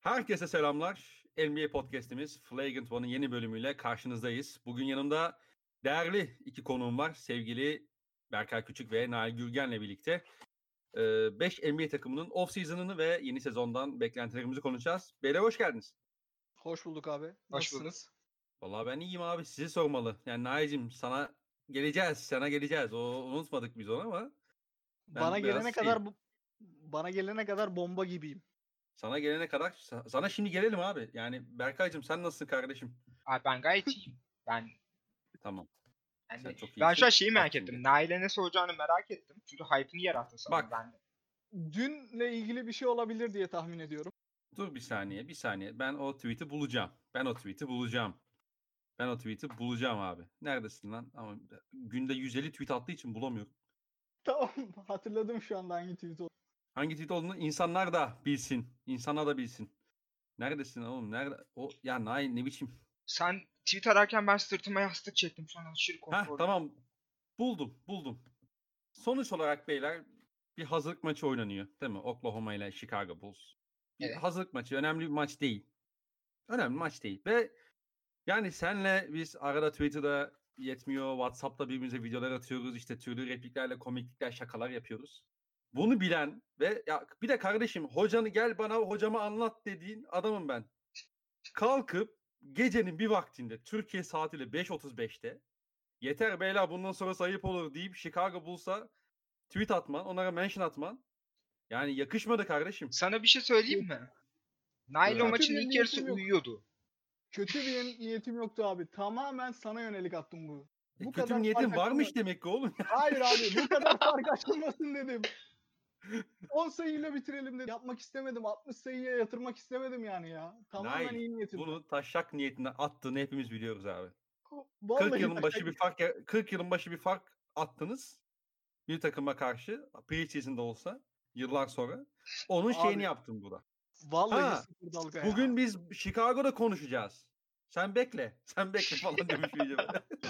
Herkese selamlar. NBA Podcast'imiz Flagrant One'ın yeni bölümüyle karşınızdayız. Bugün yanımda değerli iki konuğum var. Sevgili Berkay Küçük ve Nail Gürgen'le birlikte 5 NBA takımının off-season'ını ve yeni sezondan beklentilerimizi konuşacağız. Beyler hoş geldiniz. Hoş bulduk abi. Hoş bulduk. Nasılsınız? Vallahi ben iyiyim abi. Sizi sormalı. Yani Nail'cim sana geleceğiz. Unutmadık biz onu ama. Bana gelene kadar bomba gibiyim. Sana gelene kadar sana şimdi gelelim abi. Yani Berkay'cım sen nasılsın kardeşim? Abi ben gayet iyiyim. Tamam. Yani Sen çok ben iyisin. şu an şeyi merak Bak ettim. şimdi. Nail'e ne soracağını merak ettim. Çünkü hype'ını yarattı sanırım Bak. bende. Dünle ilgili bir şey olabilir diye tahmin ediyorum. Dur bir saniye. Ben o tweet'i bulacağım abi. Neredesin lan? Ama günde 150 tweet attığı için bulamıyorum. Tamam, hatırladım şu anda hangi tweet oldu. Hangi tweet olduğunu insanlar da bilsin. Neredesin oğlum? Nerede? O ya ne biçim? Sen tweet ararken ben sırtıma yastık çektim. Şu an aşırı Ha konforlu. tamam. Buldum. Sonuç olarak beyler bir hazırlık maçı oynanıyor, değil mi? Oklahoma ile Chicago Bulls. Bir Evet. hazırlık maçı, önemli bir maç değil. Ve yani senle biz arada Twitter'da yetmiyor, WhatsApp'ta birbirimize videolar atıyoruz, işte türlü repliklerle komiklikler, şakalar yapıyoruz. Bunu bilen ve ya bir de kardeşim hocanı gel bana hocama anlat dediğin adamım ben. Kalkıp gecenin bir vaktinde Türkiye saatiyle 5:35'te yeter beyler bundan sonra ayıp olur deyip Chicago Bulls'a tweet atman, onlara mention atman. Yani yakışmadı kardeşim. Sana bir şey söyleyeyim mi? Nail Buyur o abi. maçın Kötü bir ilk yarısı niyetim yok. uyuyordu. Kötü bir niyetim yoktu abi. Tamamen sana yönelik attım bu. Bu Kötü bir kadar niyetin fark varmış açılmasın. demek ki oğlum. Hayır abi, bu kadar fark açılmasın dedim. 10 sayıyla bitirelim dedim. Yapmak istemedim. 60 sayıya yatırmak istemedim yani ya. Tamamen iyi niyetim. Bunu taşak niyetinden attığını hepimiz biliyoruz abi. 40 Vallahi yılın başı bir fark attınız bir takıma karşı pre-season'da olsa yıllar sonra. Onun Abi, şeyini yaptım burada. Vallahi sıfır dalga ya. Bugün biz Chicago'da konuşacağız. Sen bekle falan demiş video.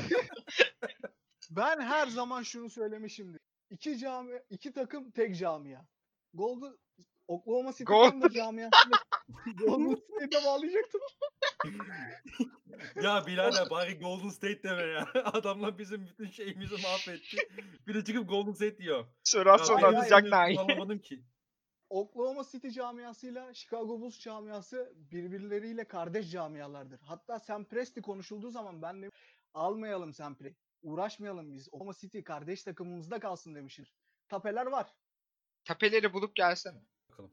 Ben her zaman şunu söylemişimdir. İki takım tek camia. Oklahoma City Thunder camiasıyla Golden State'e bağlayacaktım. Ya birader bari Golden State deme ya. Adamlar bizim bütün şeyimizi mahvetti. Bir de çıkıp Golden State diyor. Sonra atacak Nail. Anlamadım ki. Oklahoma City camiasıyla Chicago Bulls camiası birbirleriyle kardeş camialardır. Hatta Sam Presti konuşulduğu zaman ben de almayalım Sam Presti. Uğraşmayalım biz. Oklahoma City kardeş takımımızda kalsın demişim. Tapeler var. Tapeleri bulup gelsene. Bakalım.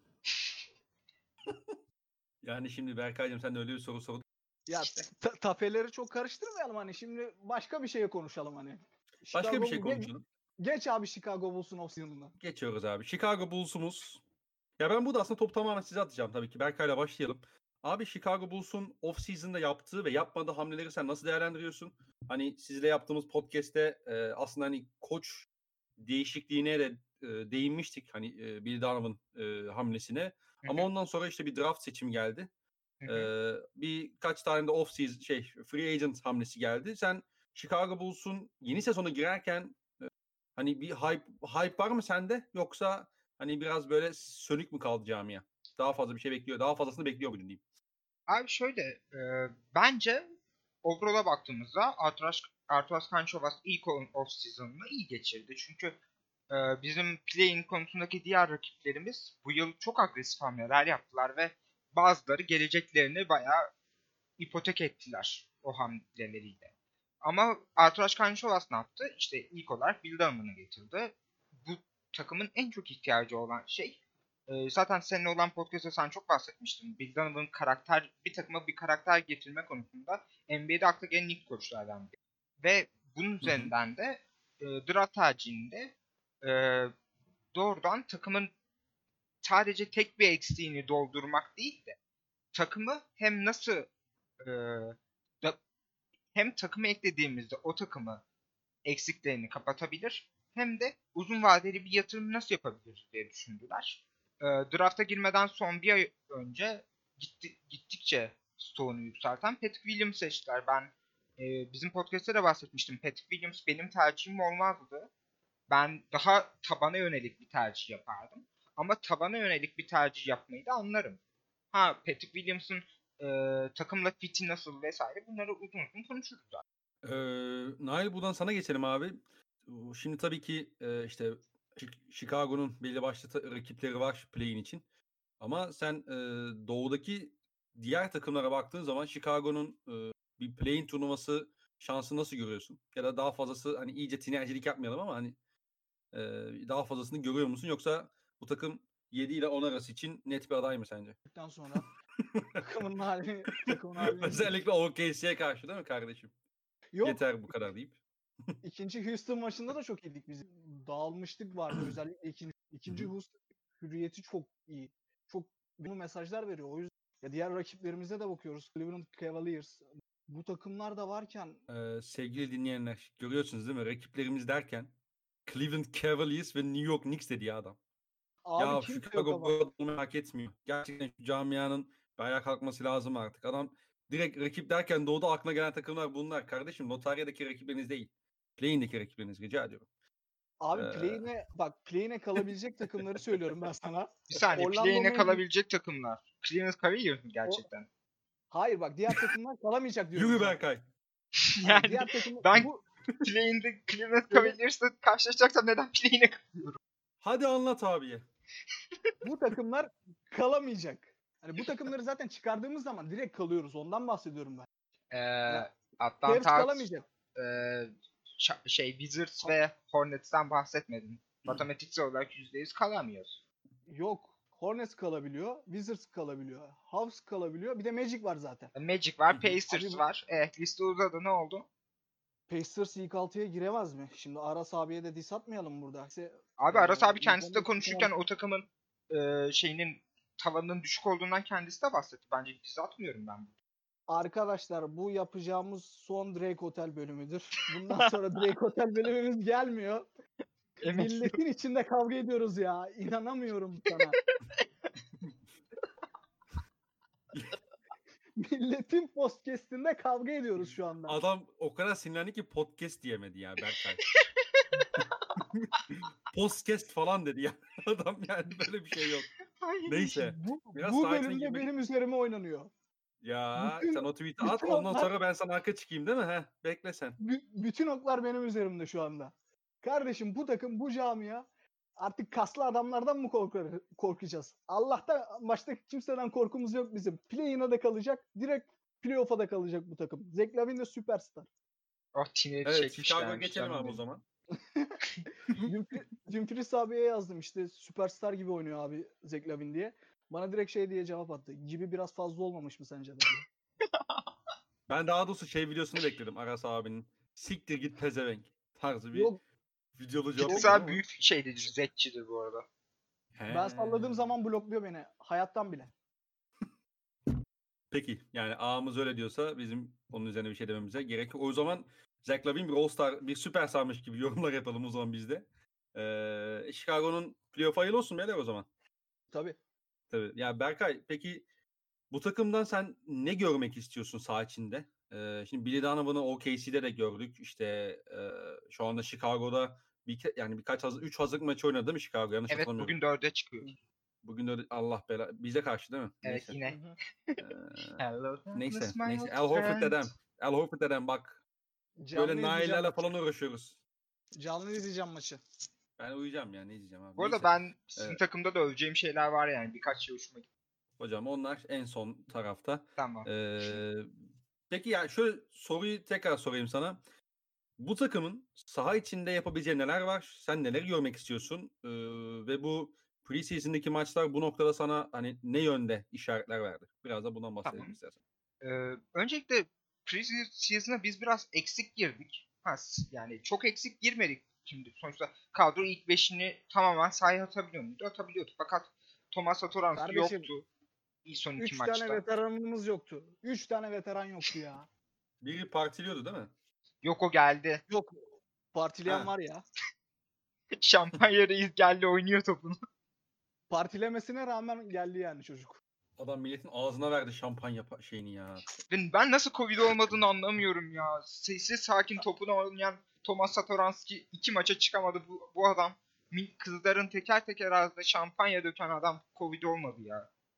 Yani şimdi Berkay'cığım sen de öyle bir soru sordun. Ya tapeleri çok karıştırmayalım hani. Şimdi başka bir şeye konuşalım hani. Başka bir şey konuşalım. Geç abi Chicago Bulls'un off-season'ından. Geçiyoruz abi. Chicago Bulls'umuz. Ya ben burada aslında topu tamamen size atacağım tabii ki. Berkay'la başlayalım. Abi Chicago Bulls'un off-season'da yaptığı ve yapmadığı hamleleri sen nasıl değerlendiriyorsun? Hani sizle yaptığımız podcast'te aslında hani koç değişikliğine de değinmiştik. Hani Bill Donovan hamlesine. Ama ondan sonra işte bir draft seçimi geldi. Birkaç tane de off-season free agent hamlesi geldi. Sen Chicago Bulls'un yeni sezona girerken hani bir hype var mı sende? Yoksa hani biraz böyle sönük mü kaldı camia? Daha fazla bir şey bekliyor. Daha fazlasını bekliyor muydun diyeyim. Abi şöyle, bence overall'a baktığımızda Arturas Kanchovas ilk off-season'ını iyi geçirdi. Çünkü bizim play-in konusundaki diğer rakiplerimiz bu yıl çok agresif hamleler yaptılar ve bazıları geleceklerini bayağı ipotek ettiler o hamleleriyle. Ama Arturas Kanchovas ne yaptı? İşte ilk olarak Bill Donovan'ı getirdi. Bu takımın en çok ihtiyacı olan şey, zaten seninle olan podcast'ta sen çok bahsetmiştin. Bill Donovan'ın bir takıma bir karakter getirme konusunda NBA'de akla gelen ilk koçlardan biri. Ve bunun üzerinden de draft tercihinde doğrudan takımın sadece tek bir eksiğini doldurmak değil de takımı hem nasıl hem takımı eklediğimizde o takımı eksiklerini kapatabilir hem de uzun vadeli bir yatırım nasıl yapabiliriz diye düşündüler. Draft'a girmeden son bir ay önce gittikçe stoğunu yükselten Patrick Williams seçtiler. Ben bizim podcast'ta da bahsetmiştim. Patrick Williams benim tercihim olmazdı. Ben daha tabana yönelik bir tercih yapardım. Ama tabana yönelik bir tercih yapmayı da anlarım. Patrick Williams'ın takımla fiti nasıl vesaire bunları uzun uzun konuşuruz zaten. Nail, buradan sana geçelim abi. Şimdi tabii ki işte Chicago'nun belli başlı rakipleri var play-in için. Ama sen doğudaki diğer takımlara baktığın zaman Chicago'nun bir play-in turnuvası şansı nasıl görüyorsun? Ya da daha fazlası, hani iyice tinercilik yapmayalım ama hani daha fazlasını görüyor musun? Yoksa bu takım 7 ile 10 arası için net bir aday mı sence? Sonra takımın halini Özellikle OKC'ye karşı değil mi kardeşim? yok. Yeter bu kadar deyip. İkinci Houston maçında da çok iyiydik biz. Dağılmışlık vardı. Özellikle ikinci Houston hürriyeti çok iyi. Çok bunu mesajlar veriyor. O yüzden ya diğer rakiplerimize de bakıyoruz. Cleveland Cavaliers. Bu takımlar da varken Sevgili dinleyenler, görüyorsunuz değil mi? Rakiplerimiz derken Cleveland Cavaliers ve New York Knicks dedi ya adam. abi Ya kimse yok Chicago ama. burada olmayı hak etmiyor. Gerçekten şu camianın bir ayağa kalkması lazım artık. Adam direkt rakip derken doğuda aklına gelen takımlar bunlar. Kardeşim, lotaryadaki rakipleriniz değil. Play'indeki rakipleriniz, rica ediyorum. Abi Ee, play-in'e kalabilecek takımları söylüyorum ben sana. Bir saniye, Orlando play-in'e Magic- kalabilecek takımlar. Cleveland Cavaliers mi gerçekten? Hayır bak, diğer takımlar kalamayacak diyorum Yürü zaten. Berkay. Yani diğer takım ben- bu Play-in'de Cleveland Cavaliers'la karşılaşacaksam neden play-in'e Hadi anlat abiye. bu takımlar kalamayacak. Hani bu takımları zaten çıkardığımız zaman direkt kalıyoruz. Ondan bahsediyorum ben. Cavs Atlanta Hawks, kalamayacak. Wizards ve Hornets'ten bahsetmedim. Matematiksel olarak %100 kalamıyoruz. Yok. Hornets kalabiliyor. Wizards kalabiliyor. Hawks kalabiliyor. Bir de Magic var zaten. Magic var, Hı hı. Pacers Abi- var. Liste uzadı, ne oldu? Pacers ilk 6'ya giremez mi? Şimdi Aras abiye de diss atmayalım burada. Abi Aras abi kendisi de İnternet konuşurken o takımın şeyinin tavanının düşük olduğundan kendisi de bahsetti. Bence diz atmıyorum ben. Arkadaşlar, bu yapacağımız son Drake Hotel bölümüdür. Bundan sonra Drake Hotel bölümümüz gelmiyor. Milletin içinde kavga ediyoruz ya. İnanamıyorum sana. Milletin podcast'inde kavga ediyoruz şu anda. Adam o kadar sinirlendi ki podcast diyemedi ya Berkay. Podcast falan dedi ya. Adam, yani böyle bir şey yok. Neyse. Bu, Biraz bu saatine bölümde girmek- benim üzerime oynanıyor. Ya Bütün- sen o tweet'i at, bütün ondan onlar- sonra ben sana arka çıkayım değil mi? Heh, bekle sen. Bütün oklar benim üzerimde şu anda. Kardeşim, bu takım, bu camia artık kaslı adamlardan mı korkacağız? Allah'tan başta kimseden korkumuz yok bizim. Play-in'e de kalacak. Direkt playoff'a da kalacak bu takım. Zach Lavine de süperstar. Oh, tineri Evet, çekmişler. Chicago'ya geçelim abi o zaman. Cümfris abiye yazdım işte, süperstar gibi oynuyor abi Zach Lavine diye. Bana direkt şey diye cevap attı. Gibi biraz fazla olmamış mı sence de? Ben daha doğrusu şey videosunu bekledim Aras abinin. Siktir git pezevenk tarzı bir Yok, videolu cevap Cümfris bekledim abi ama. büyük şeydir, zetçidir bu arada. ben salladığım He. zaman blokluyor beni. Hayattan bile. Peki, yani ağamız öyle diyorsa bizim onun üzerine bir şey dememize gerek yok. O zaman Zach Lavine bir All-Star, bir süperstarmış gibi yorumlar yapalım o zaman biz de. Chicago'nun playoff hayırlı olsun beyler o zaman. Tabii. Tabii. Ya Berkay, peki bu takımdan sen ne görmek istiyorsun saha içinde? Şimdi Billy Donovan'ı OKC'de de gördük. İşte şu anda Chicago'da yani üç hazırlık maçı oynadı değil mi Chicago? Yanlış Evet, hatırlamıyorum. bugün 4'e çıkıyor. Bugün de Allah bela bize karşı değil mi? Evet, Neyse. yine. Hı hı. Hello, Neyse. darkness, my old Al Horford friend. dedem. Al Horford dedem bak. Canlı Böyle izleyeceğim Nail'lerle maçı. falan uğraşıyoruz. Canlı izleyeceğim maçı. Ben uyuyacağım ya, ne izleyeceğim abi. Bu arada Neyse. ben sizin Evet. takımda da öveceğim şeyler var yani. Birkaç şey hoşuma gitti. Hocam onlar en son tarafta. Tamam. Peki ya şöyle soruyu tekrar sorayım sana. Bu takımın saha içinde yapabileceği neler var? Sen neler görmek istiyorsun? Ve bu preseason'daki maçlar bu noktada sana hani ne yönde işaretler verdi? Biraz da bundan bahsedelim Tamam. istersen. Öncelikle preseason'a biz biraz eksik girdik. Yani çok eksik girmedik şimdi. Sonuçta kadro ilk 5'ini tamamen sahaya atabiliyor muydu? Atabiliyordu. Fakat Thomas Satoranski Kardeşim, yoktu. İlk son 2 3 maçta. tane veteranımız yoktu. 3 tane veteran yoktu ya. Biri partiliyordu değil mi? Yok, o geldi. Yok. Partileyen Ha. var ya. Şampanya Reis geldi, oynuyor topunu. Partilemesine rağmen geldi yani çocuk. Adam milletin ağzına verdi şampanya şeyini ya. Ben nasıl Covid olmadığını anlamıyorum ya. Sessiz sakin topunu oynayan Thomas Satoranski 2 maça çıkamadı. Bu adam kızların teker teker ağzına şampanya döken adam Covid olmadı ya.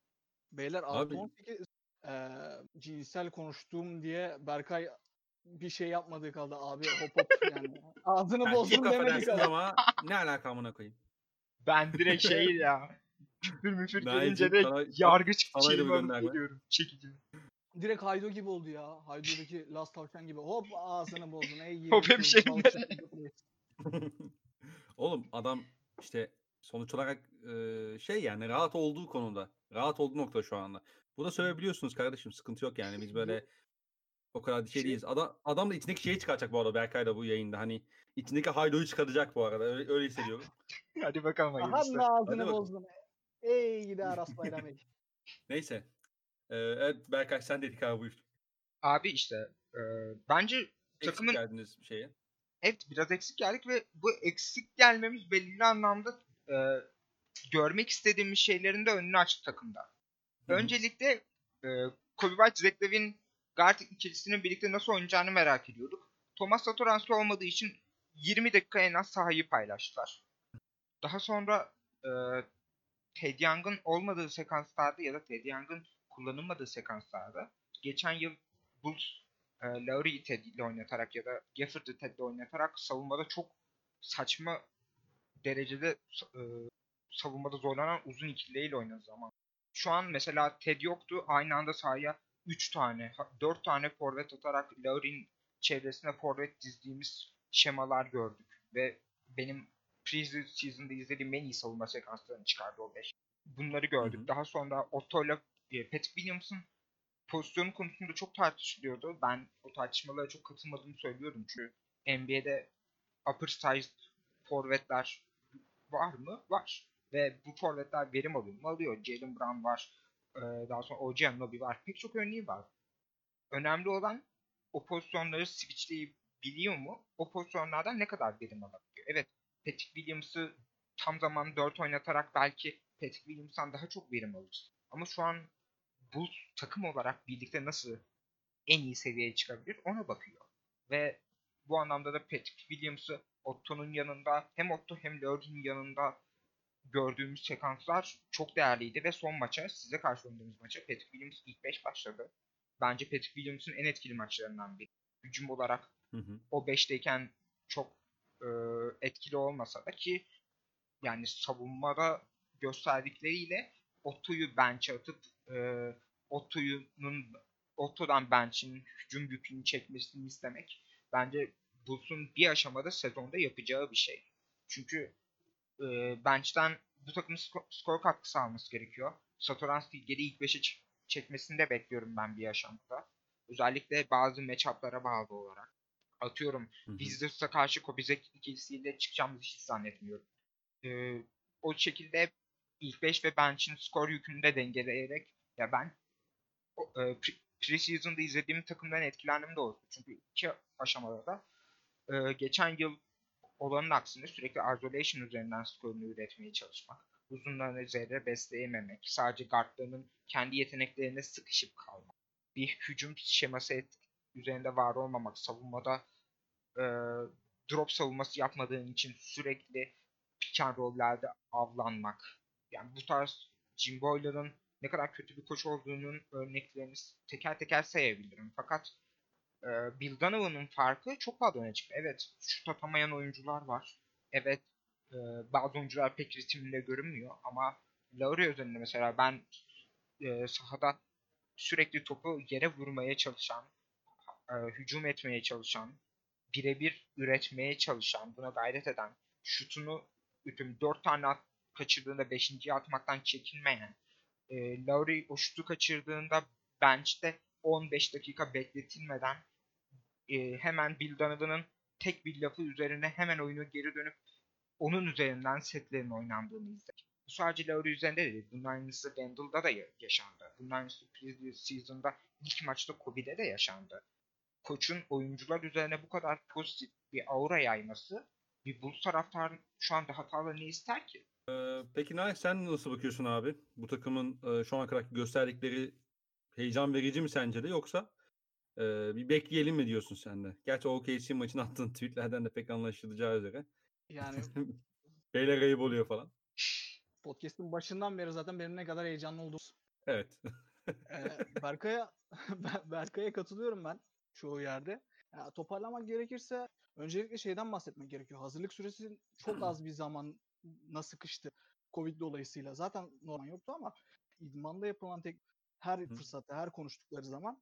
Beyler Abi 6-18 cinsel konuştuğum diye Berkay bir şey yapmadığı kaldı. Abi hop yani. Ağzını yani çok bozdum demedi affedersiniz kaldı. ama ne alaka amına koyayım. Ben direkt şey ya. Küfür müfür gelince Nail'cim de sana, yargıç sana da bir şeyimi alıp gönderme. geliyorum. Çekici. Direkt Haydo gibi oldu ya. Haydo'daki Last Tavşan gibi. Hop ağzını bozdun. Ey Hop 22 yıllık hemşerim. balıkçı. Oğlum adam işte sonuç olarak şey yani rahat olduğu konuda. Rahat olduğu nokta şu anda. Bunu söyleyebiliyorsunuz kardeşim. Sıkıntı yok yani. Biz böyle o kadar şey Şey- değiliz. Adam da içindeki şeyi çıkaracak bu arada Berkay da bu yayında. Hani içindeki Haydo'yu çıkaracak bu arada. Öyle hissediyorum. Hadi bakalım Aha hayırlısı. ağzını Hadi bakalım. bozdun. Ey gidi Aras Bayram ey. Neyse. Evet Berkay sen dedik abi buyur. Abi işte bence Eksik takımın geldiniz bir şeye. evet biraz eksik geldik ve bu eksik gelmemiz belirli anlamda görmek istediğimiz şeylerin de önünü açtı takımda. Hı hı. Öncelikle Kobe White, Zach Lavine guard ikilisinin birlikte nasıl oynayacağını merak ediyorduk. Thomas Satoransky olmadığı için 20 dakika en az sahayı paylaştılar. Daha sonra Ted Young'ın olmadığı sekanslarda ya da Ted Young'ın kullanılmadığı sekanslarda geçen yıl Bulls Lowry'i Ted ile oynatarak ya da Gafford'ı Ted'le oynatarak savunmada çok saçma derecede savunmada zorlanan uzun ikiliyle oynadı zaman. Şu an mesela Ted yoktu. Aynı anda sahaya 3 tane, 4 tane forvet atarak Lowry'nin çevresine forvet dizdiğimiz şemalar gördük. Ve benim pre-season'da izlediğim en iyi savunma sekanslarını çıkardı o 5. Bunları gördük. Hı. Daha sonra Otto'yla Patrick Williams'ın pozisyonu konusunda çok tartışılıyordu. Ben o tartışmalara çok katılmadığımı söylüyorum. Çünkü NBA'de upper sized forvetler var mı? Var. Ve bu forvetler verim alıyor mu? Alıyor. Jalen Brown var. Daha sonra OG Anunoby var. Pek çok örneği var. Önemli olan o pozisyonları switchleyebiliyor mu? O pozisyonlardan ne kadar verim alabiliyor? Evet. Patrick Williams'ı tam zaman 4 oynatarak belki Patrick Williams'tan daha çok verim alır. Ama şu an bu takım olarak birlikte nasıl en iyi seviyeye çıkabilir ona bakıyor. Ve bu anlamda da Patrick Williams'ı Otto'nun yanında hem Otto hem Lowry'nin yanında gördüğümüz sekanslar çok değerliydi ve son maça size karşı oynadığımız maça Patrick Williams ilk 5 başladı. Bence Patrick Williams'ın en etkili maçlarından biri. Hücum olarak o 5'teyken çok etkili olmasa da ki yani savunmada gösterdikleriyle Otto'yu bench'e atıp Otto'dan bench'in hücum yükünü çekmesini istemek bence Bulls'un bir aşamada sezonda yapacağı bir şey. Çünkü bench'ten bu takımın skor katkısı alması gerekiyor. Satoransky geri ilk 5'e çekmesini de bekliyorum ben bir aşamada. Özellikle bazı matchup'lara bağlı olarak. Atıyorum Wizards'a karşı Kobe Zach ikilisiyle çıkacağımızı hiç zannetmiyorum. O şekilde ilk 5 ve bench'in skor yükünü de dengeleyerek ya ben pre-season'da izlediğim takımdan etkilendim de oldu. Çünkü iki aşamada da geçen yıl olanın aksine sürekli isolation üzerinden skorunu üretmeye çalışmak, uzunlarını üzerine besleyememek, sadece guardlarının kendi yeteneklerine sıkışıp kalmak, bir hücum şeması üzerinde var olmamak, savunmada drop savunması yapmadığın için sürekli pick and roll'lerde avlanmak. Yani bu tarz Jim Boyler'ın ne kadar kötü bir koç olduğunun örneklerini teker teker sayabilirim. Fakat Bill Donovan'ın farkı çok fazla öne çıktı. Evet, şut atamayan oyuncular var. Evet, bazı oyuncular pek ritiminde görünmüyor ama Lowry özelinde mesela ben sahada sürekli topu yere vurmaya çalışan, hücum etmeye çalışan, birebir üretmeye çalışan, buna gayret eden, şutunu 4 tane kaçırdığında 5.'yi atmaktan çekinmeyen, Lowry o şutu kaçırdığında bench'te 15 dakika bekletilmeden hemen Bill Donovan'ın tek bir lafı üzerine hemen oyunu geri dönüp onun üzerinden setlerin oynandığını izledik. Bu sadece Lowry üzerinde değil. Bunun aynısı Randall'da da yaşandı. Bunun aynısı pre-season'da ilk maçta Kobe'de de yaşandı. Koçun oyuncular üzerine bu kadar pozitif bir aura yayması bir Bulls taraftarı şu anda hatalı ne ister ki? Peki Nail sen nasıl bakıyorsun abi? Bu takımın şu ana kadar gösterdikleri heyecan verici mi sence de yoksa bir bekleyelim mi diyorsun sen de? Gerçi OKC maçını attığın tweetlerden de pek anlaşılacağı üzere. Yani Beyler ayıp oluyor falan. podcast'ın başından beri zaten benim ne kadar heyecanlı olduğum Evet. Berkay'a Berkay'a katılıyorum ben çoğu yerde. Ya, toparlamak gerekirse öncelikle şeyden bahsetmek gerekiyor. Hazırlık süresi çok az bir zamana sıkıştı Covid dolayısıyla. Zaten normal yoktu ama idmanda yapılan her fırsatta, her konuştukları zaman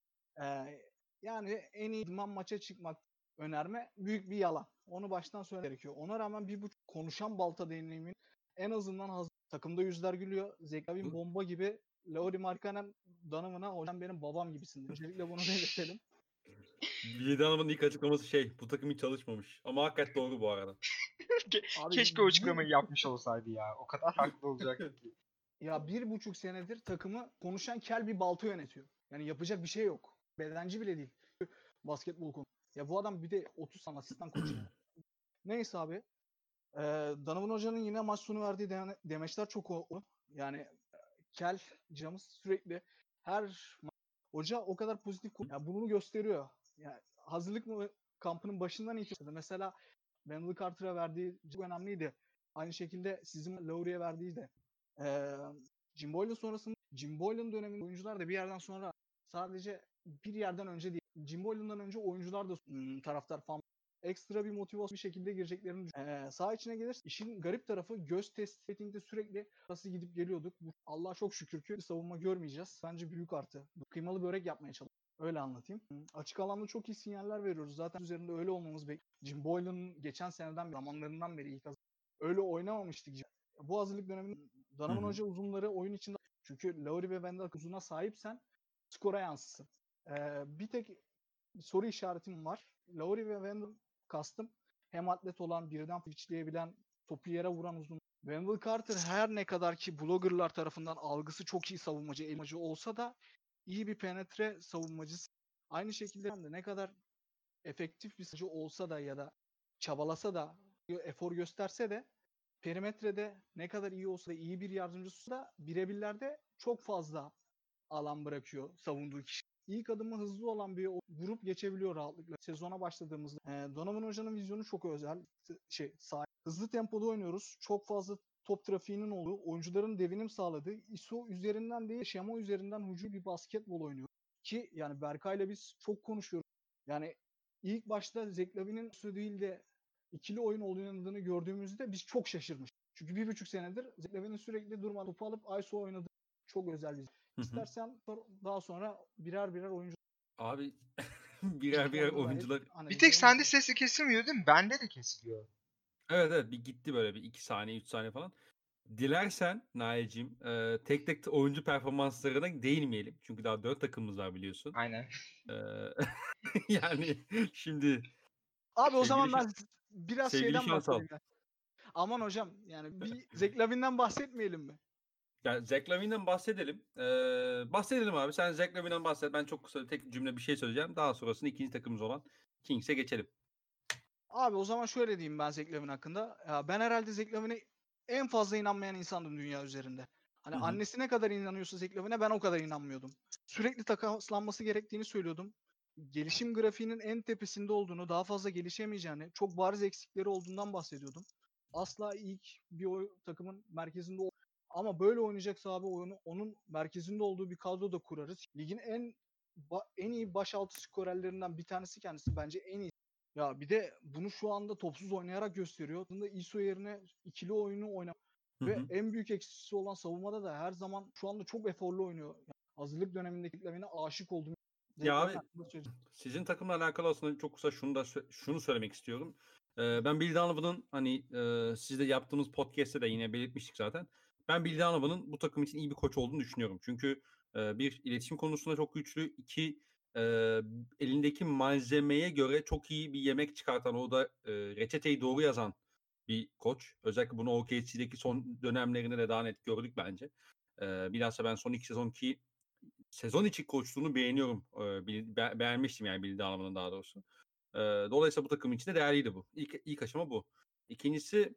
yani en iyi idman maça çıkmak önerme büyük bir yalan. Onu baştan söylemek gerekiyor. Ona rağmen 1,5 konuşan balta deneyimin en azından takımda yüzler gülüyor. Zekavin bomba gibi. Lauri Markkanen Donovan'a hocam benim babam gibisin. Öncelikle bunu belirtelim. Bildi Hanım'ın ilk açıklaması bu takım hiç çalışmamış. Ama hakikaten doğru bu arada. Abi Keşke o açıklamayı yapmış olsaydı ya. O kadar haklı olacaktı ki. ya 1,5 senedir takımı konuşan kel bir balta yönetiyor. Yani yapacak bir şey yok. Bedenci bile değil. Basketbol konu. Ya bu adam bir de 30 sene asistan koçu. Neyse abi. Donovan Hoca'nın yine maç sonu verdiği demeçler çok oldu. Yani kel camız sürekli her hoca o kadar pozitif yani bunu gösteriyor. Yani hazırlık kampının başından itibaren mesela Wendell Carter'a verdiği çok önemliydi. Aynı şekilde sizin Lauri'ye verdiği de. Jim Boylan sonrasında Jim Boylan döneminde oyuncular da bir yerden sonra sadece bir yerden önce değil. Jim Boylan'dan önce oyuncular da taraftar falan ekstra bir motivasyon bir şekilde gireceklerini düşünüyorum. Saha içine gelirse işin garip tarafı göz testingde sürekli nasıl gidip geliyorduk. Allah'a çok şükür ki bir savunma görmeyeceğiz. Bence büyük artı. Kıymalı börek yapmaya çalışıyoruz. Öyle anlatayım. Açık alanda çok iyi sinyaller veriyoruz. Zaten üzerinde öyle olmamız bekliyor. Jim Boylan'ın geçen seneden zamanlarından beri öyle oynamamıştık. Bu hazırlık döneminde Donovan Hoca uzunları oyun içinde çünkü Lauri ve Wendell uzuna sahipsen skora yansısın. Bir tek soru işaretim var. Lauri ve Wendell kastım hem atlet olan birden switchleyebilen topu yere vuran uzun. Wendell Carter her ne kadar ki bloggerlar tarafından algısı çok iyi savunmacı, elmacı olsa da iyi bir penetre savunmacısı. Aynı şekilde de ne kadar efektif bir savunmacı olsa da ya da çabalasa da efor gösterse de perimetrede ne kadar iyi olsa da iyi bir yardımcısı da birebirlerde çok fazla alan bırakıyor savunduğu kişi. İlk adımı hızlı olan bir grup geçebiliyor rahatlıkla. Sezona başladığımızda Donovan Hoca'nın vizyonu çok özel. Hızlı tempoda oynuyoruz. Çok fazla top trafiğinin olduğu, oyuncuların devinim sağladığı, ISO üzerinden değil, şema üzerinden hücum bir basketbol oynuyor. Ki yani Berkay'la biz çok konuşuyoruz. Yani ilk başta Zach Lavin'in değil de ikili oyun oynadığını gördüğümüzde biz çok şaşırmış. Çünkü 1,5 senedir Zach Lavin'in sürekli durmadan topu alıp ISO oynadığı çok özel bir. İstersen daha sonra birer birer oyuncu Abi birer oyuncular. Bir tek sende sesi kesilmiyor değil mi? Bende de kesiliyor. Evet bir gitti böyle bir 2 saniye 3 saniye falan. Dilersen Nail'cim tek tek oyuncu performanslarına değinmeyelim. Çünkü daha 4 takımımız var biliyorsun. Aynen. Yani şimdi abi o zaman ben biraz şeyden Şansal. bahsedeyim. Yani. Aman hocam yani bir Zach Lavin'den bahsetmeyelim mi? Yani Zach Lavin'den bahsedelim. Bahsedelim abi. Sen Zach Lavin'den bahset. Ben çok kısa tek cümle bir şey söyleyeceğim. Daha sonrasında ikinci takımımız olan Kings'e geçelim. Abi o zaman şöyle diyeyim ben Zach Lavin hakkında. Ya ben herhalde Zach Lavin'e en fazla inanmayan insandım dünya üzerinde. Hani annesi ne kadar inanıyorsa Zach Lavin'e ben o kadar inanmıyordum. Sürekli takaslanması gerektiğini söylüyordum. Gelişim grafiğinin en tepesinde olduğunu, daha fazla gelişemeyeceğini, çok bariz eksikleri olduğundan bahsediyordum. Asla ilk bir takımın merkezinde ama böyle oynayacaksa abi oyunu onun merkezinde olduğu bir kadro da kurarız. Ligin en iyi başaltı skorerlerinden bir tanesi kendisi. Bence en iyi. Ya bir de bunu şu anda topsuz oynayarak gösteriyor. Aslında ISO yerine ikili oyunu oynamak ve en büyük eksisi olan savunmada da her zaman şu anda çok eforlu oynuyor. Yani hazırlık dönemindeki Lavin'e aşık oldum. Ya abi sizin takımla alakalı aslında çok kısa şunu söylemek istiyorum. Ben Bill Donovan'ın hani sizle yaptığımız podcast'te de yine belirtmiştik zaten. Ben Bill Donovan'ın bu takım için iyi bir koç olduğunu düşünüyorum. Çünkü bir iletişim konusunda çok güçlü. İki elindeki malzemeye göre çok iyi bir yemek çıkartan, o da reçeteyi doğru yazan bir koç. Özellikle bunu OKC'deki son dönemlerinde de daha net gördük bence. Bilhassa ben son 2 sezon içi koçluğunu beğeniyorum. Beğenmiştim yani Billy Donovan'ın daha doğrusu. Dolayısıyla bu takım için de değerliydi bu. İlk aşama bu. İkincisi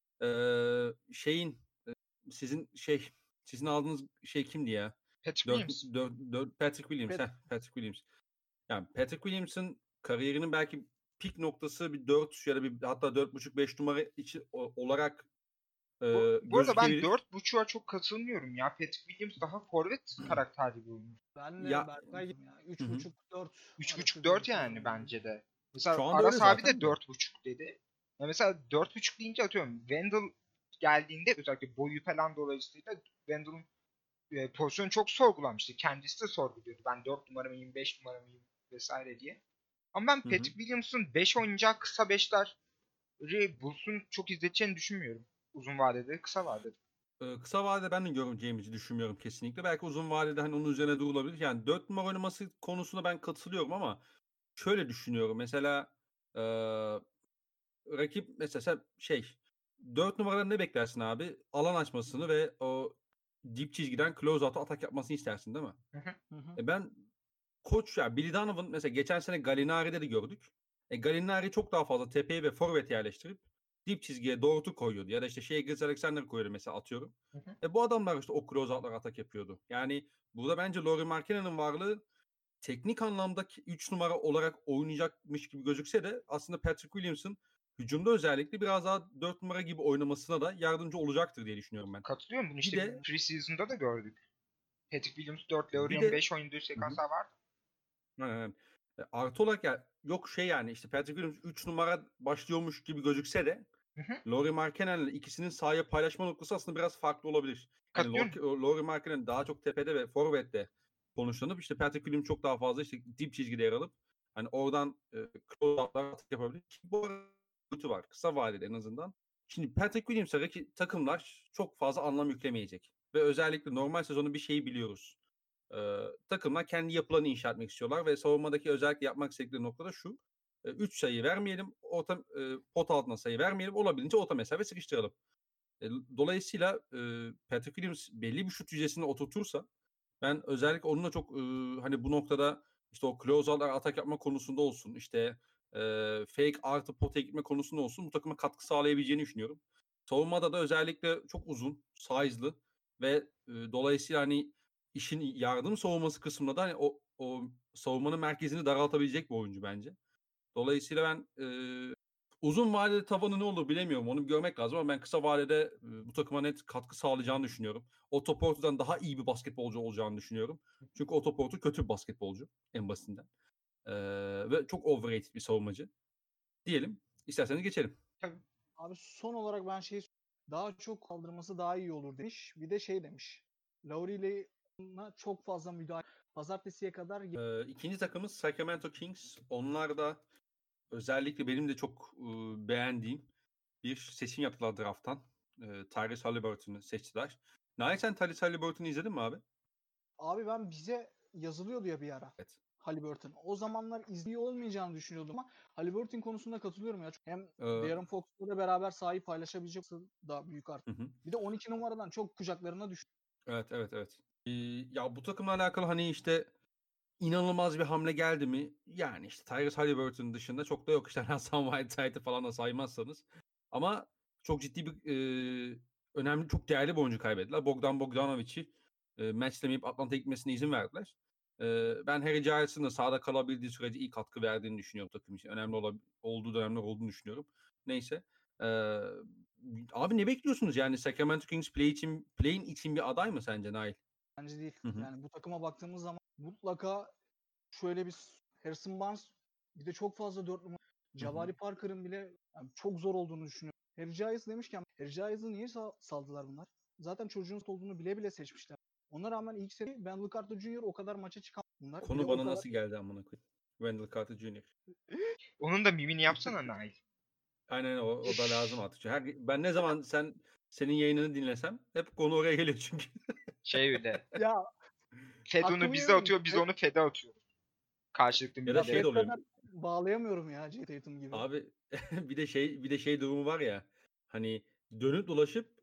sizin aldığınız kimdi ya? Patrick Williams. Patrick Williams. Patrick Williams. Yani Patrick Williams'ın kariyerinin belki pik noktası bir 4 ya da hatta 4.5-5 numara olarak Bu arada ben gözükebilir. 4.5'a çok katılmıyorum ya. Patrick Williams daha forvet karakterli bir oyuncu. Ben de Ya Berkay gibi ya. hı hı. 3.5-4 arası 3.5-4 görüş yani alıyorum. bence de. Şu Mesela anda öyle Aras abi de zaten de. 4.5 dedi. Ya mesela 4.5 deyince atıyorum Wendell geldiğinde özellikle boyu falan dolayısıyla Wendell'ın pozisyonu çok sorgulanmıştı. Kendisi de sorguluyordu. Ben 4 numara mıyım, 5 numara mıyım vesaire diye. Ama ben Hı Patrick hı. Williams'ın 5 oynayacağı kısa beşleri Bulls'un çok izleteceğini düşünmüyorum. Uzun vadede, kısa vadede. Kısa vadede ben de göreceğimizi düşünmüyorum kesinlikle. Belki uzun vadede hani onun üzerine durulabilir. Yani 4 numara oynaması konusunda ben katılıyorum ama şöyle düşünüyorum. Mesela rakip mesela şey 4 numaradan ne beklersin abi? Alan açmasını ve o dip çizgiden close out'a atak yapmasını istersin değil mi? Hı hı. Hı hı. Ben koç ya Billy Donovan mesela geçen sene Gallinari'de de gördük. Gallinari çok daha fazla tepeye ve forvet yerleştirip dip çizgiye doğrultu koyuyordu. Ya da işte Gilgeous Alexander koyuyordu mesela atıyorum. Hı hı. Bu adamlar işte o close out'lara atak yapıyordu. Yani burada bence Lauri Markkanen'in varlığı teknik anlamda 3 numara olarak oynayacakmış gibi gözükse de aslında Patrick Williams'ın hücumda özellikle biraz daha 4 numara gibi oynamasına da yardımcı olacaktır diye düşünüyorum ben. Katılıyorum. Bunu Bir işte de preseason'da da gördük. Patrick Williams 4, bir Laurion de 5 oynadığı Hı hı. sekanslar vardı. Aynen. Artı olarak ya yok şey yani işte Patrick Williams 3 numara başlıyormuş gibi gözükse de Hı hı. Lauri Markkanen'le ikisinin sahaya paylaşma noktası aslında biraz farklı olabilir. Yani Katılıyorum. Lauri Markkanen daha çok tepede ve forvette konuşlanıp işte Patrick Williams çok daha fazla işte dip çizgide yer alıp hani oradan close out'lar atak yapabilir. Ki bu arada kötü var kısa vadede en azından. Şimdi Patrick Williams'a takımlar çok fazla anlam yüklemeyecek. Ve özellikle normal sezonu bir şeyi biliyoruz. Takımlar kendi yapılarını inşa etmek istiyorlar ve savunmadaki özellikle yapmak istedikleri nokta da şu. 3 sayı vermeyelim, pot altına sayı vermeyelim, olabildiğince orta mesafe sıkıştıralım. Dolayısıyla Patrick Williams belli bir şut yüzdesine oturtursa ben özellikle onunla çok hani bu noktada işte o closeout'lar atak yapma konusunda olsun, işte fake artı potaya gitme konusunda olsun bu takıma katkı sağlayabileceğini düşünüyorum. Savunmada da özellikle çok uzun, size'lı ve dolayısıyla hani işin yardım savunması kısmında da hani o savunmanın merkezini daraltabilecek bir oyuncu bence. Dolayısıyla ben uzun vadede tavanı ne olur bilemiyorum. Onu görmek lazım ama ben kısa vadede bu takıma net katkı sağlayacağını düşünüyorum. Otto Porter'dan daha iyi bir basketbolcu olacağını düşünüyorum. Çünkü Otto Porter kötü bir basketbolcu en basitinden. Ve çok overrated bir savunmacı. Diyelim. İsterseniz geçelim. Tabii. Abi son olarak ben daha çok kaldırması daha iyi olur demiş. Bir de şey demiş. Lauri çok fazla müdahale. Pazartesiye kadar İkinci takımız Sacramento Kings. Onlar da özellikle benim de çok beğendiğim bir seçim yaptılar draft'tan. Tyrese Halliburton'u seçtiler. Nail sen Tyrese Halliburton'u izledin mi abi? abi ben bize yazılıyordu ya bir ara. Evet. Halliburton. O zamanlar izliyor olmayacağını düşünüyordum ama Halliburton konusunda katılıyorum ya. Hem Ee, De'Aaron Fox'la da beraber sahayı paylaşabilecek da büyük artık. hı hı. Bir de 12 numaradan çok kucaklarına düştü. Evet, evet, evet. Ya bu takımla alakalı hani işte inanılmaz bir hamle geldi mi? Yani işte Tyrese Halliburton dışında çok da yok. İşte Hassan Whiteside'ı falan da saymazsanız. Ama çok ciddi bir önemli, çok değerli bir oyuncu kaybettiler. Bogdan Bogdanovic'i matchlemeyip Atlanta'ya gitmesine izin verdiler. Ben Harry Giles'ın da sahada kalabildiği sürece iyi katkı verdiğini düşünüyorum takım için. Önemli olduğu dönemler olduğunu düşünüyorum. Neyse. Ee, Abi ne bekliyorsunuz yani Sacramento Kings play'in için bir aday mı sence Nail? Bence değil. Hı hı. Yani bu takıma baktığımız zaman mutlaka şöyle bir Harrison Barnes, bir de çok fazla 4 numara Hı hı. Jabari Parker'ın bile yani çok zor olduğunu düşünüyorum. Harry Giles demişken Harry Giles'ı niye saldılar bunlar? Zaten çocuğun olduğunu bile bile seçmişler. Ona rağmen ilk seri Ben Carter Jr. o kadar maça çıkan bunlar. Bir de Konu o bana kadar nasıl geldi amına koyayım? Wendell Carter Jr. Onun da mimini yapsana Nail. Aynen o da lazım artık. Ben ne zaman senin yayınını dinlesem hep konu oraya geliyor çünkü. Şey öyle. ya Fed onu hakkımı bize yemeyin. atıyor, biz onu Fed'e atıyoruz. Karşılıklı Ya da Ya mimileri şey de Fed oluyor. kadar bağlayamıyorum ya Jay Tatum gibi. Abi bir de şey durumu var ya. Hani dönüp dolaşıp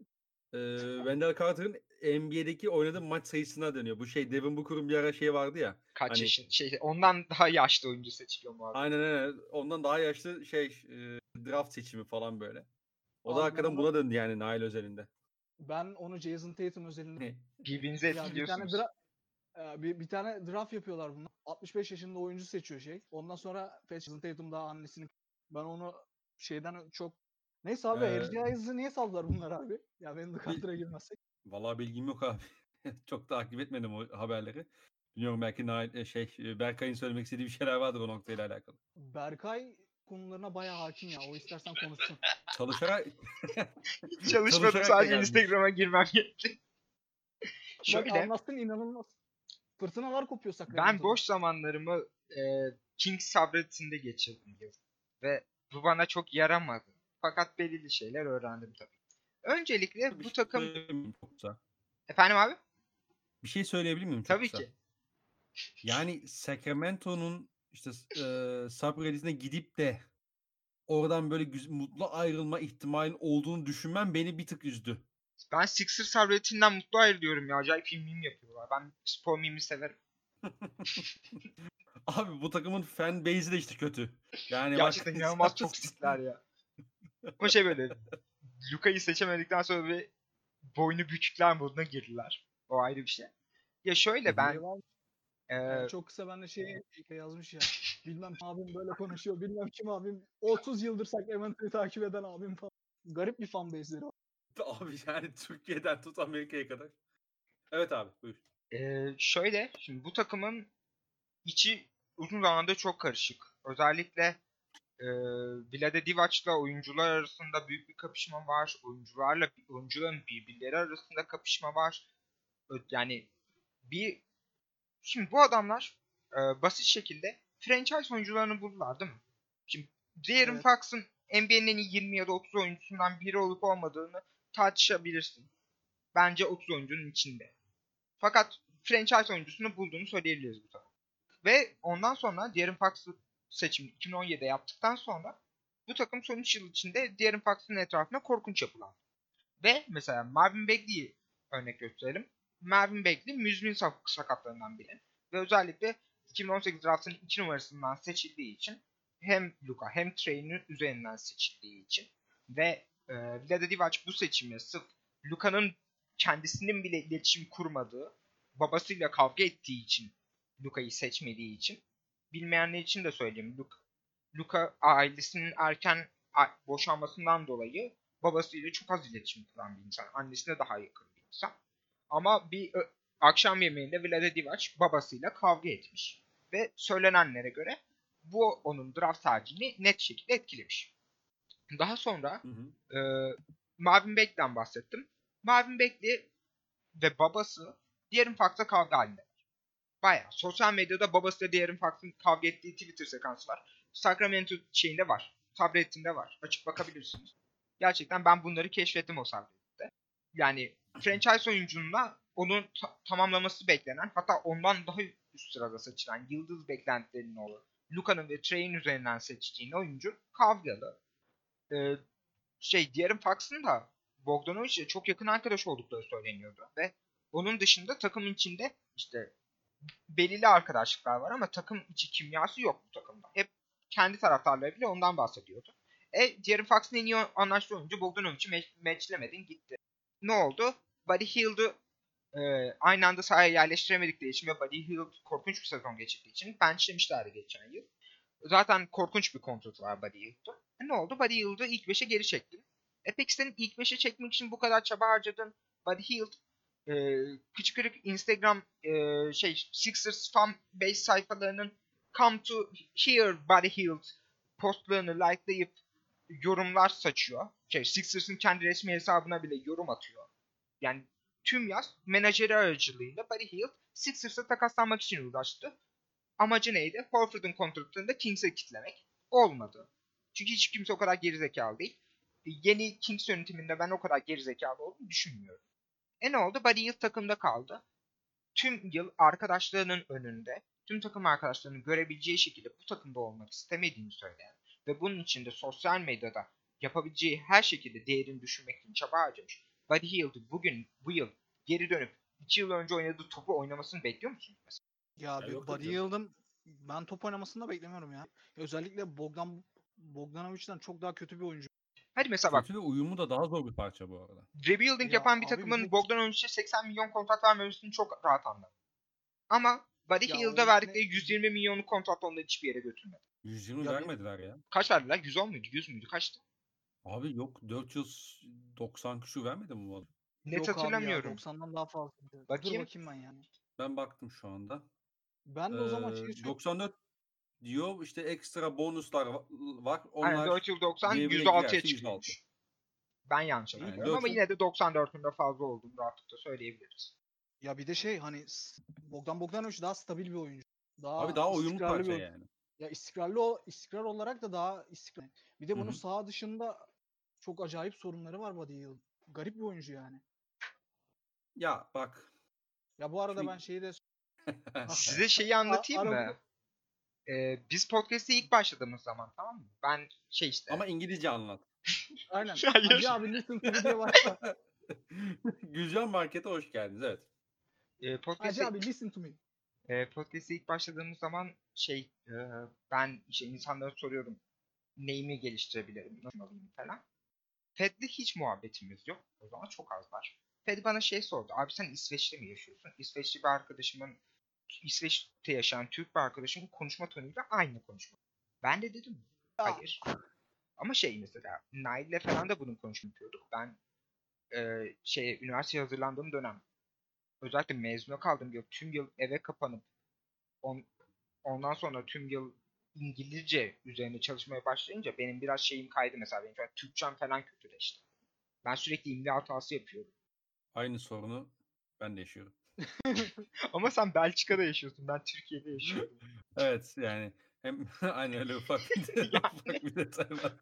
Wendell Carter'ın NBA'deki oynadığı maç sayısına dönüyor. Bu şey Devin Booker'ın bir ara şey vardı ya. kaç Hani yaşın ondan daha yaşlı oyuncu seçiliyor muhabbet. aynen öyle. Ondan daha yaşlı draft seçimi falan böyle. O da Abi hakikaten buna döndü yani Nail özelinde. ben onu Jason Tatum özelinde Birbirinizi ya bir tane etkiliyorsunuz. bir tane draft yapıyorlar bunlar. 65 yaşında oyuncu seçiyor şey. Ondan sonra Jason Tatum daha annesini ben onu şeyden çok Neyse abi Ee, RGI'sı niye saldılar bunlar abi? Ya benim de kadroya girmezsek. e, Niye saldılar bunlar abi? Ya benim de kadroya girmezsek. Vallahi bilgim yok abi. Çok takip etmedim o haberleri. Bilmiyorum belki Berkay'ın söylemek istediği bir şeyler vardır o noktayla alakalı. Berkay konularına bayağı hakim ya. O istersen konuşsun. Çalışarak Çalışmadım, çalışarak da sadece gelmiş. Instagram'a girmem gerekti. Bak Şöyle, anlattın inanılmaz. Fırtınalar kopuyor ben Sacramento'da. boş zamanlarımı King subredditinde geçirdim yıl. Ve bu bana çok yaramadı. Fakat belirli şeyler öğrendim tabii. Öncelikle Bir bu şey takım... söyleyebilir miyim çok kısa? Efendim abi? Bir şey söyleyebilir miyim çok Tabii kısa? ki. Yani Sacramento'nun işte subredditine gidip de oradan böyle mutlu ayrılma ihtimalinin olduğunu düşünmem beni bir tık üzdü. Ben Sixers subredditinden mutlu ayrılıyorum ya. Acayip film meme yapıyorlar. Ben spor mimi severim. Abi bu takımın fan base'i de işte kötü. Yani bak Gerçekten inanılmaz toksikler ya. Ama böyle Luka'yı seçemedikten sonra bir boynu bükükler moduna girdiler. O ayrı bir şey. Ya şöyle, ben Çok kısa ben de şey yazmış ya. Bilmem kim abim böyle konuşuyor. Bilmem kim abim. 30 yıldır Sacramento'yu takip eden abim falan. Garip bir fan base'leri var. abi yani Türkiye'den tut Amerika'ya kadar. Evet abi buyur. şöyle, şimdi bu takımın içi uzun zamandır çok karışık. Özellikle Vlade Divac'la oyuncular arasında büyük bir kapışma var. Oyuncuların birbirleri arasında kapışma var. Yani bir şimdi bu adamlar basit şekilde franchise oyuncularını buldular, değil mi? Şimdi De'Aaron Evet. Fox'ın NBA'nin en iyi 20 ya da 30 oyuncusundan biri olup olmadığını tartışabilirsin. Bence 30 oyuncunun içinde. Fakat franchise oyuncusunu bulduğunu söyleyebiliriz bu sefer. Ve ondan sonra De'Aaron Fox'ı seçimi 2017'de yaptıktan sonra bu takım son 3 yıl içinde De'Aaron Fox'ın etrafına korkunç yapılan. Ve mesela Marvin Bagley'i örnek gösterelim. Marvin Bagley müzmin sakatlarından biri. Ve özellikle 2018 draftının 2 numarasından seçildiği için hem Luka hem Trey'nin üzerinden seçildiği için ve Vlade Divac bu seçimi sırf Luka'nın kendisinin bile iletişim kurmadığı, babasıyla kavga ettiği için Luka'yı seçmediği için, bilmeyenler için de söyleyeyim. Luka ailesinin erken boşanmasından dolayı babasıyla çok az iletişim kuran bir insan. Annesine daha yakın bir insan. Ama bir akşam yemeğinde Vlade Divac babasıyla kavga etmiş. Ve söylenenlere göre bu onun draft tercihini net şekilde etkilemiş. Daha sonra Hı hı. Marvin Bagley'den bahsettim. Marvin Bagley ve babası De'Aaron Fox'la kavga halinde. Bayağı sosyal medyada babasıyla De'Aaron Fox'ın kavga ettiği Twitter sekansı var. Sacramento şeyinde var. Subreddit'inde var. Açıp bakabilirsiniz. Gerçekten ben bunları keşfettim o subreddit'te. Yani franchise oyuncununla onun tamamlaması beklenen, hatta ondan daha üst sırada seçilen, yıldız beklentilerinin olan Luka'nın ve Trey'in üzerinden seçtiğin oyuncu kavgalı. De'Aaron Fox'ın da Bogdanovic'le çok yakın arkadaş oldukları söyleniyordu. Ve onun dışında takımın içinde işte belirli arkadaşlıklar var ama takım içi kimyası yok bu takımda. Hep kendi taraftarları bile ondan bahsediyordu. De'Aaron Fox'ın en iyi anlaştığı oyuncu Bogdanovic'i matchlemedin gitti. Ne oldu? Buddy Hield'ı aynı anda sahaya yerleştiremedikleri için ve Buddy Hield korkunç bir sezon geçirdiği için benchlemişlerdi geçen yıl. Zaten korkunç bir kontratı var Buddy Hield'ın. Ne oldu? Buddy Hield'ı ilk 5'e geri çektin. Peki senin ilk 5'e çekmek için bu kadar çaba harcadın. Buddy Hield küçük kırık Instagram Sixers fan base sayfalarının come to here Buddy Hield postlarını likelayıp yorumlar saçıyor. Sixers'ın kendi resmi hesabına bile yorum atıyor. Yani tüm yaz menajeri aracılığıyla Buddy Hield Sixers'a takaslanmak için uğraştı. Amacı neydi? Horford'un kontratını da Kings'e kitlemek. Olmadı. Çünkü hiç kimse o kadar gerizekalı değil. Yeni Kings yönetiminde ben o kadar gerizekalı olduğunu düşünmüyorum. Ne oldu? Buddy Hield takımda kaldı. Tüm yıl arkadaşlarının önünde, tüm takım arkadaşlarının görebileceği şekilde bu takımda olmak istemediğini söyleyen ve bunun için de sosyal medyada yapabileceği her şekilde değerini düşürmek için çaba harcamış. Buddy Hield'ı bu yıl geri dönüp 2 yıl önce oynadığı topu oynamasını bekliyor musun? Ya abi yok Buddy canım. Hield'ın ben top oynamasını da beklemiyorum ya. Özellikle Bogdanovic'den çok daha kötü bir oyuncu. Hadi mesela bak, Kötü ve uyumu da daha zor bir parça bu arada. rebuilding Ya yapan bir abi takımın bir de Bogdanovic'e 80 milyon kontrat vermemesini çok rahat anlarım. Ama Buddy ya Hield'a o verdikleri 120 milyonluk kontrat onları hiçbir yere götürmedi. 120 ya bir vermediler ya. Kaç verdiler? 110 muydu? 100 müydü? Kaçtı? Abi yok 490 küsur vermedi mi bu adam? Net Yok abi ya hatırlamıyorum. 90'dan daha fazla. Dur Bakayım. bakayım ben yani. Ben baktım şu anda. Ben de o zaman şeyi söyleyeyim. 94 diyor işte ekstra bonuslar var. Aynen Onlar 4 yıl 90 devreye %6'ya girerse %6. çıkıyormuş. Ben yanlış İyi. hatırlıyorum Yani ama 4 yine de 94'ün de fazla olduğunu rahatlıkla söyleyebiliriz. Ya bir de şey hani Bogdan Bogdanovic daha stabil bir oyuncu. abi Daha daha uyumlu istikrarlı bir parça oyuncu. yani. Ya istikrar olarak da daha istikrarlı. Bir de Hı bunun hı. saha dışında çok acayip sorunları var Buddy Hield. Garip bir oyuncu yani. Ya bak. Ya bu arada Şimdi ben şeyi de Size şeyi anlatayım Ara- mı? Biz podcast'e ilk başladığımız zaman, tamam mı? Ben işte... ama İngilizce anlat. Aynen. Hayır. Hacı abi listen to me diye başla. Gülcan Market'e hoş geldiniz. Evet. Hacı abi listen to me. Podcast'e ilk başladığımız zaman ben işte insanlara soruyorum neyimi geliştirebilirim, nasıl alayım falan. Fed'le hiç muhabbetimiz yok. O zaman çok az var. Fed bana şey sordu. Abi sen İsveç'te mi yaşıyorsun? İsveç'te yaşayan Türk bir arkadaşımın konuşma tonuyla aynı konuşma. Ben de dedim Ya, hayır. Ama mesela Nail'le falan da bunun konuşma yapıyorduk. Ben üniversiteye hazırlandığım dönem özellikle mezuna kaldığım yıl tüm yıl eve kapanıp ondan sonra tüm yıl İngilizce üzerine çalışmaya başlayınca benim biraz şeyim kaydı mesela. Benim Türkçem falan kötüleşti. Ben sürekli imla hatası yapıyorum. Aynı sorunu ben de yaşıyorum. Ama sen Belçika'da yaşıyorsun. Ben Türkiye'de yaşıyorum. Evet yani hem aynı öyle ufak ufak bir detay var.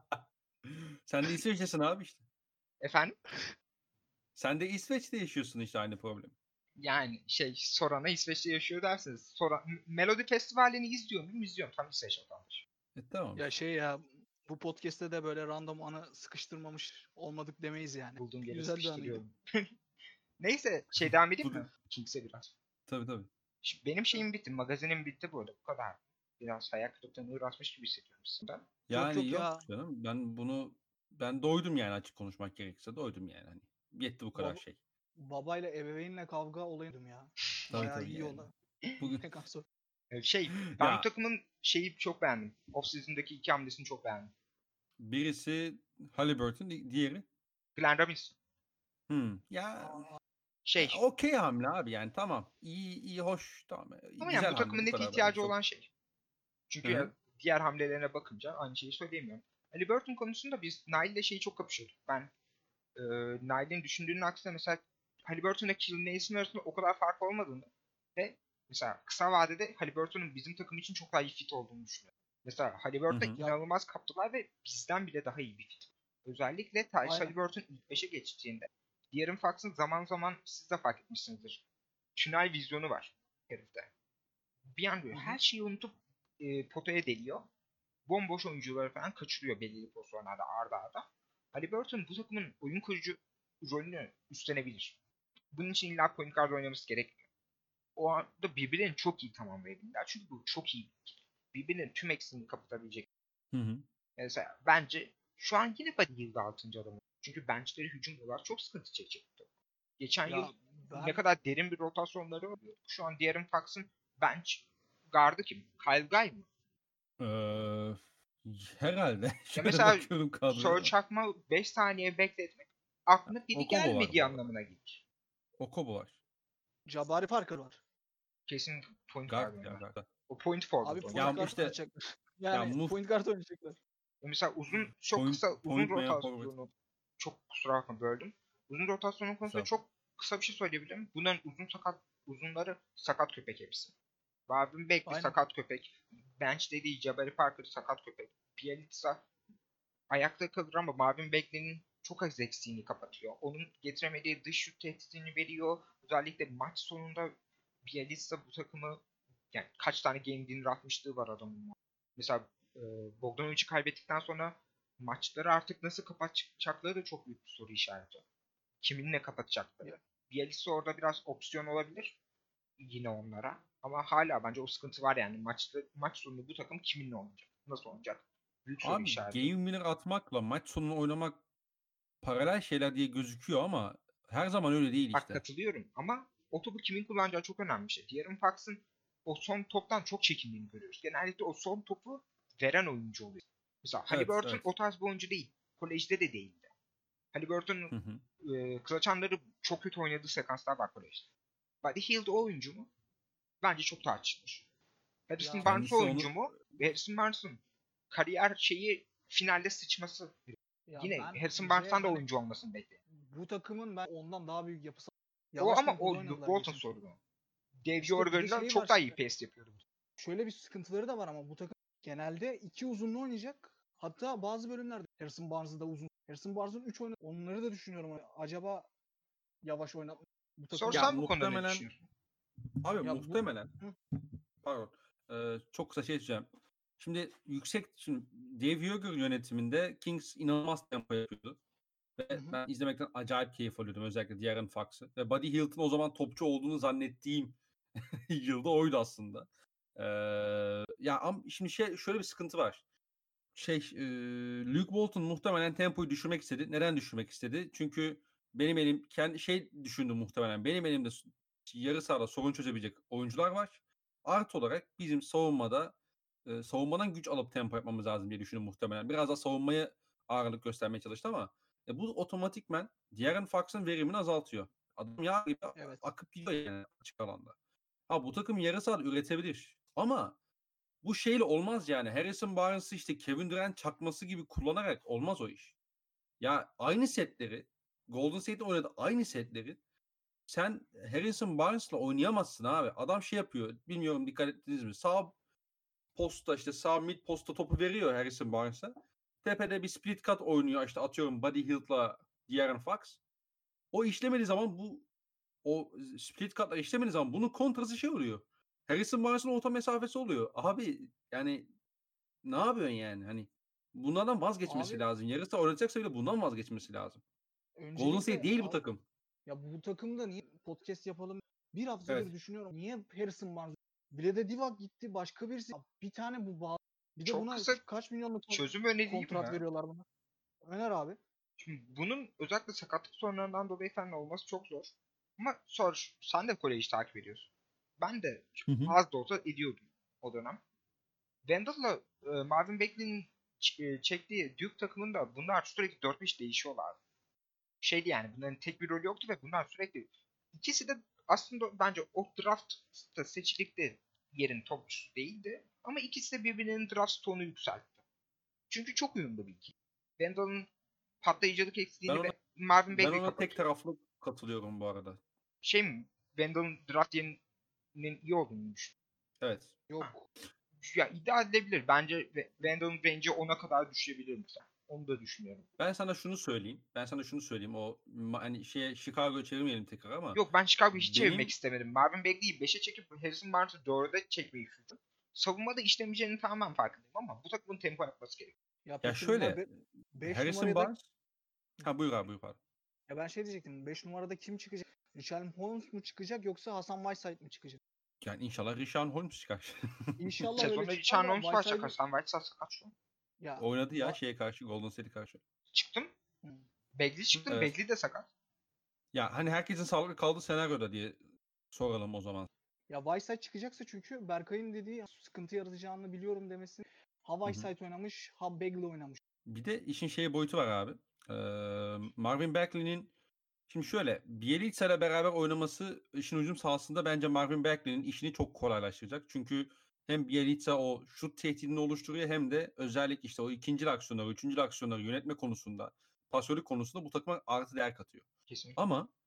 Sen de İsveç'tesin abi işte. Efendim? Sen de İsveç'te yaşıyorsun işte aynı problem. Yani sorana İsveç'te yaşıyor derseniz. Melodi Festivali'ni izliyor muyum? İzliyorum. Tam İsveç vatandaşı. Tamam. ya şey ya bu podcast'te de böyle random anı sıkıştırmamış olmadık demeyiz yani. Bulduğum yere Güzel bir anıydı. sıkıştırıyorum. Neyse devam edeyim Bu- mi? Kings'e biraz. Tabii. Şimdi benim şeyim bitti. Magazinim bitti bu arada. Bu kadar. Biraz hayal kırıklığına uğratmış gibi hissediyorum sizden. Yani yok ya. canım. Ben doydum yani açık konuşmak gerekirse. Doydum yani. Hani yetti bu kadar Baba, şey. babayla ebeveynle kavga olaydım ya. Tabii Bayağı iyi yani. olay. Bugün Tek sonra. Ben bu ya takımın çok beğendim. Off-season'daki 2 hamlesini çok beğendim. birisi Haliburton, diğeri. Glenn Robinson. Ya okey hamle abi yani tamam. İyi hoş tamam. Ama yani Güzel bu hamle takımın bu net kadar bence. ihtiyacı olan şey. Çünkü Hı. diğer hamlelerine bakınca aynı şeyi söyleyemiyorum. Haliburton konusunda biz Nile'le çok kapışıyorduk. Ben Nile'in düşündüğünün aksine mesela Haliburton'la Killian Nelson'ın arasında o kadar fark olmadığını ve mesela kısa vadede Haliburton'un bizim takım için çok daha iyi fit olduğunu düşünüyorum. Mesela Haliburton'a Hı. inanılmaz kaptılar ve bizden bile daha iyi bir fit. Özellikle Tyrese Aynen. Haliburton ilk 5'e geçtiğinde De'Aaron Fox'ın zaman zaman siz de fark etmişsinizdir. Tünel vizyonu var herifte. Bir an böyle her şeyi unutup potaya deliyor. Bomboş oyuncuları falan kaçırıyor belirli pozisyonlarda arda arda. Haliburton bu takımın oyun kurucu rolünü üstlenebilir. Bunun için illa point guard oynaması gerekmiyor. O anda birbirlerini çok iyi tamamlayabilirler. Çünkü bu çok iyi. Birbirinin tüm eksiğini kapatabilecek. Hı. Mesela bence şu an yine Buddy Hield 6. adamı. Çünkü benchleri hücum olarak çok sıkıntı çekecekti. Geçen Ya yıl ben ne kadar derin bir rotasyonları oluyor. Şu an De'Aaron Fox'ın bench gardı kim? Kyle Guy mı? Ee, herhalde. Ya Şöyle mesela bakıyorum kadroya. Sör Çakma 5 saniye bekletmek aklına biri Okobo var bu gelmediği arada. anlamına gelir. Okobo var. Jabari Parker var. Kesin point guard Guard ya oynar. guard. O point forward Abi oynar. point Ya guard işte oynayacaklar. ya Yani point guard oynayacaklar. Mesela çok point, kısa uzun point veya forward. rotasyonu çok kusura bakma böldüm. Uzun rotasyonun konusunda Sağ. çok kısa bir şey söyleyebilirim. Bunların uzunları sakat köpek hepsi. Marvin Bagley Aynen. sakat köpek. Bench dediği Jabari Parker sakat köpek. Bielitsa ayakta kalır ama Marvin Bagley'nin çok az eksiğini kapatıyor. Onun getiremediği dış şut tehditini veriyor. Özellikle maç sonunda Bielitsa bu takımı yani kaç tane game winner atmışlığı var adamın. Mesela Bogdanovic'i kaybettikten sonra maçları artık nasıl kapatacakları da çok büyük bir soru işareti. Kiminle kapatacakları. Bielitsa orada biraz opsiyon olabilir yine onlara. Ama hala bence o sıkıntı var yani. Maç sonunda bu takım kiminle oynayacak? Nasıl oynayacak? Büyük soru Abi işareti. game winner atmakla maç sonunu oynamak paralel şeyler diye gözüküyor ama her zaman öyle değil Bak işte. katılıyorum ama o topu kimin kullanacağı çok önemli bir şey. De'Aaron Fox'ın o son toptan çok çekindiğini görüyoruz. Genellikle o son topu veren oyuncu oluyor. Mesela Haliburton Evet. o tarz bir oyuncu değil. Kolejde de değildi. Haliburton'un Hı hı. Kılıçhanları çok kötü oynadığı sekanslar var kolejde. Buddy Hield o oyuncu mu? Bence çok tartışılır. Harrison Ya- Barnes o Kendisi oyuncu onu mu? Harrison Barnes'ın kariyer şeyi finalde sıçması. Ya Yine ben Harrison bir de Barnes'tan da hani oyuncu olmasını bekliyorum. bu takımın ben ondan daha büyük yapısı O yavaş ama o tempoda Luke oynadılar Walton geçen. sorunu. Dave İşte bir de Jorgen'la şey var çok daha iyi şimdi. pace yapıyordu. Şöyle bir sıkıntıları da var ama bu takım genelde iki uzunlu oynayacak. Hatta bazı bölümlerde Harrison Barnes'ı da uzun. Harrison Barnes'ın 3 oyunu. Onları da düşünüyorum. Acaba yavaş oynatmak bu takım Ya Sorsan bu konuda ne muhtemelen düşünüyorsun? abi ya bu muhtemelen Hı, pardon. Çok kısa şey söyleyeceğim. Şimdi Dave Yeager yönetiminde Kings inanılmaz tempo yapıyordu. hı, Ve hı. ben izlemekten acayip keyif alıyordum. Özellikle De'Aaron Fox'ı. Ve Buddy Hield'ın o zaman topçu olduğunu zannettiğim yılda oydu aslında. Ee, şimdi şöyle bir sıkıntı var. Luke Walton muhtemelen tempoyu düşürmek istedi. Neden düşürmek istedi? Çünkü benim elim düşündü muhtemelen. Benim elimde yarı sahada sorun çözebilecek oyuncular var. Artı olarak bizim savunmadan güç alıp tempo yapmamız lazım diye düşündüm muhtemelen. Biraz da savunmaya ağırlık göstermeye çalıştı ama bu otomatikmen De'Aaron Fox'ın verimini azaltıyor. Adam yağ gibi Evet. akıp gidiyor yani açık alanda. Ha bu takım yarı sahada üretebilir. Ama bu şeyle olmaz yani. Harrison Barnes'ı işte Kevin Durant çakması gibi kullanarak olmaz o iş. Ya aynı setleri Golden State'de oynadı aynı setleri sen Harrison Barnes'la oynayamazsın abi. Adam şey yapıyor. Bilmiyorum dikkat ettiniz mi? Sağ mid posta topu veriyor Harrison Barnes'a. Tepede bir split cut oynuyor. İşte atıyorum Buddy Hield'la De'Aaron Fox. O işlemediği zaman o split cut'lar işlemediği zaman bunun kontrası şey oluyor. Harrison Barnes'ın orta mesafesi oluyor. Abi yani ne yapıyorsun yani? Hani bunlardan vazgeçmesi Abi lazım. Yarısı oynayacaksa bile bundan vazgeçmesi lazım. Golden State öncelikle değil bu takım. ya bu takımda niye podcast yapalım? Bir haftadır Evet. düşünüyorum. Niye Harrison Barnes? Bile de Divac gitti. Başka birisi. Bir tane bu bağ. Bir de Çok buna kısa kaç milyonluk çözüm önereyim kontrat mi? veriyorlar buna? Öner abi. Şimdi bunun özellikle sakatlık sorunlarından dolayı falan olması çok zor. Ama sen de koleji takip ediyorsun. Ben de Hı hı. az da olsa ediyordum o dönem. Vandal'la Marvin Bagley'nin çektiği Duke takımında bunlar sürekli 4-5 değişiyorlar. Şeydi yani bunların tek bir rolü yoktu ve bunlar sürekli ikisi de aslında bence o draftta seçilikte yerin topçusu değildi. Ama ikisi de birbirinin draft stoğunu yükseltti. Çünkü çok uyumlu bir ikili. Vandal'ın patlayıcılık Ben eksikliğini ona ve Marvin ben Bagley ona tek kapatıyor. taraflı katılıyorum bu arada. Şey mi? Vandal'ın draft yerinin iyi olduğunu düşünüyorum. Evet. Yok. Ya iddia edilebilir. Bence Vandal'ın range'i 10'a kadar düşebilir mesela. Onu da düşünüyorum. Ben sana şunu söyleyeyim. Hani Chicago'ya çevirmeyelim tekrar ama Yok ben Chicago'yu hiç çevirmek benim istemedim. Marvin Bagley'i 5'e çekip Harrison Barnes'ı 4'e çekmeyi düşündüm. Savunmada işlemeyeceğini tamamen farkındayım ama bu takımın tempo yapması gerekiyor. Ya ya peki bunlar şöyle 5 Harrison numaraya da Barnes buyur abi buyur pardon. ya ben şey diyecektim. 5 numarada kim çıkacak? Richard Holmes mu çıkacak yoksa Hasan Whiteside mi çıkacak? Yani inşallah Richaun Holmes çıkar. İnşallah öyle Sezonda çıkar Richard da Holmes var Whiteside'ı Hasan Whiteside sakat şu an. ya Oynadı ya va- şeye karşı Golden State'e karşı. Çıktım. Hı. Bagley çıktım. Evet. Bagley de sakat. Ya hani herkesin sağlıklı kaldığı senaryoda diye soralım o zaman. Ya Whiteside çıkacaksa çünkü Berkay'ın dediği sıkıntı yaratacağını biliyorum demesi. Ha Hı hı. Whiteside oynamış, ha Bagley oynamış. Bir de işin boyutu var abi. Marvin Bagley'nin şimdi şöyle Bjelica ile beraber oynaması işin hücum sahasında bence Marvin Bagley'nin işini çok kolaylaştıracak. Çünkü hem Bjelica o şut tehdidini oluşturuyor hem de özellikle işte o ikinci aksiyonları, üçüncü aksiyonları yönetme konusunda, pasörlük konusunda bu takıma artı değer katıyor. Kesinlikle.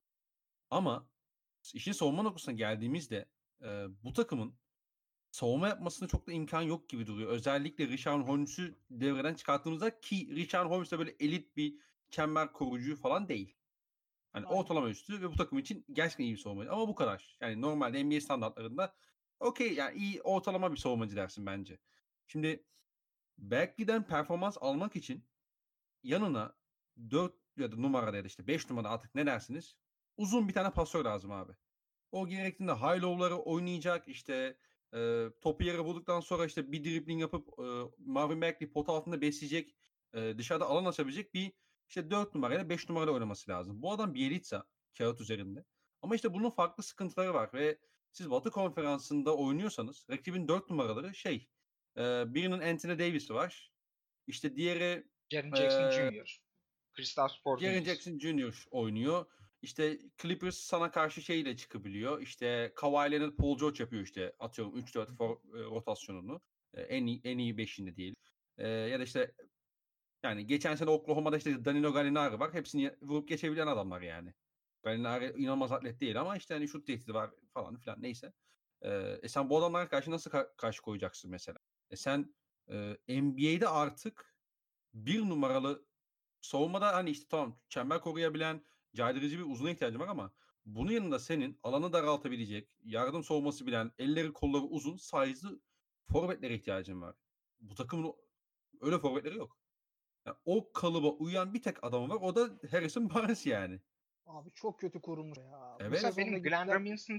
Ama işin savunma noktasına geldiğimizde bu takımın savunma yapmasına çok da imkan yok gibi duruyor. Özellikle Richaun Holmes'u devreden çıkarttığımızda ki Richaun Holmes de böyle elit bir çember korucu falan değil. Hani Aynen. ortalama üstü ve bu takım için gerçekten iyi bir savunmacı. Ama bu kadar. Yani normalde NBA standartlarında okey yani iyi ortalama bir savunmacı dersin bence. Şimdi Bagley'den performans almak için yanına 4 ya da numarada ya da işte 5 numara artık ne dersiniz? Uzun bir tane pasör lazım abi. O gerektiğinde high low'ları oynayacak işte topu yere bulduktan sonra işte bir dribbling yapıp Marvin Bagley pot altında besleyecek dışarıda alan açabilecek bir işte 4 numarayla 5 numarayla oynaması lazım. Bu adam Bielitsa kağıt üzerinde. Ama işte bunun farklı sıkıntıları var ve siz Batı Konferansı'nda oynuyorsanız rakibin 4 numaraları birinin Anthony Davis'i var. İşte diğeri Jaren Jackson Jr. Kristaps Jaren Porzingis. Jackson Jr. oynuyor. İşte Clippers sana karşı şeyle çıkabiliyor. İşte Kawhi Leonard, Paul George yapıyor işte. Atıyorum 3-4 rotasyonunu. En iyi beşinde diyelim. Ya da işte yani geçen sene Oklahoma'da işte Danilo Gallinari var. Hepsini vurup geçebilen adamlar yani. Gallinari inanılmaz atlet değil ama işte hani şut tehdidi var falan filan neyse. Sen bu adamlara karşı nasıl karşı koyacaksın mesela? Sen NBA'de artık bir numaralı savunmada hani işte tamam çember koruyabilen caydırıcı bir uzuna ihtiyacın var ama bunun yanında senin alanı daraltabilecek, yardım savunması bilen, elleri kolları uzun, size'lı forvetlere ihtiyacın var. Bu takımın öyle forvetleri yok. Yani o kalıba uyan bir tek adam var. O da Harrison Barnes yani. Abi çok kötü korunmuş ya. Bu Mesela Evet. sezonda benim Glenn gittiler. Robinson'ı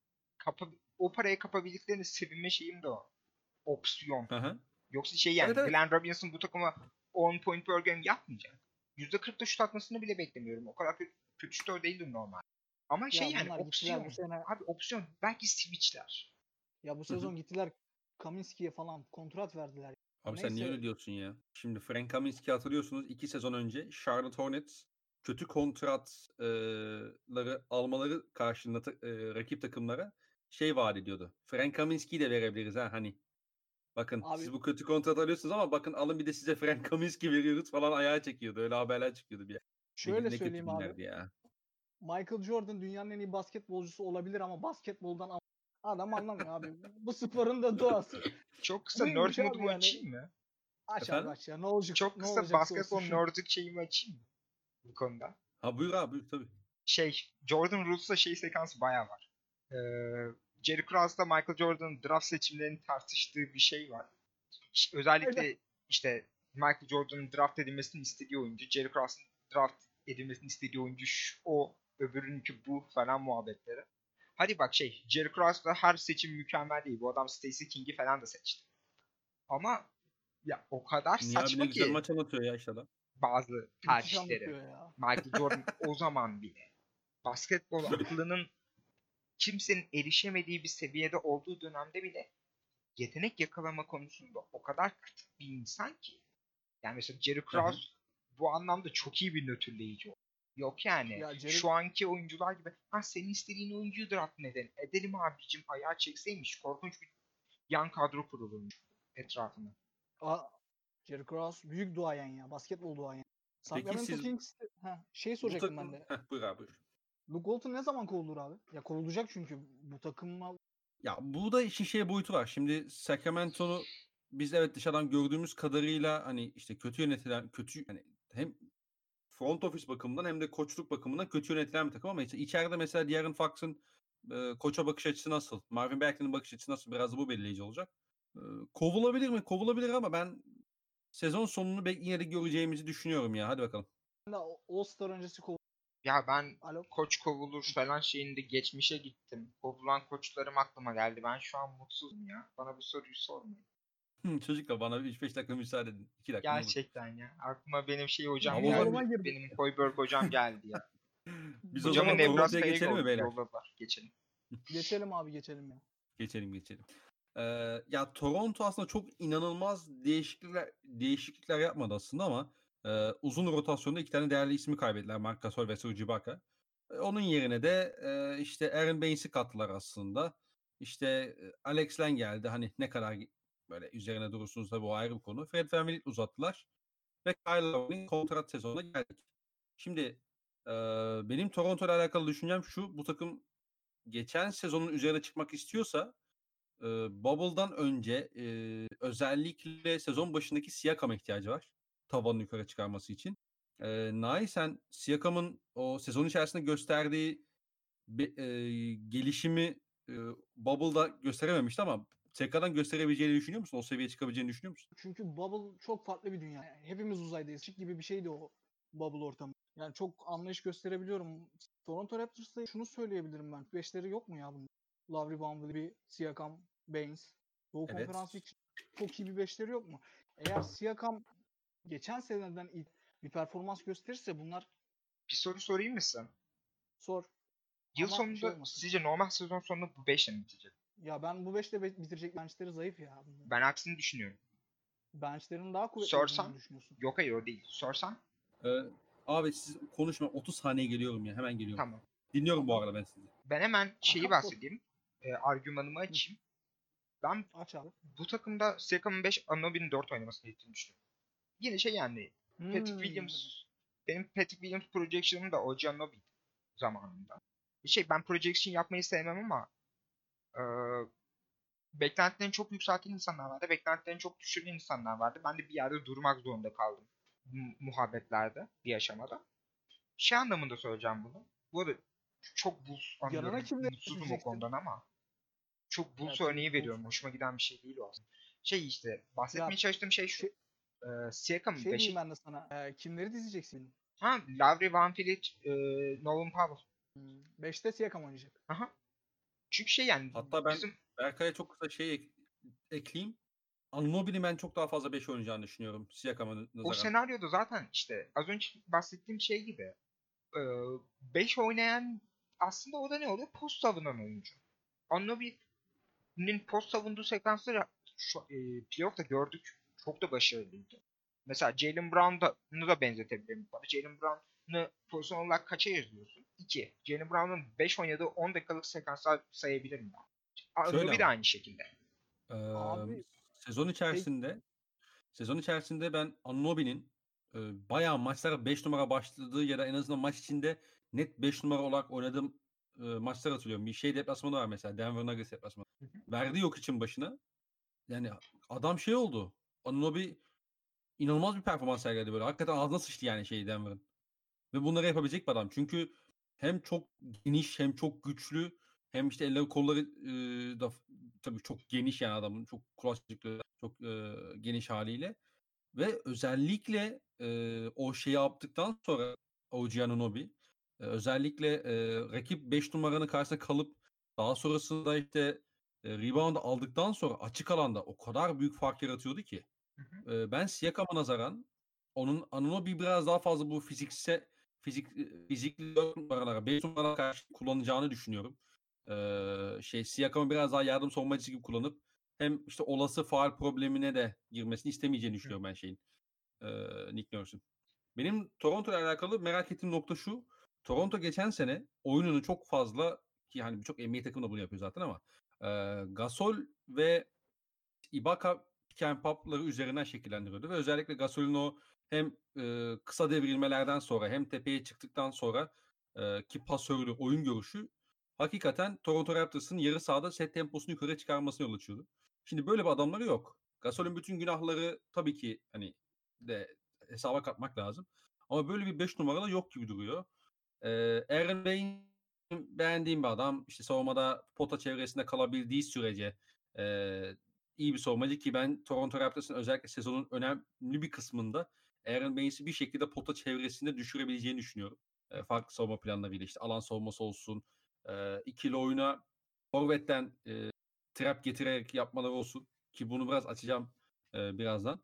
o paraya kapabildiklerini sevinme şeyim de o. Opsiyon. Hı hı. Yoksa şey Evet, yani evet. Glenn Robinson bu takıma 10 point per game yapmayacak. %40'da şut atmasını bile beklemiyorum. O kadar kötü şutör değildi normal. Ama şey Ya yani bunlar gittiler opsiyon. bu sene. Abi opsiyon. Belki switchler. Ya bu Hı hı. sezon gittiler Kaminski'ye falan kontrat verdiler. Abi sen niye Neyse öyle diyorsun ya? Şimdi Frank Kaminsky hatırlıyorsunuz 2 sezon önce Charlotte Hornets kötü kontratları almaları karşılığında rakip takımlara şey vaat ediyordu. Frank Kaminsky'yi de verebiliriz ha hani. Bakın siz abi bu kötü kontrat alıyorsunuz ama bakın alın bir de size Frank Kaminsky veriyoruz falan ayağa çekiyordu. Öyle haberler çıkıyordu bir yer. şöyle Ne kötü söyleyeyim abi. günlerdi ya. Michael Jordan dünyanın en iyi basketbolcusu olabilir ama basketboldan adam anlamıyor abi. Bu sporun da doğası Çok kısa nerd buymuş abi modumu yani. açayım mı? Aç abi Efendim? aç ya. Ne olacak Çok ne kısa olacaksa olsun. basketbol nerdik şeyimi açayım mı? Bu konuda. Ha buyur abi buyur tabii. Jordan Rules'la şey sekansı bayağı var. Jerry Krause'da Michael Jordan'ın draft seçimlerini tartıştığı bir şey var. Öyle. Özellikle işte Michael Jordan'ın draft edilmesini istediği oyuncu, Jerry Krause'un draft edilmesini istediği oyuncu o, öbürününki bu falan muhabbetleri. Hadi bak Jerry Krause'da her seçim mükemmel değil. Bu adam Stacey King'i falan da seçti. Ama ya o kadar Niye abi ne saçma güzel ki maç anlatıyor ya işte adam. bazı Müthiş tercihleri. anlatıyor ya. Michael Jordan o zaman bile basketbol aklının kimsenin erişemediği bir seviyede olduğu dönemde bile yetenek yakalama konusunda o kadar kritik bir insan ki. Yani mesela Jerry Hı hı. Krause bu anlamda çok iyi bir nötrleyici. Yok yani Ya Jerry şu anki oyuncular gibi senin istediğin oyuncuyu draft neden? Edelim abicim ayağa çekseymiş. Korkunç bir yan kadro kurulurmuş etrafına. A- Jerry Krause büyük duayen ya. Basketbol duayen. Peki Sacramento siz Kings şey bu soracaktım ben takım... de. Buyur abi buyur. Luke Walton ne zaman kovulur abi? Ya kovulacak çünkü bu takımla Ya bu da işin şey boyutu var. Şimdi Sacramento'nu biz evet dışarıdan gördüğümüz kadarıyla hani işte kötü yönetilen, kötü hani hem front office bakımından hem de koçluk bakımından kötü yönetilen bir takım ama işte içeride mesela De'Aaron Fox'ın koça bakış açısı nasıl? Marvin Bagley'nin bakış açısı nasıl? Biraz da bu belirleyici olacak. Kovulabilir mi? Kovulabilir ama ben sezon sonunu yine de göreceğimizi düşünüyorum ya. Hadi bakalım. de All-Star öncesi Ya ben Alo. koç kovulur falan şeyinde geçmişe gittim. Kovulan koçlarım aklıma geldi. Ben şu an mutsuzum ya. Bana bu soruyu sormayın. Çocuklar bana bir 3-5 dakika müsaade edin. 2 dakika ne olur. Gerçekten ya. Aklıma benim hocam Ama o zaman geldi. Bunalıma girdi. Benim Hoiberg hocam geldi ya. biz o Hocamı zaman Toronto'ya Nebraska'ya geçelim mi beyler? yolladılar. Geçelim. Geçelim abi geçelim ya. Geçelim. Ya Toronto aslında çok inanılmaz değişiklikler yapmadı aslında ama uzun rotasyonda 2 tane değerli ismi kaybettiler. Marc Gasol ve Serge Ibaka. Onun yerine de işte Aaron Baines'i kattılar aslında. İşte Alex Len geldi. Hani ne kadar böyle üzerine durursunuz tabii o ayrı bir konu. Fred VanVleet uzattılar ve Kyle Lowry'nin kontrat sezonuna geldik. Şimdi benim Toronto ile alakalı düşüncem şu. Bu takım geçen sezonun üzerine çıkmak istiyorsa Bubble'dan önce özellikle sezon başındaki Siakam'a ihtiyacı var. Tavanını yukarı çıkarması için. Nahi sen Siakam'ın o sezon içerisinde gösterdiği gelişimi Bubble'da gösterememişti ama tekrardan gösterebileceğini düşünüyor musun? O seviyeye çıkabileceğini düşünüyor musun? Çünkü Bubble çok farklı bir dünya. Yani hepimiz uzaydayız. Çık gibi bir şeydi o Bubble ortamı. Yani çok anlayış gösterebiliyorum. Toronto Raptors'ta şunu söyleyebilirim ben. Beşleri yok mu ya bunun? Lowry, Bumblebee, Siakam, Baines. Doğu Konferansı Evet. için çok iyi bir beşleri yok mu? Eğer Siakam geçen seneden iyi bir performans gösterirse bunlar Bir soru sorayım mı size? sor. Yıl Ama şey sonunda olmasın. sizce normal sezon sonunda bu 5'le mi bitecek? Ya ben bu 5'te bitirecek benchleri zayıf ya. Ben aksini düşünüyorum. Benchlerin daha kuvvetli olduğunu Sorsam, mu düşünüyorsun? yok hayır o değil. Sorsam, Ee, Abi siz konuşma 30 saniye geliyorum ya. Hemen geliyorum. Tamam. Dinliyorum bu arada ben sizi. Ben hemen şeyi Aha, bahsedeyim. Argümanımı açayım. Ben Aç abi. bu takımda Siakam'ın 5, Anunoby'nin 4 oynaması gerektiğini düşünüyorum. Yine şey yani Patrick Williams, benim Patrick Williams projection'ım da OG Anunoby zamanında. Ben projection yapmayı sevmem ama beklentilerini çok yükselten insanlar vardı. Beklentilerini çok düşüren insanlar vardı. Ben de bir yerde durmak zorunda kaldım. Muhabbetlerde bir aşamada. Şey anlamında söyleyeceğim bunu. Bu arada çok Bulls Yanına anlıyorum. kimleri Mutsuzum o dizeceksin? konudan ama çok Bulls Evet, örneği Bulls. veriyorum. Hoşuma giden bir şey değil o aslında. İşte bahsetmeye Ya, çalıştığım şey şu. Siakam'ın Şey 5'i... diyeyim ben de sana. Kimleri dizeceksin? Lowry, Van Vliet, Nolan Powell. 5'te Siakam oynayacak. Aha. Çünkü yani Hatta ben bizim Berkay'a çok kısa ekleyeyim. Anunoby'nin ben çok daha fazla 5 oynayacağını düşünüyorum. Siakam'a o nazaran. senaryoda zaten işte az önce bahsettiğim şey gibi 5 oynayan aslında orada ne oluyor? Post savunan oyuncu. Anunoby'nin post savunduğu sekansları playoff'ta gördük. Çok da başarılıydı. Mesela Jaylen Brown'u da benzetebilirim. Jaylen Brown'u pozisyon olarak kaça yazıyorsun? 2. Jaylen Brown'un 5 oynadığı 10 dakikalık sekanslar sayabilirim ben. Şöyle Anunoby de ama. aynı şekilde. Abi Sezon içerisinde ben Anunoby'nin bayağı maçlara 5 numara başladığı ya da en azından maç içinde net 5 numara olarak oynadığım maçlar hatırlıyorum. Bir şey deplasmanı var mesela. Denver Nuggets deplasmanı. Verdi yok için başına. Yani adam şey oldu. Anunoby inanılmaz bir performans sergiledi böyle. Hakikaten ağzına sıçtı yani Denver'ın. Ve bunları yapabilecek bir adam. Çünkü hem çok geniş hem çok güçlü hem işte elleri kolları da tabii çok geniş yani adamın. Çok kulaçlıklı, çok geniş haliyle. Ve özellikle o şeyi yaptıktan sonra OG Anunoby özellikle rakip 5 numaranın karşısında kalıp daha sonrasında işte rebound aldıktan sonra açık alanda o kadar büyük fark yaratıyordu ki. Ben Siakam'a nazaran onun Anunoby biraz daha fazla bu fizikli 4 numaralara 5 numaralara karşı kullanacağını düşünüyorum. Siakam'ı biraz daha yardım savunmacısı gibi kullanıp hem işte olası faul problemine de girmesini istemeyeceğini düşünüyorum ben Nick Nurse'un. Benim Toronto ile alakalı merak ettiğim nokta şu. Toronto geçen sene oyununu çok fazla ki hani birçok NBA takımı da bunu yapıyor zaten ama Gasol ve Ibaka pick and pop'ları üzerinden şekillendiriyordu ve özellikle Gasol'ün o hem kısa devrilmelerden sonra hem tepeye çıktıktan sonra ki pasörlü oyun görüşü hakikaten Toronto Raptors'ın yarı sahada set temposunu yukarı çıkarmasına yol açıyordu. Şimdi böyle bir adamları yok. Gasol'ün bütün günahları tabii ki hani de hesaba katmak lazım. Ama böyle bir 5 numaralı yok gibi duruyor. Aaron Bain beğendiğim bir adam. İşte savunmada pota çevresinde kalabildiği sürece iyi bir savunmacı ki ben Toronto Raptors'ın özellikle sezonun önemli bir kısmında Aaron Baines'i bir şekilde pota çevresinde düşürebileceğini düşünüyorum. Farklı savunma planlarıyla işte alan savunması olsun, ikili oyuna forvetten trap getirerek yapmaları olsun ki bunu biraz açacağım birazdan.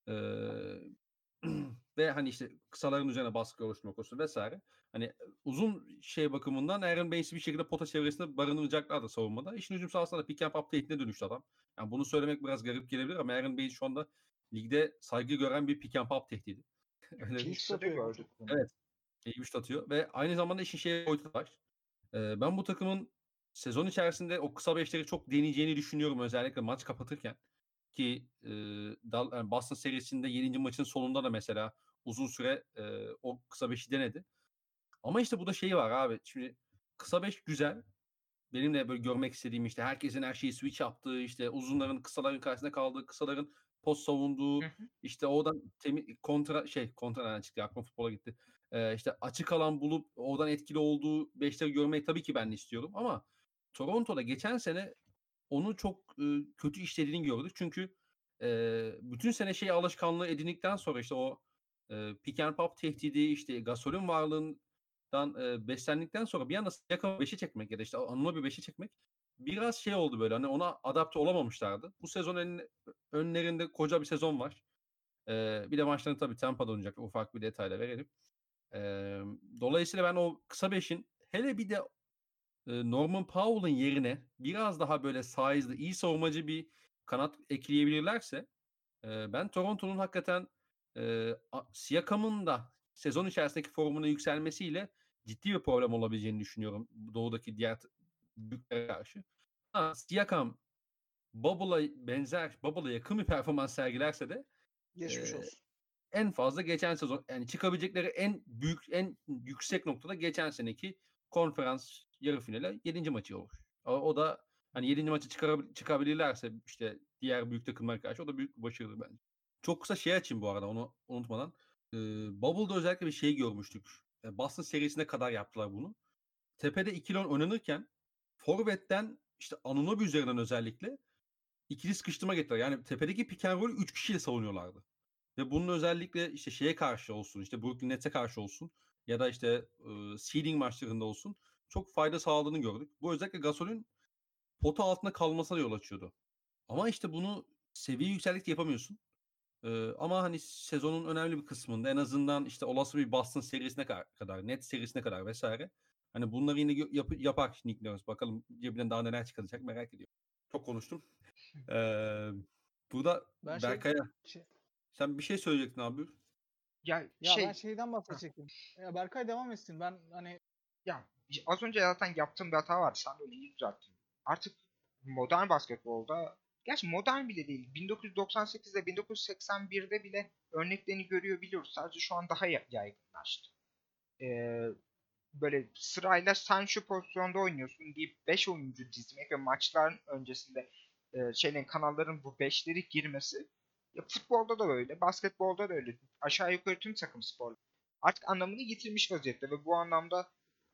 Ve hani işte kısaların üzerine baskı oluşturmak olsun vesaire. Hani uzun şey bakımından Aaron Baines'i bir şekilde pota çevresinde barındıracaklar da savunmada. İşin hücum sahasında da pick and pop tehditine dönüştü adam. Yani bunu söylemek biraz garip gelebilir ama Aaron Baines şu anda ligde saygı gören bir pick and pop tehdidi. Öyle iyi bir- şut Phoenix'te de atıyor. gördük bunu. Evet. İyi bir şut atıyor ve aynı zamanda işin şey boyutu var. Ben bu takımın sezon içerisinde o kısa beşleri çok deneyeceğini düşünüyorum özellikle maç kapatırken. Ki yani Boston serisinde 7. maçın sonunda da mesela uzun süre o kısa beşi denedi. Ama işte bu da şey var abi. Şimdi kısa beş güzel. Benim de böyle görmek istediğim işte herkesin her şeyi switch yaptığı, işte uzunların kısaların karşısında kaldığı, kısaların post savunduğu, işte oradan kontra nereden çıktı aklıma futbola gitti. İşte açık alan bulup oradan etkili olduğu beşleri görmeyi tabii ki ben de istiyorum ama Toronto'da geçen sene onu çok kötü işlediğini gördük. Çünkü bütün sene şey alışkanlığı edindikten sonra işte o pick and pop tehdidi, işte Gasol'ün varlığından beslendikten sonra bir anda Siakam'ı 5'e çekmek ya da işte Anunoby 5'e çekmek biraz şey oldu böyle. Hani ona adapte olamamışlardı. Bu sezon önlerinde koca bir sezon var. Bir de maçlarını tabii Tampa'da oynayacak. Ufak bir detayla verelim. Dolayısıyla ben o kısa 5'in hele bir de Norman Powell'ın yerine biraz daha böyle size'lı, iyi savunmacı bir kanat ekleyebilirlerse ben Toronto'nun hakikaten Siakam'ın da sezon içerisindeki formuna yükselmesiyle ciddi bir problem olabileceğini düşünüyorum doğudaki diğer büyüklere karşı. Siakam Bubble'a yakın bir performans sergilerse de Geçmiş e, olsun. en fazla geçen sezon yani çıkabilecekleri en yüksek noktada geçen seneki konferans yarı finale 7. maçı olur. O da hani 7. maçı çıkabilirlerse işte diğer büyük takımlara karşı o da büyük bir başarıdır bence. Çok kısa şey açayım bu arada onu unutmadan. Bubble'da özellikle bir şey görmüştük. Boston serisine kadar yaptılar bunu. Tepede ikili oynanırken forvetten işte Anunoby üzerinden özellikle ikili sıkıştırma getirdiler. Yani tepedeki pick and roll 3 kişiyle savunuyorlardı. Ve bunun özellikle işte şeye karşı olsun, işte Brooklyn Nets'e karşı olsun ya da işte seeding maçlarında olsun çok fayda sağladığını gördük. Bu özellikle Gasol'ün pota altında kalmasına yol açıyordu. Ama işte bunu seviye yükseldikçe yapamıyorsun. Ama hani sezonun önemli bir kısmında en azından işte olası bir Boston serisine kadar, Nets serisine kadar vesaire. Hani bunları yine yapar Nick Nurse. Bakalım cebinden daha neler çıkacak merak ediyorum. Çok konuştum. Ee, burada Ben Berkay'a şey- sen bir şey söyleyecektin abi. Ya ya ben şey şeyden bahsedecektim. Ya Berkay devam etsin. Ben hani ya az önce zaten yaptığım bir hata vardı. Sen de onu iyi düzelttin. Artık modern basketbolda, gerçi modern bile değil, 1998'de 1981'de bile örneklerini görüyor biliyoruz. Sadece şu an daha yaygınlaştı. Ee, Böyle sırayla sen şu pozisyonda oynuyorsun deyip 5 oyuncu dizmek ve maçların öncesinde kanalların bu beşleri girmesi, ya futbolda da öyle, basketbolda da öyle. Aşağı yukarı tüm takım sporları artık anlamını yitirmiş vaziyette ve bu anlamda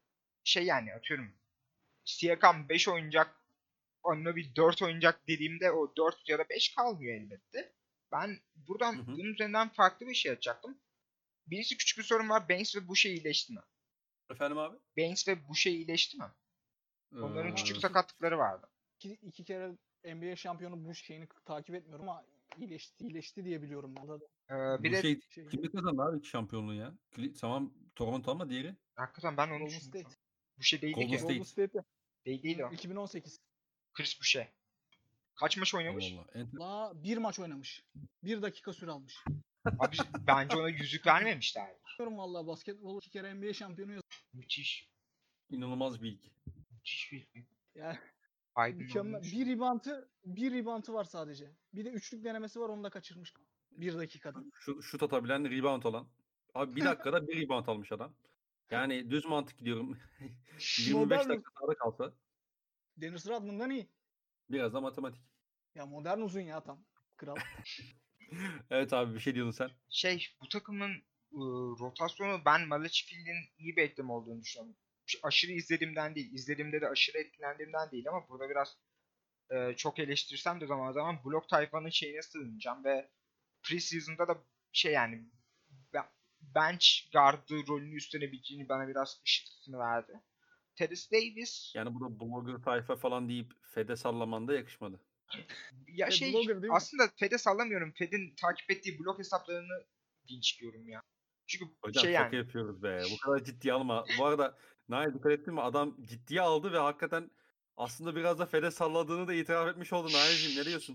yani atıyorum Siakam 5 oynayacak, onunla bir 4 oynayacak dediğimde o 4 ya da 5 kalmıyor elbette. Ben buradan Hı hı. bunun üzerinden farklı bir şey açacaktım. Birisi, küçük bir sorun var. Baines ve Boucher iyileşti mi? Efendim abi? Baines ve Boucher iyileşti mi? Onların ama küçük Ee, sakatlıkları vardı. iki kere NBA şampiyonu bu şeyini takip etmiyorum ama iyileşti diye biliyorum. Orada da Bir bu de şey şey kimde kazandı abi şampiyonluğu ya? Tamam Toronto ama diğeri hakikaten ben onu Golden düşünmüşüm. State. Boucher değildi Golden ki. State. Golden State'te Değil o. 2018. Chris Boucher. Kaç maç Allah oynamış? Allah. La bir maç oynamış. 1 dakika süre almış. Abi bence ona yüzük vermemişler. Bilmiyorum vallahi basketbol 2 kere NBA şampiyonu Müthiş. İnanılmaz bir ilk. Müthiş bir yani aydınlanmış. mükemmel. Bir reboundı var sadece. Bir de üçlük denemesi var onu da kaçırmış. 1 dakikada. Şut atabilen, rebound olan. Abi bir dakikada bir rebound almış adam. Yani düz mantık gidiyorum. 25 Modern dakika sahada kalsa Dennis Rodman'dan iyi. biraz da matematik. Ya modern uzun ya tam. Kral. Evet abi bir şey diyordun sen. Bu takımın rotasyonu, ben Malachi iyi bir eklem olduğunu düşünüyorum. Aşırı izlediğimden değil. İzlediğimde de aşırı etkilendiğimden değil ama burada biraz çok eleştirsem de zaman zaman blok tayfanın şeyine sığınacağım ve preseason'da da yani bench guard'ı rolünü üstlenebileceğini bana biraz ışıltısını verdi. Terence Davis Yani bu da blogger tayfa falan deyip Fed'e sallaman da yakışmadı. ya Blogger değil mi? aslında Fed'e sallamıyorum. Fed'in takip ettiği blok hesaplarını linçliyorum ya. Çünkü Hocam şaka yani yapıyoruz be. Bu kadar ciddiye alma. Bu arada Nail dikkat ettin mi? Adam ciddiye aldı ve hakikaten aslında biraz da Fed'e salladığını da itiraf etmiş oldu. Nail'cim ne diyorsun?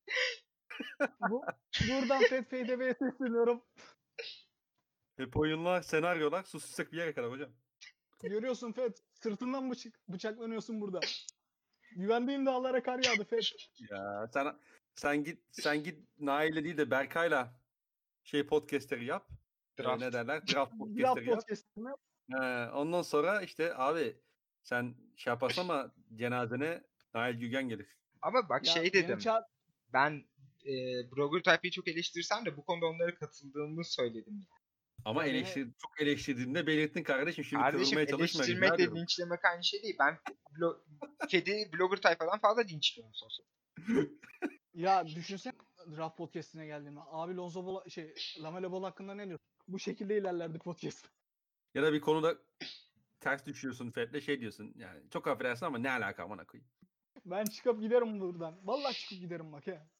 Buradan FED'e sesleniyorum. Hep oyunlar, senaryolar susacak bir yere kadar hocam. Görüyorsun Fed. Sırtından bıçaklanıyorsun burada. Güvendiğim dağlara kar yağdı Fed. Ya sen git Nail'le değil de Berkay'la podcastleri yap. draft. Ne derler? Draft Draft podcastleri yap. podcast'ını Ondan sonra işte abi sen şey yaparsın ama cenazene Nail Gügen gelir. Ama bak ya beni dedim. Ben blogger tayfayı çok eleştirsem de bu konuda onlara katıldığımı söyledim. Yani. Ama Ya beni- çok eleştirdiğinde belirttin kardeşim. Şimdi Kardeşim, kıvırmaya çalışma. Rica eleştirmekle ediyorum. linçlemek aynı şey değil. Ben Fed'i blogger tayfadan fazla linçliyorum sosyal. Ya düşünsene draft podcast'ine geldiğimi. Abi Lamelo Ball hakkında ne diyorsun? Bu şekilde ilerlerdik podcast. Ya da bir konuda ters düşüyorsun Fed'le şey diyorsun. Yani çok affedersin ama ne alaka amına koyayım. Ben çıkıp giderim buradan. Vallahi çıkıp giderim bak he.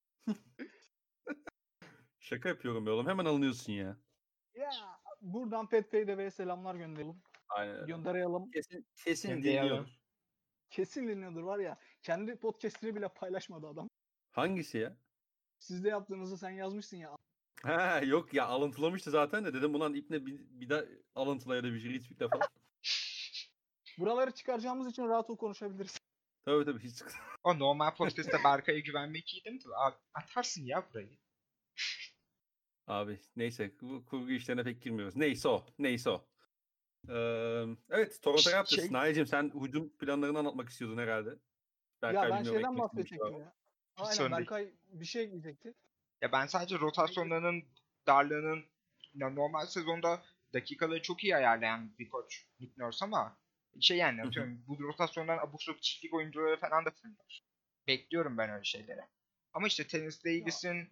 Şaka yapıyorum be oğlum. Hemen alınıyorsun ya. Ya buradan Pet Pay'de selamlar gönderelim. Aynen öyle. Gönderelim. Kesin Hem de dinliyordur. Kesin dinliyordur var ya. Kendi podcast'ini bile paylaşmadı adam. Hangisi ya? Siz de yaptığınızı sen yazmışsın ya. He yok ya, alıntılamıştı zaten de dedim ulan ipne bir daha alıntılaydı bir şey Ritvik'le falan. Buraları çıkaracağımız için rahat ol konuşabiliriz. Tabii hiç sıkıntı. O normal podcast'te Berkay'a güvenmek iyi değil mi? Abi, atarsın ya burayı. Abi neyse, bu kurgu işlerine pek girmiyoruz. Neyse o. Evet, Toronto Raptors. Nail'cim sen hücum planlarını anlatmak istiyordun herhalde. Ya Berkay ben bilmiyorum, şeyden eklemek istediğin bir şey var bahsedecektim mı? ya. Hiç Aynen, sorun değil. Berkay bir şey diyecekti. Ya ben sadece rotasyonlarının darlığının normal sezonda dakikaları çok iyi ayarlayan bir koç Nick Nurse ama yani atıyorum bu rotasyondan abuk sabuk çiftlik oyuncuları falan da fırlar. Bekliyorum ben öyle şeyleri. Ama işte Terence Davis'in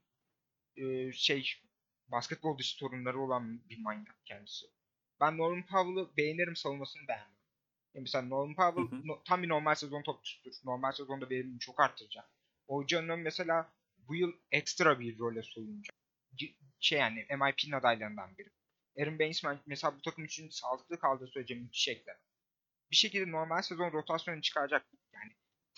basketbol dışı sorunları olan bir manyak kendisi. Ben Norman Powell'ı beğenirim, savunmasını beğenmem. Yani mesela Norman Powell tam bir normal sezon topçusudur. Normal sezonda verimini çok arttıracak. Hocanın mesela bu yıl ekstra bir role soyunacak. Yani MIP'nin adaylarından biri. Aaron Baines mesela bu takım için sağlıklı kaldığı sürece müthiş ekleme. Bir şekilde normal sezon rotasyonu çıkaracak. Yani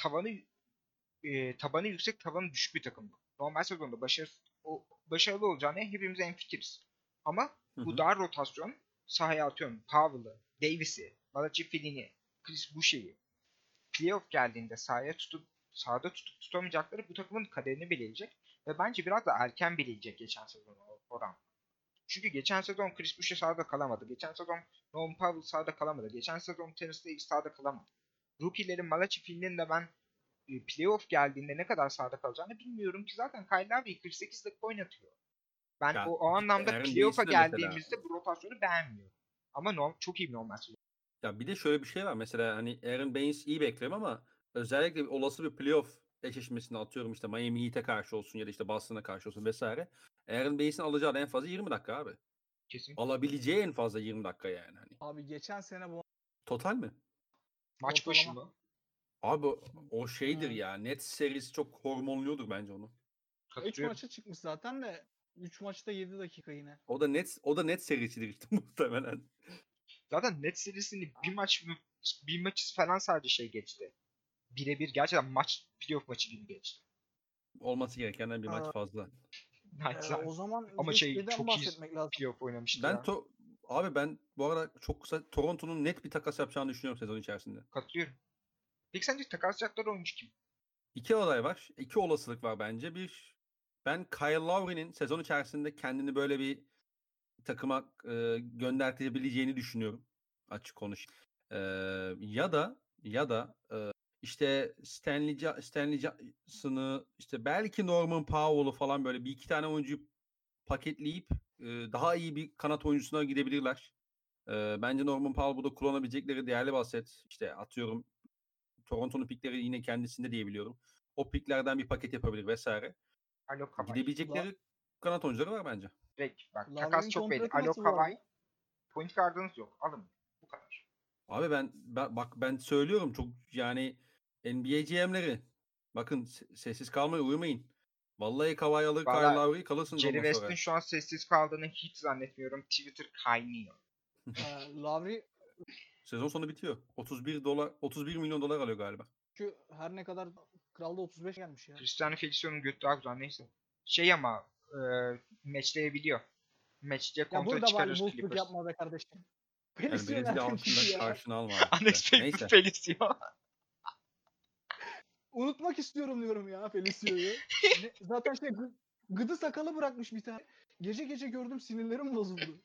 tabanı yüksek, tabanı düşük bir takım. Normal sezonda başarılı olacağını hepimiz hemfikiriz. Ama bu dar rotasyon sahaya atıyorum Powell'ı, Davis'i, Malachi Flynn'i, Chris Boucher'i playoff geldiğinde sahada tutup tutamayacakları bu takımın kaderini belirleyecek ve bence biraz da erken belirleyecek geçen sezon oran. Çünkü geçen sezon Chris Boucher sahada kalamadı. Geçen sezon Norman Powell sahada kalamadı. Geçen sezon Terence Davis sahada kalamadı. Rookie'lerin Malachi Flynn'in de ben playoff geldiğinde ne kadar sahada kalacağını bilmiyorum ki zaten Kyle Lowry 48 dakika oynatıyor. Ben Ya, o anlamda Aaron playoff'a Banes'in de mesela. geldiğimizde bu rotasyonu beğenmiyorum. Ama çok iyi bir normal sezon. Ya bir de şöyle bir şey var. Mesela hani Aaron Baines iyi beklerim ama özellikle olası bir playoff eşleşmesini atıyorum işte Miami Heat'e karşı olsun ya da işte Boston'a karşı olsun vesaire. Aaron Baines'in alacağı da en fazla 20 dakika abi. Kesinlikle. Alabileceği en fazla 20 dakika yani. Hani. Abi geçen sene bu Total mi? Maç başı mı? Abi o şeydir Evet. ya. Nets serisi çok hormonluyordur bence onu. 3 maça çıkmış zaten de 3 maçta 7 dakika yine. O da Nets serisidir işte muhtemelen. Zaten Nets serisini bir maç falan sadece geçti. Birebir gerçekten playoff maçı gibi geçti. Olması gerekenden bir maç fazla. O zaman ama şeyden çok iyi bahsetmek lazım. playoff oynamıştı ya. Abi ben bu arada çok kısa Toronto'nun net bir takas yapacağını düşünüyorum sezon içerisinde. Katılıyorum. Peki sence takaslayacakları oyuncu kim? İki aday var. İki olasılık var bence. Ben Kyle Lowry'nin sezon içerisinde kendini böyle bir takıma göndertebileceğini düşünüyorum. Açık konuş. Ya da işte Stanley Johnson'ı işte belki Norman Powell'ı falan böyle bir iki tane oyuncuyu paketleyip daha iyi bir kanat oyuncusuna gidebilirler. Bence Norman Powell burada kullanabilecekleri değerli bir aset. İşte atıyorum Toronto'nun pikleri yine kendisinde diyebiliyorum. O piklerden bir paket yapabilir vesaire. Alo Kavay. Gidebilecekleri kanat oyuncuları var bence. Direkt bak takas Lavrin'in çok belli. kontratı Alo nasıl bu arada? Kavay. Point guard'ınız yok. Alın. Bu kadar. Abi ben söylüyorum çok yani NBA GM'leri bakın sessiz kalmayın, uyumayın. Vallahi Kawhi alır, Kyle Valla Lowry kalırsınız Jerry ondan sonra. West'in şu an sessiz kaldığını hiç zannetmiyorum. Twitter kaynıyor. Lavri Sezon sonu bitiyor. 31 milyon dolar alıyor galiba. çünkü her ne kadar kralda 35 gelmiş ya. Cristiano Feliciano'nun götü daha güzel neyse. Ama matchleyebiliyor. Match'te Ya kontra burada bari çıkarır boşluk Clippers. yapma be kardeşim. Yani Felicio Brezilya nereden altında çıktı ya? karşına alma abi. Unexpected Felicio. Unutmak istiyorum diyorum ya Felicio'yu. Zaten gıdı sakalı bırakmış bir tane. Gece gece gördüm, sinirlerim bozuldu.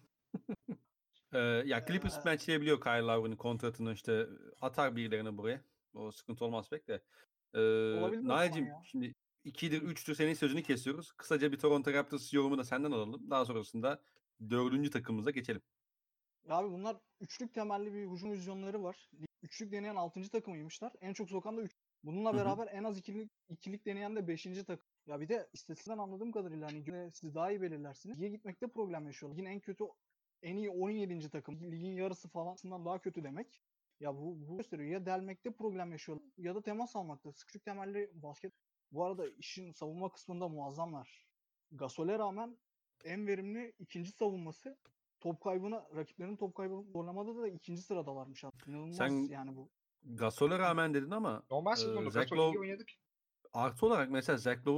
Ya Clippers matchleyebiliyor Kyle Lowry'nin kontratını işte atar birilerine buraya. O sıkıntı olmaz pek de. Olabilir o zaman Nail'cim ya. şimdi 2'dir 3'tür senin sözünü kesiyoruz. Kısaca bir Toronto Raptors yorumu da senden alalım. Daha sonrasında 4. takımımıza geçelim. Abi bunlar üçlük temelli bir hücum vizyonları var. Üçlük deneyen 6. takımıymışlar. En çok sokan da 3. Bununla beraber en az ikilik deneyen de 5. takım. Ya bir de istatistikten anladığım kadarıyla hani siz daha iyi belirlersiniz. Lige gitmekte problem yaşıyorlar. Ligin en iyi 17. takım. Ligin yarısı falanından daha kötü demek. Ya bu gösteriyor. Ya delmekte problem yaşıyorlar ya da temas almakta. Küçük temelli basket. Bu arada işin savunma kısmında muazzamlar. Gasol'e rağmen en verimli ikinci savunması, rakiplerin top kaybını zorlamada da 2. sıradalarmış abi. İnanılmaz Sen yani bu. Gasol'e rağmen dedin ama Normal sezonda Zach Gasol iyi Lowe oynadık. artı olarak mesela Zach Lowe'un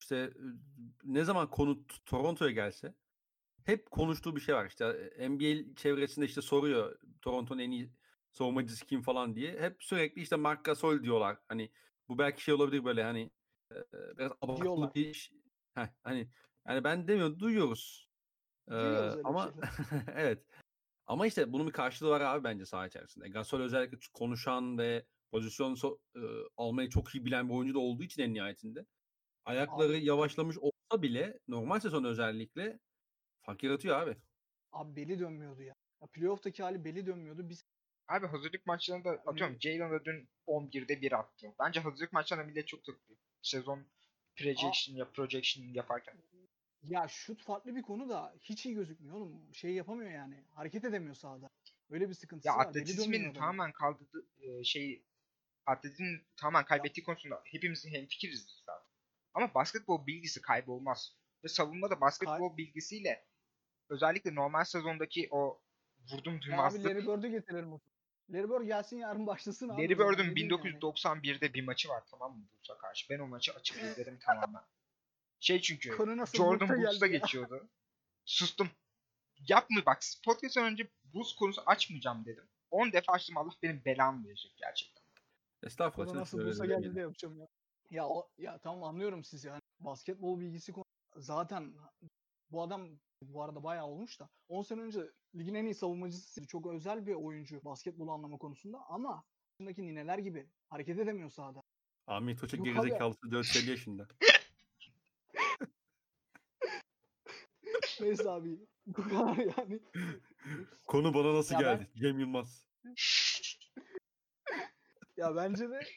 işte ne zaman konu Toronto'ya gelse hep konuştuğu bir şey var. İşte NBA çevresinde işte soruyor Toronto'nun en iyi savunmacısı kim falan diye. Hep sürekli işte Marc Gasol diyorlar. Hani bu belki şey olabilir böyle hani biraz abartılı Diyorlar. bir hani yani ben demiyorum duyuyoruz. Duyuyoruz öyle bir Ama şeyler. evet. Ama işte bunun bir karşılığı var abi bence saha içerisinde. Gasol özellikle konuşan ve pozisyon almayı çok iyi bilen bir oyuncu da olduğu için en nihayetinde. Ayakları Abi, yavaşlamış olsa bile normal sezon özellikle fark yaratıyor abi. abi beli dönmüyordu ya. Playoff'taki hali beli dönmüyordu. Biz Abi hazırlık maçlarında atıyorum hani Jalen da dün 11'de 1 attı. Bence hazırlık maçlarında millet çok takılıyor. Sezon projection yaparken. ya şut farklı bir konu da hiç iyi gözükmüyor oğlum. Şey yapamıyor yani. Hareket edemiyor sahada. Öyle bir Ya sıkıntısı var. Beli atletizmin dönmüyor adamın. tamamen kaldırdığı atletizmin tamamen Ya, kaybettiği konusunda hepimizin hemfikiriz zaten. Ama basketbol bilgisi kaybolmaz. Ve savunmada kay- basketbol bilgisiyle özellikle normal sezondaki o vurdum abi Larry duymazlık. Bird'ü getirelim o zaman. Larry Bird gelsin yarın başlasın abi o Larry zaman. Bird'ün Ne diyeyim yani. 1991'de bir maçı var, tamam mı, Bulls'a karşı. Ben o maçı açıp izledim tamamen. Çünkü Konu nasıl Jordan Bulls'a Bulls'ta geldi ya. geçiyordu. Sustum. Yapma bak, podcast'tan önce Bulls konusu açmayacağım dedim. 10 defa açtım, Allah benim belamı verecek gerçekten. Estağfurullah Konu canım, nasıl şimdi öyle Bulls'a geldi demeyelim. de yapacağım ya. Ya tamam anlıyorum sizi. Yani basketbol bilgisi zaten bu adam bu arada bayağı olmuş da 10 sene önce ligin en iyi savunmacısı, çok özel bir oyuncu basketbol anlama konusunda ama şimdiki nineler gibi hareket edemiyor sahada. Ahmet Hoca Yok abi gerizekalısı 450 yaşında. neyse abi bu kadar yani. Konu bana nasıl Ya ben geldi? Cem Yılmaz. ya bence de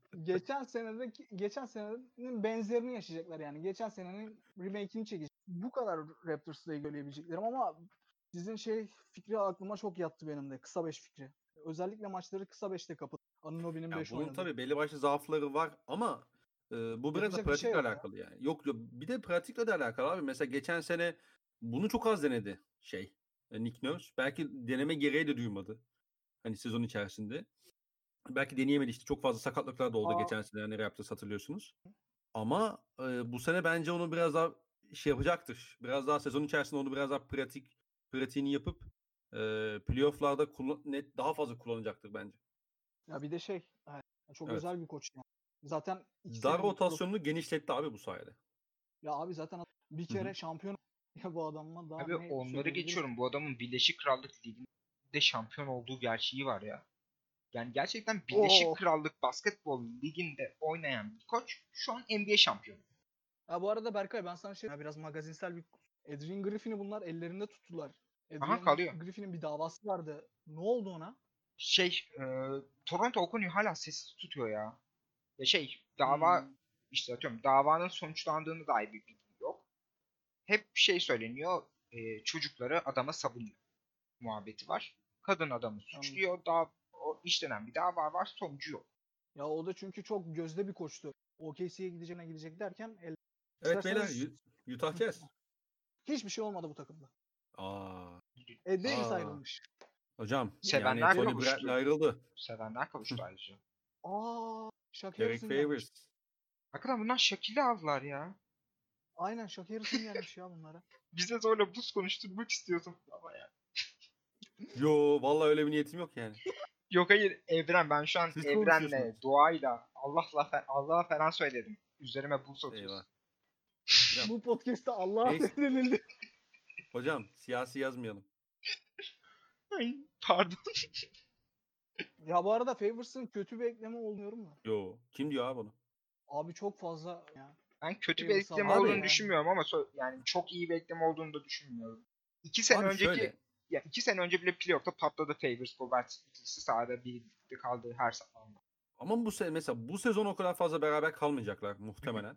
geçen senenin benzerini yaşayacaklar yani. Geçen senenin remake'ini çekecek. Bu kadar Raptors'la söyleyebileceklerim ama sizin fikri aklıma çok yattı benim de. Kısa 5 fikri. Özellikle maçları kısa 5'te kapatın. Anunoby'nin Ya 5 bunun oynadığı. tabii belli başlı zaafları var ama bu biraz da Yapacak bir şey pratikle yok ya. alakalı yani. Yok bir de pratikle de alakalı abi. Mesela geçen sene bunu çok az denedi Nick Nurse. Belki deneme gereği de duymadı. Hani sezon içerisinde. Belki deneyemedi işte. Çok fazla sakatlıklar da oldu Aa, geçen sene. Yani Raptors hatırlıyorsunuz. Ama bu sene bence onu biraz daha yapacaktır. Biraz daha sezon içerisinde onu biraz daha pratiğini yapıp playoff'larda net daha fazla kullanacaktır bence. ya bir de çok Evet. özel bir koç yani. Zaten 2 Dar senelik rotasyonunu genişletti abi bu sayede. ya abi zaten bir Hı hı. kere şampiyon ya bu adamla daha Abi ne onları söyleyebiliriz ki? geçiyorum. Bu adamın Birleşik Krallık Ligi'nde şampiyon olduğu gerçeği var ya. Yani gerçekten Birleşik Oo. Krallık Basketbol Ligi'nde oynayan bir koç şu an NBA şampiyonu. Ya bu arada Berkay ben sana ya biraz magazinsel bir Adrian Griffin'i bunlar ellerinde tuttular. Aha, Adrian kalıyor. Griffin'in bir davası vardı. Ne oldu ona? E, Toronto o konuyu hala sessiz tutuyor ya. Ya dava, Hmm, işte atıyorum, davanın sonuçlandığını dair bir bilgi yok. Hep söyleniyor, çocukları adama savunuyor muhabbeti var. Kadın adamı anladım. suçluyor. O işlenen bir dava var, sonucu yok. Ya o da çünkü çok gözde bir koçtu. OKC'ye gidecek derken Evet beyler, isterseniz Utah Jazz. hiçbir şey olmadı bu takımda. Aa, Davis aa. ayrılmış. Hocam yani Sevenler Tony Bradley kavuştu. ayrıldı. Sevenler kavuştu ayrıca. Shaq Derek Harrison gelmiş. Favors. Hakikaten bunlar Shaquille'i aldılar ya. Aynen Shaq Harrison gelmiş ya bunlara. Bize zorla buz konuşturmak istiyorsun ama ya. Yo vallahi öyle bir niyetim yok yani. Yok hayır Evren, ben şu an Siz evrenle, konuşuyorsunuz. doğayla, Allah'a falan söyledim. Üzerime buz Eyvah. atıyorsun. Hocam, Bu podcast'ta Allah'a neyse. denildi. Hocam siyasi yazmayalım. Ay, pardon. Ya bu arada Favors'ın kötü bir ekleme olmuyorum da. Yo. Kim diyor abi bunu? Abi çok fazla ya. Ben kötü bir Favors ekleme abartı olduğunu Abi. ya. düşünmüyorum ama yani çok iyi bir ekleme olduğunu da düşünmüyorum. 2 sene Abi önceki şöyle. ya 2 sene önce bile playoff'ta patladı Favors, Gobert ikisi sahada birlikte kaldığı her zaman. Ama mesela bu sezon o kadar fazla beraber kalmayacaklar muhtemelen.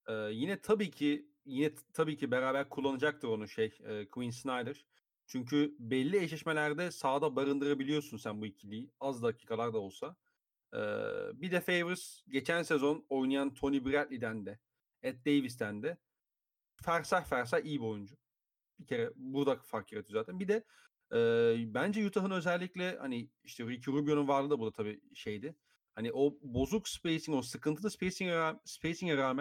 Yine tabii ki beraber kullanacaktır onu Quinn Snyder. Çünkü belli eşleşmelerde sahada barındırabiliyorsun sen bu ikiliyi. Az dakikalar da olsa. Bir de Favors geçen sezon oynayan Tony Bradley'den de Ed Davis'ten de fersah iyi bir oyuncu. Bir kere burada fark yaratıyor zaten. Bir de bence Utah'ın özellikle hani işte Ricky Rubio'nun varlığı da burada tabii şeydi. Hani o bozuk spacing, o sıkıntılı spacing'e rağmen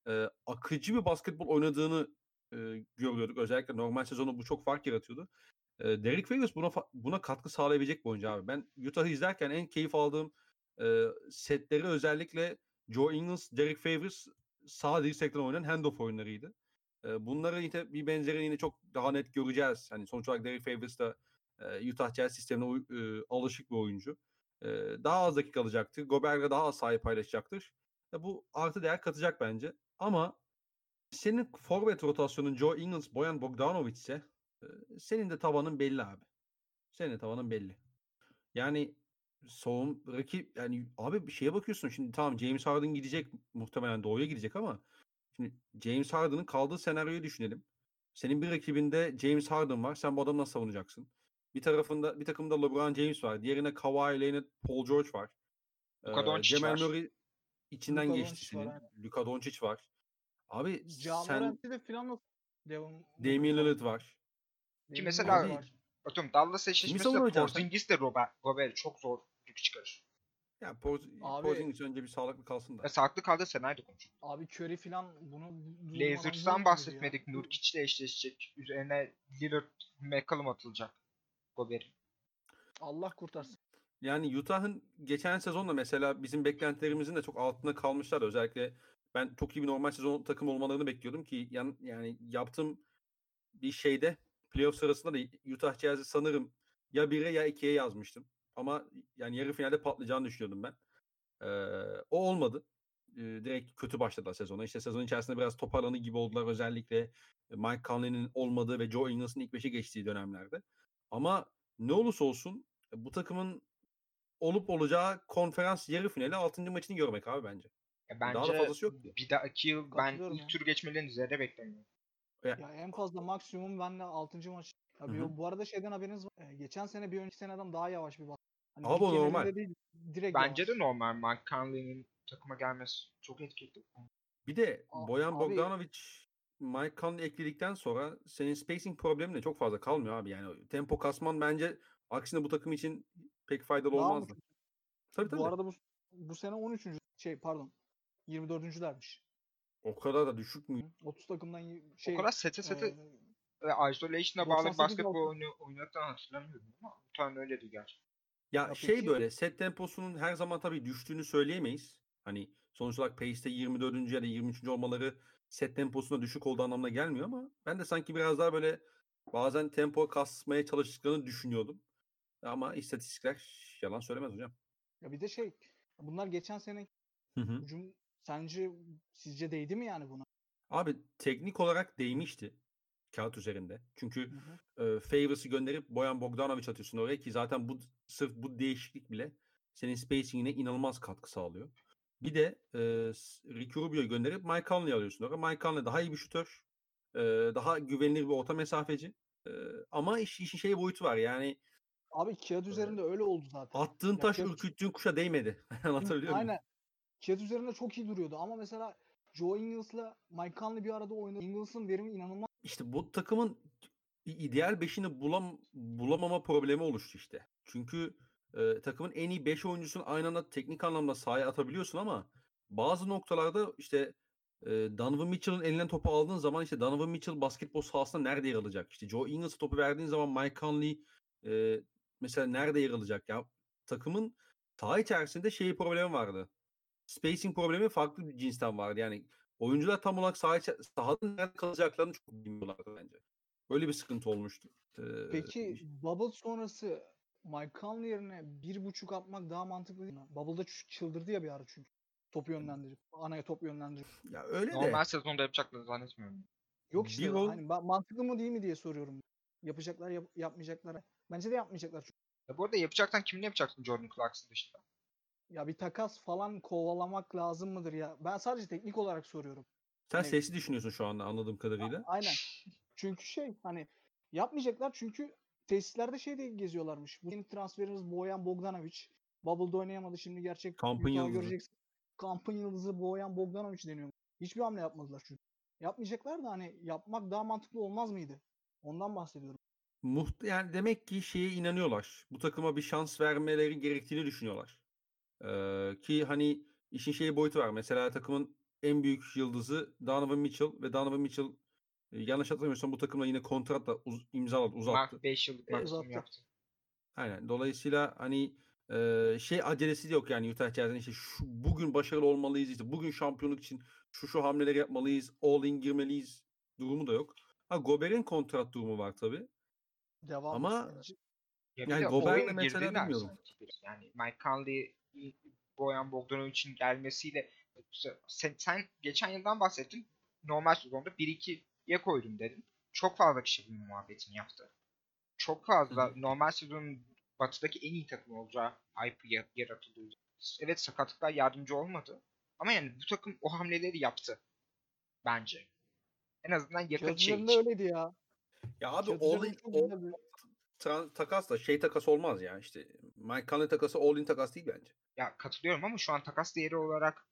akıcı bir basketbol oynadığını görüyorduk. Özellikle normal sezonu bu çok fark yaratıyordu. Derek Favors buna katkı sağlayabilecek bir oyuncu abi. Ben Utah'ı izlerken en keyif aldığım setleri özellikle Joe Ingles, Derek Favors sağ dirsekten oynanan handoff oyunlarıydı. Bunları yine bir benzerini yine çok daha net göreceğiz. Hani sonuç olarak Derek Favors da Utah Jazz sistemine alışık bir oyuncu. Daha az dakika alacaktır. Gobert'le daha az sahayı paylaşacaktır. Bu artı değer katacak bence. Ama senin forvet rotasyonun Joe Ingles, Bojan Bogdanovic ise senin de tavanın belli abi. Senin de tavanın belli. Yani rakip yani abi bir şeye bakıyorsun. Şimdi tamam James Harden gidecek muhtemelen doğuya gidecek ama şimdi James Harden'ın kaldığı senaryoyu düşünelim. Senin bir rakibinde James Harden var. Sen bu adamı nasıl savunacaksın? Bir takımda LeBron James var. Diğerine Kawhi Leonard, Paul George var. Luka Doncic Cemal var. Murray içinden Luka geçti Doncic var, senin. aynen. Luka Doncic var. Abi Ja sen Morant'i de falan nasıl Devin Damian Lillard var. Ki Devin mesela Booker Abi var. atıyorum Dallas kimi eşleşmesi de savunacaksın sen? Porzingis de Gobert çok zor yük çıkarır. Ya Abi Porzingis önce bir sağlıklı kalsın da. Sağlıklı kaldı senaydı konuştuk. abi Curry falan bunu durmadan Blazers'tan vurmuyor ya. bahsetmedik. Nurkic'le eşleşecek. Üzerine Lillard, McCollum atılacak. Gobert'in. Allah kurtarsın. Yani Utah'ın geçen sezonda mesela bizim beklentilerimizin de çok altında kalmışlar. Özellikle ben çok iyi bir normal sezon takım olmalarını bekliyordum ki yani yaptığım bir şeyde playoff sırasında da Utah Jazz'i sanırım ya 1'e ya 2'ye yazmıştım. Ama yani yarı finalde patlayacağını düşünüyordum ben. O olmadı. Direkt kötü başladılar sezona. İşte sezon içerisinde biraz toparlanı gibi oldular. Özellikle Mike Conley'nin olmadığı ve Joe Ingles'ın ilk 5'e geçtiği dönemlerde. Ama ne olursa olsun bu takımın olup olacağı konferans yarı finali 6. maçını görmek abi bence. Ya Daha da bence fazlası yok ki. bir dahaki yıl ben Katılıyorum ilk ya. tur geçmelerini zerre beklemiyorum. Ya en fazla maksimum ben de 6. maç. Abi Hı hı. bu arada şeyden haberiniz var. Geçen sene bir önceki seneden daha yavaş bir bas. Hani Abi lig o normal. genelinde değil, direkt Bence yavaş. de normal. Mike Conley'nin takıma gelmesi çok etkili. Bir de Bojan Abi Bogdanovic, Mike Conley ekledikten sonra senin spacing problemi de çok fazla kalmıyor abi. Yani tempo kasman bence aksine bu takım için pek faydalı daha mı olmazdı. kötü? Tabii Bu tabii. arada bu sene 13. pardon 24'üncülermiş. O kadar da düşük mü? 30 takımdan O kadar sete isolation'a bağlı bir 98 basketbol oynadıklarını hatırlamıyorum ama muhtemelen öyledir gerçekten. Ya Ya şey peki böyle set temposunun her zaman tabii düştüğünü söyleyemeyiz. Hani sonuç olarak pace'te 24. ya da 23. olmaları set temposuna düşük olduğu anlamına gelmiyor ama ben de sanki biraz daha böyle bazen tempo kasmaya çalıştıklarını düşünüyordum. Ama istatistikler yalan söylemez hocam. ya bir de bunlar geçen sene Hı hı. hücum sizce değdi mi yani buna? Abi teknik olarak değmişti kağıt üzerinde. Çünkü Hı hı. Favors'ı gönderip Bojan Bogdanovic atıyorsun oraya ki zaten sırf bu değişiklik bile senin spacing'ine inanılmaz katkı sağlıyor. Bir de Ricky Rubio'yu gönderip Mike Conley'i alıyorsun oraya. Mike Conley daha iyi bir şutör. Daha güvenilir bir orta mesafeci. Ama işin şey boyutu var yani Abi kağıt üzerinde öyle oldu zaten. attığın Ya taş kağıt, ürküttüğün kuşa değmedi. Anlatabiliyor muyum? aynen. Kağıt üzerinde çok iyi duruyordu ama mesela Joe Ingles'la Mike Conley bir arada oynadı. Ingles'ın verimi inanılmaz. İşte bu takımın ideal beşini bulamama problemi oluştu işte. Çünkü takımın en iyi 5 oyuncusunu aynı anda teknik anlamda sahaya atabiliyorsun ama bazı noktalarda işte Donovan Mitchell'ın elinden topu aldığın zaman işte Donovan Mitchell basketbol sahasında nerede yer alacak? İşte Joe Ingles'a topu verdiğin zaman Mike Conley mesela nerede yer alacak? Ya takımın saha içerisinde şey problemi vardı. Spacing problemi farklı bir cinsten vardı. Yani oyuncular tam olarak sahada nerede kalacaklarını çok bilmiyorlardı bence. Böyle bir sıkıntı olmuştu. Peki Bubble sonrası Mike Conley yerine 1.5 atmak daha mantıklı değil mi? Bubble'da çıldırdı ya bir ara çünkü. Topu yönlendirip. Anaya top yönlendirip. Ya öyle Normal de sezonda yapacaklarını zannetmiyorum. Yok işte bir rol hani mantıklı mı değil mi diye soruyorum. Yapacaklar yapmayacaklar. Bence de yapmayacaklar çünkü. Bu arada yapacaksan kiminle yapacaksın Jordan Clarkson dışında? Ya bir takas falan kovalamak lazım mıdır ya? Ben sadece teknik olarak soruyorum. sen Hani sesli düşünüyorsun şu anda anladığım kadarıyla. aynen. Çünkü hani yapmayacaklar çünkü tesislerde diye geziyorlarmış. Bu yeni transferimiz Bojan Bogdanovic. Bubble'da oynayamadı. Şimdi gerçek Kampın Utah'ı yıldızı. göreceksin. Kampın yıldızı Bojan Bogdanovic deniyor. Hiçbir hamle yapmadılar çünkü. Yapmayacaklar da hani yapmak daha mantıklı olmaz mıydı? Ondan bahsediyorum. Yani demek ki şeye inanıyorlar. Bu takıma bir şans vermeleri gerektiğini düşünüyorlar. Ki hani işin şey boyutu var. Mesela takımın en büyük yıldızı Donovan Mitchell ve Donovan Mitchell yanlış hatırlamıyorsam bu takımla yine kontratla imzaladı, uzattı. 5 yıllık maksimum Uzattı. yaptı. Aynen. Dolayısıyla hani şey acelesi de yok yani Utah Jazz'in işte bugün başarılı olmalıyız, işte bugün şampiyonluk için şu hamleleri yapmalıyız, all in girmeliyiz durumu da yok. Ha, Gobert'in kontrat durumu var tabii. Devam Ama süreci. Ya bir yani de Gobert'le oyun mesela girdiler bilmiyorum. sanki biraz. Yani Mike Conley, Bojan Bogdanovic'in gelmesiyle sen geçen yıldan bahsettin. Normal sezonda 1-2'ye koydum dedin. Çok fazla kişi bu muhabbetini yaptı. Çok fazla normal sezonun batıdaki en iyi takım olacağı hype yaratıldı. Evet, sakatlıklar yardımcı olmadı. Ama yani bu takım o hamleleri yaptı. Bence. En azından yakın Kağıt şey üzerinde için. öyleydi ya. Ya abi Kağıt all üzerinde in çok güzel bir takas da şey takas olmaz ya işte. Mike Conley takası all in takas değil bence. Ya katılıyorum ama şu an takas değeri olarak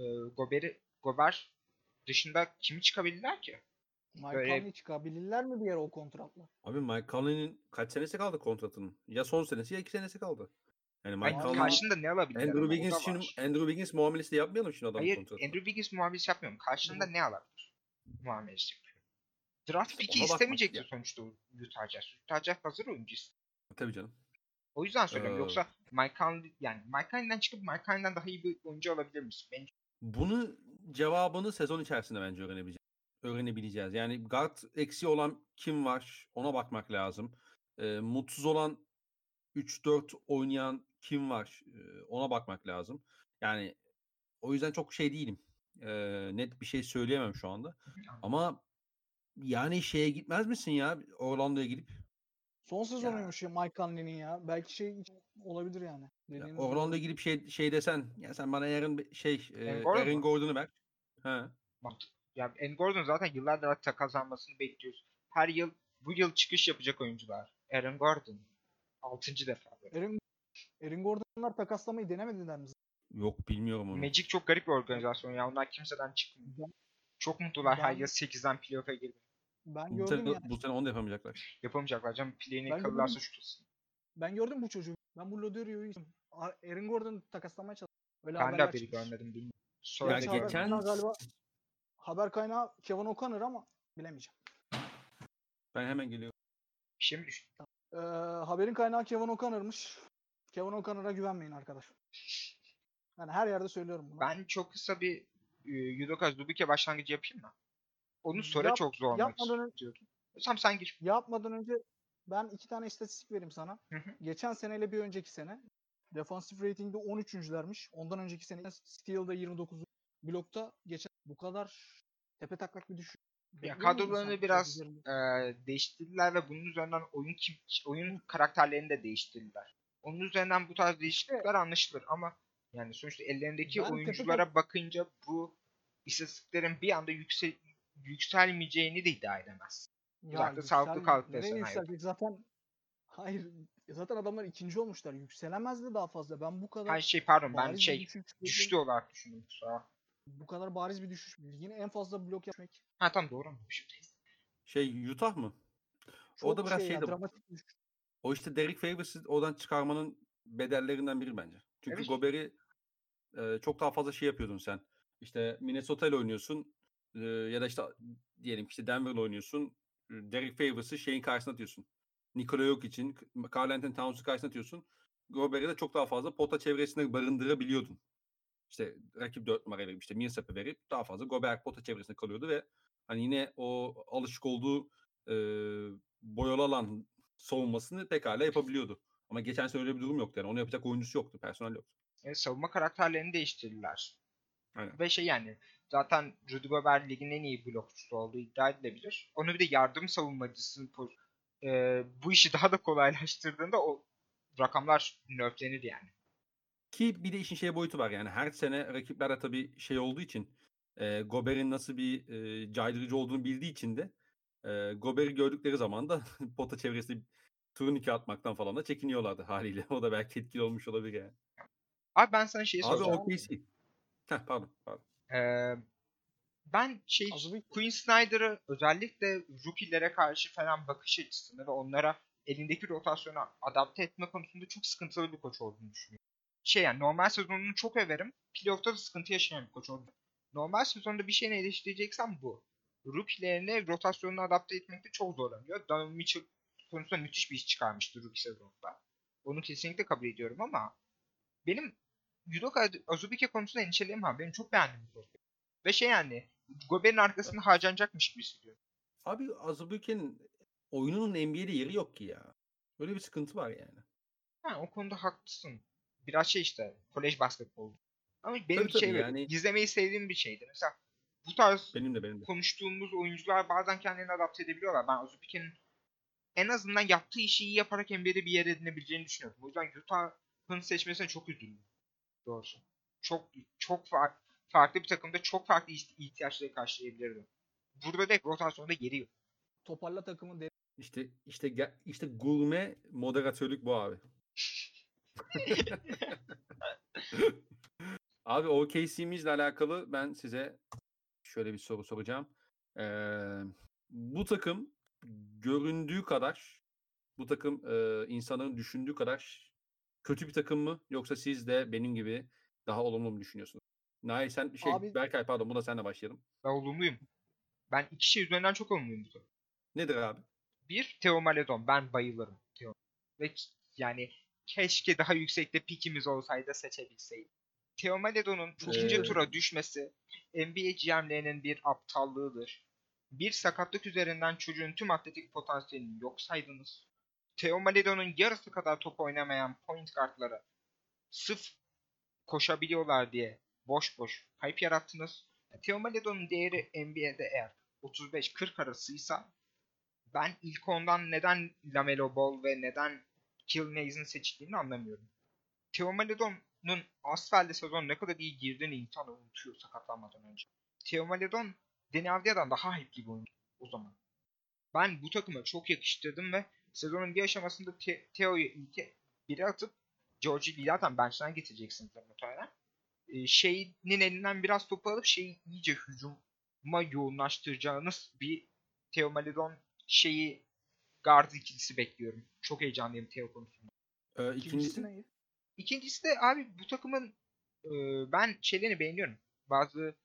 Gobert dışında kimi çıkabilirler ki? Mike Böyle Conley çıkabilirler mi bir yere o kontratla? Abi Mike Conley'nin kaç senesi kaldı kontratının? Ya son senesi ya 2 senesi kaldı. Yani Mike hani Vallahi Conley'nin karşında ne alabilirler Andrew ama o Wiggins da için var. Andrew Wiggins muamelesi de yapmayalım şimdi adamın Hayır, kontratına. Andrew Wiggins muhabbeti yapmıyorum. Karşında ne alabilir? Muamelesi yapıyor. Draft İşte pick'i ona bakmak istemeyecekti ya. sonuçta Utah Jazz. Utah Jazz hazır oyuncu istiyor. Tabii canım. O yüzden söylüyorum. Ee, Yoksa Mike Conley'den çıkıp Mike Conley'den daha iyi bir oyuncu alabilir misin? Bence bunu cevabını sezon içerisinde bence öğrenebileceğiz. Yani guard eksiği olan kim var ona bakmak lazım. Mutsuz olan 3-4 oynayan kim var ona bakmak lazım. Yani o yüzden çok şey değilim. Net bir şey söyleyemem şu anda. Ama yani şeye gitmez misin ya Orlando'ya gidip? Son Ya, sezonuymuş ya Mike Conley'nin ya. Belki şey olabilir yani. ya Dediğiniz Orlando'ya doğru. gidip şey desen ya sen bana Gordon Aaron mu? Gordon'u ver. Ha. Ya Gordon zaten yıllardır hatta kazanmasını bekliyoruz. Her yıl bu yıl çıkış yapacak oyuncular. Aaron Gordon. 6. defa böyle. Aaron Gordon'lar takaslamayı denemediler mi? Yok bilmiyorum onu. Magic çok garip bir organizasyon ya. Onlar kimseden çıkmıyor. Ben, Çok mutlular her yıl ben, 8'den playoff'a girmeyi. ben Bu gördüm sene, ya. bu sene onu da yapamayacaklar. Yapamayacaklar canım. Play'ini Ben yakalarsa gördüm. şutlasın. Ben gördüm bu çocuğu. Ben bu Lodrio'yu Aaron Gordon'u takaslamaya çalıştım. Öyle Ben de haberler haberi çıkmış. görmedim bilmiyorum. Ya Sonra da Gerçi haber görmedim. geçen kaynağı galiba haber kaynağı Kevin O'Connor ama bilemeyeceğim. ben hemen geliyorum. Bir şey mi düştü? Haberin kaynağı Kevin O'Connor'mış. Kevin O'Connor'a güvenmeyin arkadaş. Yani her yerde söylüyorum bunu. Ben çok kısa bir Yudoka Zubike başlangıcı yapayım mı? Onu sonra Yap, çok zorlamak yapmadan, istiyordum. Tamam sen gir. yapmadan önce ben 2 tane istatistik vereyim sana. Hı hı. Geçen seneyle bir önceki sene defansif ratingde 13'üncülermiş. Ondan önceki sene steal'da 29, blokta geçen bu kadar tepe taklak bir düşüş. Ya Bekliyor muydun sen kadrolarını kağıt biraz üzerinde? değiştirdiler ve bunun üzerinden oyun Hı. karakterlerini de değiştirdiler. Onun üzerinden bu tarz İşte değişiklikler anlaşılır ama yani sonuçta ellerindeki ben tepe tak oyunculara bakınca bu istatistiklerin bir anda yükselmeyeceğini de iddia edemez. ya Uzakta sağlıklı kaldıkları nereye senaryoda. yükselecek zaten hayır zaten adamlar ikinci olmuşlar. Yükselemezdi daha fazla. Ben bu kadar Her şey pardon ben bariz bir düşüş düşüşlü olarak düşündüm kusura bakma. bu kadar bariz bir düşüş. Yine en fazla blok yapmak Ha tam doğru anlamışım. Utah mı? O da çok biraz şey ya dramatik bir düşüş. o işte Derek Favors'ı oradan çıkarmanın bedellerinden biri bence. Çünkü Evet. Gobert'i çok daha fazla şey yapıyordun sen. İşte Minnesota ile oynuyorsun ya da işte diyelim ki işte Denver'la oynuyorsun. Derek Favors'ı şeyin karşısına atıyorsun. Nikola Jokic'in, Karl Anthony Towns'u karşısına atıyorsun. Gobert'i de çok daha fazla pota çevresinde barındırabiliyordun. İşte rakip 4 numarayla işte Millsap'ı verip daha fazla Gobert pota çevresinde kalıyordu ve hani yine o alışık olduğu boyalı alan savunmasını pekala yapabiliyordu. Ama geçen sene öyle bir durum yoktu. Yani onu yapacak oyuncusu yoktu. Personel yoktu. Savunma karakterlerini değiştirdiler. Aynen. Ve yani zaten Rudy Gobert ligin en iyi blokçusu olduğu iddia edilebilir. Onu bir de yardım savunmacısı bu işi daha da kolaylaştırdığında o rakamlar nerflenir yani. Ki bir de işin şey boyutu var. Yani her sene rakipler tabii şey olduğu için Gobert'in nasıl bir caydırıcı olduğunu bildiği için de Gobert'i gördükleri zaman da pota çevresinde turnike atmaktan falan da çekiniyorlardı haliyle. O da belki etkili olmuş olabilir yani. Abi ben sana şeyi Abi soracağım. OKC. Pardon. Ee, ben Azı Quinn Snyder'ı özellikle rookie'lere karşı falan bakış açısını ve onlara elindeki rotasyona adapte etme konusunda çok sıkıntılı bir koç olduğunu düşünüyorum. Yani normal sezonunu çok överim. Playoff'ta da sıkıntı yaşayan bir koç olduğunu. Normal sezonda bir şeyini eleştireceksem bu. Rookie'lerini rotasyonuna adapte etmekte çok zorlanıyor. Donovan Mitchell konusunda müthiş bir iş çıkarmıştı rookie sezonunda. Onu kesinlikle kabul ediyorum ama benim Udoka Azubuike konusunda endişelerim var. Benim çok beğendim bu. Ve yani Gobert'in arkasında harcanacakmış gibi hissediyorum. Abi Azubuike'nin oyununun NBA'de yeri yok ki ya. Böyle bir sıkıntı var yani. Ha, o konuda haklısın. Biraz işte kolej basketbolu. Ama benim Tabii tabii böyle yani izlemeyi sevdiğim bir şeydi. Mesela bu tarz benim de. konuştuğumuz oyuncular bazen kendilerini adapte edebiliyorlar. Ben Azubuike'nin en azından yaptığı işi iyi yaparak NBA'de bir yer edinebileceğini düşünüyorum. O yüzden Utah'ın seçmesine çok üzüldüm. Doğrusu. Çok farklı bir takımda çok farklı ihtiyaçları karşılayabilirdi. Burada da rotasyonda yeri yok. Toparla takımı de İşte gurme moderatörlük bu abi. Abi OKC'mizle alakalı ben size şöyle bir soru soracağım. Bu takım göründüğü kadar, bu takım insanların düşündüğü kadar kötü bir takım mı? Yoksa siz de benim gibi daha olumlu mu düşünüyorsunuz? Nail sen abi Berkay pardon buna senle başlayalım. Ben olumluyum. Ben iki şey üzerinden çok olumluyum burada. Nedir abi? Bir, Theo Maledon. Ben bayılırım Theo. Ve yani keşke daha yüksekte pikimiz olsaydı seçebilseydik. Theo Maledon'un ikinci Ee, tura düşmesi NBA GM'lerinin bir aptallığıdır. Bir sakatlık üzerinden çocuğun tüm atletik potansiyelini yok saydınız. Theo Maledon'un yarısı kadar top oynamayan point guardlara sırf koşabiliyorlar diye boş boş hype yarattınız. Theo Maledon'un değeri NBA'de eğer 35-40 arasıysa ben ilk ondan neden LaMelo Ball ve neden Kill Naze'in seçildiğini anlamıyorum. Theo Maledon'un asfalde sezon ne kadar iyi girdiğini insan unutuyor sakatlanmadan önce. Theo Maledon Deni Avdia'dan daha hype'li bir oyuncu o zaman. Ben bu takıma çok yakıştırdım ve sezonun bir aşamasında Theo'yu ilke biri atıp Georgie'yi zaten bench'ten getireceksiniz muhtemelen. Şeyinin elinden biraz topu alıp şeyi iyice hücuma yoğunlaştıracağınız bir Theo Maledon guard ikilisi bekliyorum. Çok heyecanlıyım Theo konusunda. ikincisi İkincisi ne? İkincisi de abi bu takımın ben şeylerini beğeniyorum. Bazı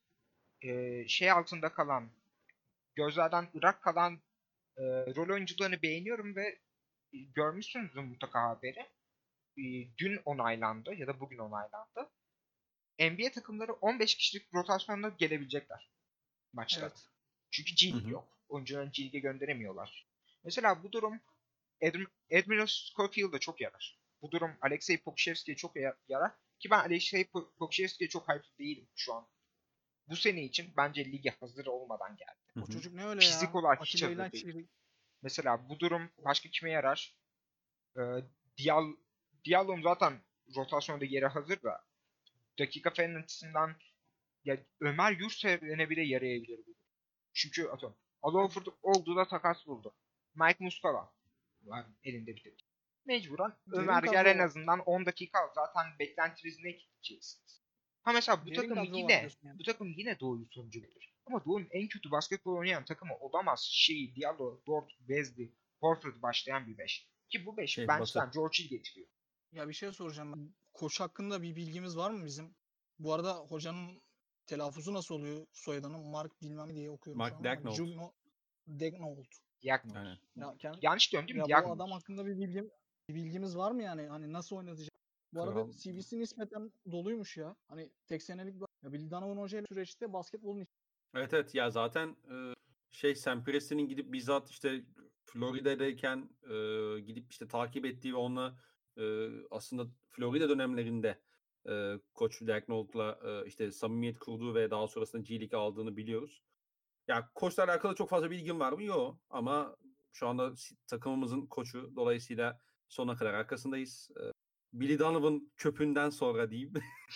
şey altında kalan, gözlerden ırak kalan rol oyuncularını beğeniyorum ve görmüşsünüzdür mutlaka haberi. Dün onaylandı ya da bugün onaylandı. NBA takımları 15 kişilik rotasyonla gelebilecekler maçlara. Evet. Çünkü G League yok. Oyuncularını G League'e gönderemiyorlar. Mesela bu durum Admiral Schofield'a çok yarar. Bu durum Alexei Pokusevski'ye çok yarar. Ki ben Alexei Pokusevski'ye çok hype değilim şu an. Bu sene için bence lige hazır olmadan geldi. O çocuk ne öyle Fizik ya? olarak hiç Atilla hazır İlhan değil. Çelik. Mesela bu durum başka kime yarar? Ee, Diallo'nun zaten rotasyonda yeri hazır da dakika fanatiğinden ya Ömer Yurtseven'e bile yarayabilir bu. Çünkü atıyorum Al Horford olduğunda takas buldu. Mike Muscala var elinde bir tek. Mecburen Derin Ömer Ger en kadro var. azından 10 dakika zaten beklentiniz ne gideceksiniz. Ha mesela Derin kadro var diyorsun yani. bu takım yine Doğu'yu sonucu verir. Ama Doğu'nun en kötü basketbol oynayan takımı olamaz. Diallo, Dort, Wesley, Horford başlayan bir 5. Ki bu 5 Batı. bench'ten George Hill getiriyor. Ya bir şey soracağım ben. Koç hakkında bir bilgimiz var mı bizim? Bu arada hocanın telaffuzu nasıl oluyor soyadını? Mark bilmem ne diye okuyorum Mark şu an ama Daigneault. Juno Daigneault. Diagnoz. Aynen. Yanlış diyorum değil mi? Ya bu Diagnoz. adam hakkında bir bilgimiz var mı yani? Hani nasıl oynatacak? Bu arada Kral. CV'si nispeten doluymuş ya. Hani tek senelik ya Bill Donovan Hoca ile süreçte basketbolun Evet ya zaten Sam Presti'nin gidip bizzat işte Florida'dayken gidip işte takip ettiği ve onunla aslında Florida dönemlerinde Koç Daigneault'la işte samimiyet kurduğu ve daha sonrasında G League aldığını biliyoruz. Ya koçla alakalı çok fazla bilgim var mı? Yok. Ama şu anda takımımızın koçu. Dolayısıyla sonuna kadar arkasındayız. Billy Donovan köpünden sonra diyeyim.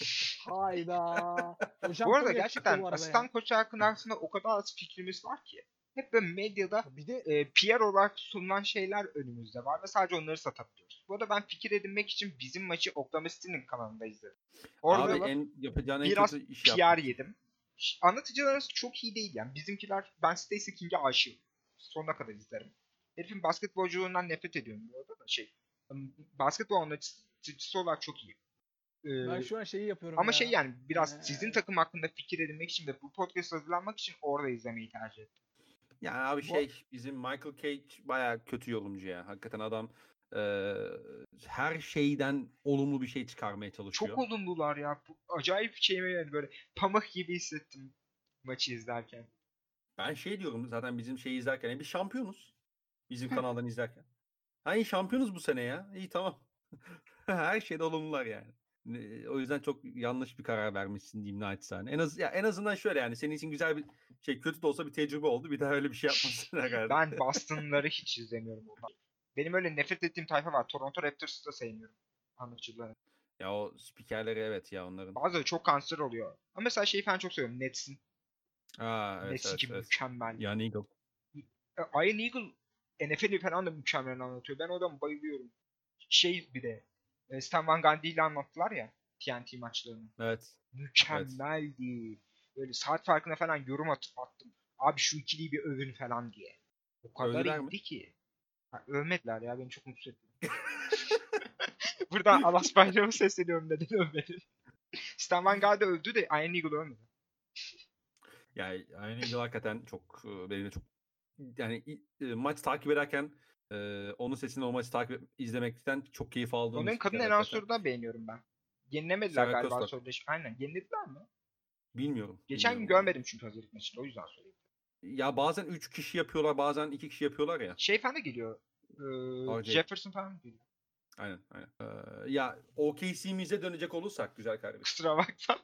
Hayda. Bu Hocam arada çok yakışıklı gerçekten bu arada asistan ya. koçu hakkında aslında o kadar az fikrimiz var ki. Hep böyle medyada Bir de PR olarak sunulan şeyler önümüzde var ve sadece onları satabiliyoruz. Bu arada ben fikir edinmek için bizim maçı Oklahoma City'nin kanalında izledim. Orada Abi yapacağın en biraz kötü iş PR yaptın. yedim. Anlatıcılarımız çok iyi değil yani. Bizimkiler ben Stacey King'e aşığım. Sonuna kadar izlerim. Herifin basketbolculuğundan nefret ediyorum bu arada da basketbol anlatıcısı olarak çok iyi. Ben şu an şeyi yapıyorum Ama ya. yani biraz sizin Ee, takım hakkında fikir edinmek için ve bu podcast hazırlanmak için orada izlemeyi tercih ettim. Yani abi Bu- bizim Michael Cage bayağı kötü yorumcu ya. Hakikaten adam her şeyden olumlu bir şey çıkarmaya Çok çalışıyor. olumlular ya. Bu acayip şey mi yani, böyle pamuk gibi hissettim maçı izlerken. Ben diyorum zaten bizim izlerken bir şampiyonuz. Bizim kanaldan izlerken. Hani şampiyonuz bu sene ya. İyi tamam. Her şeyde olumlular yani. O yüzden çok yanlış bir karar vermişsin diyeyim naçizane. En azından şöyle yani senin için güzel bir kötü de olsa bir tecrübe oldu. Bir daha öyle bir şey yapmasın herhalde. Ben Boston'ları hiç izlemiyorum oradan. Benim öyle nefret ettiğim tayfa var. Toronto Raptors'ı da sevmiyorum. Anlaşılan. Ya o spikerleri evet ya onların. Bazıları çok kanser oluyor. Ama mesela şeyi falan çok seviyorum. Nets'in. Evet Nets'inki mükemmel. Ian Eagle. Ian Eagle NFL'i falan da mükemmel anlatıyor. Ben oradan bayılıyorum. Bir de Stan Van Gundy ile anlattılar ya TNT maçlarını. Evet. Mükemmeldi. Böyle saat farkına falan yorum attım. Abi şu ikiliyi bir övün falan diye. O kadar Övdüler mi? iyiydi ki. Ha, övmediler ya, beni çok mutsuz etti. Buradan Alas Bayram'a sesleniyorum, neden övmedin? Stan Van Gundy övdü de Ian Eagle övmedi. Yani Ian Eagle hakikaten çok benim de çok yani maç takip ederken onun sesini o maçı izlemekten çok keyif aldığım bir Onların kadın spiker hakikaten. anonsörü da beğeniyorum ben. Yenilemediler Sarah galiba Kostock. sözleşme. Aynen. Yenilediler mi? Bilmiyorum. Geçen gün Bilmiyorum onu. görmedim çünkü hazırlık maçında. O yüzden söyleyeyim. Ya bazen 3 kişi yapıyorlar, bazen 2 kişi yapıyorlar ya. Şey falan da geliyor. RJ. Jefferson falan geliyor. Aynen. Ya OKC'mize dönecek olursak güzel kardeşim. Kusura bakma.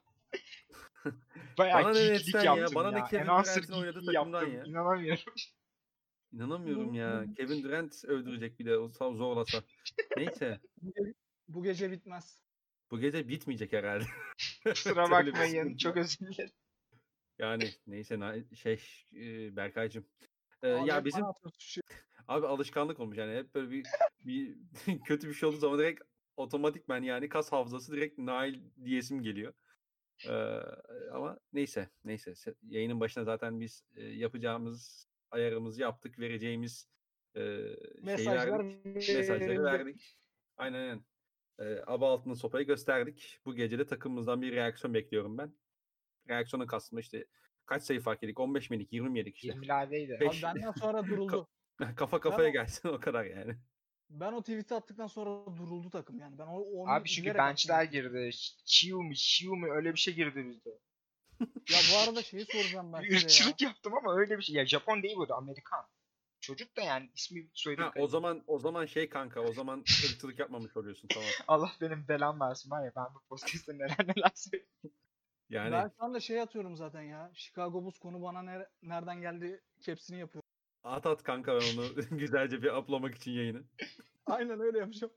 Bayağı Bana ne geeklik Nets'ten ya, yaptım bana ne ya. Kevin Announcer Durant'in oynadığı geekliği takımdan yaptım. ya. İnanamıyorum. İnanamıyorum ya. Kevin Durant öldürecek bir de o zorlasa. Neyse. bu gece bitmez. Bu gece bitmeyecek herhalde. Kusura Öyle bir bakmayın. sıkıntı Çok var. özür dilerim. Yani neyse Berkaycığım. Abi Ya hep bizim bana atıyorsun şu. abi alışkanlık olmuş yani hep böyle bir kötü bir şey olduğu zaman direkt otomatikman yani kas hafızası direkt Nail diyesim geliyor. Ee, Ama neyse yayının başına zaten biz yapacağımız ayarımızı yaptık, vereceğimiz şeyi Mesajlar verdik, mesajları verildi. verdik. Aynen. Aba altında sopayı gösterdik. Bu gece de takımımızdan bir reaksiyon bekliyorum ben. Reaksiyonun kastım işte kaç sayı fark yedik? 15 mi yedik? 20 mi yedik işte? 20'lerdeydi. 5 Abi benden sonra duruldu. kafa Ben kafaya o, gelsin o kadar yani. ben o tweet'i attıktan sonra duruldu takım yani. Ben onu Abi çünkü bilerek attım. benchler girdi. Chiu mu öyle bir şey girdi bizde. Ya bu arada şeyi soracağım ben Bir size ya. ırkçılık yaptım ama öyle bir şey. Ya Japon değil bu da, Amerikan. Çocuk da yani ismi soyadı Ha, o zaman kanka o zaman ırkçılık yapmamış oluyorsun tamam. Allah benim belam versin var ya, ben bu podcast'te neler söylüyorum. Yani Ben şu anda şey atıyorum zaten ya. Chicago Bulls konu bana nereden geldi caps'ini yapıyorum. at kanka ben onu güzelce bir uplamak için yayını. Aynen öyle yapacağım.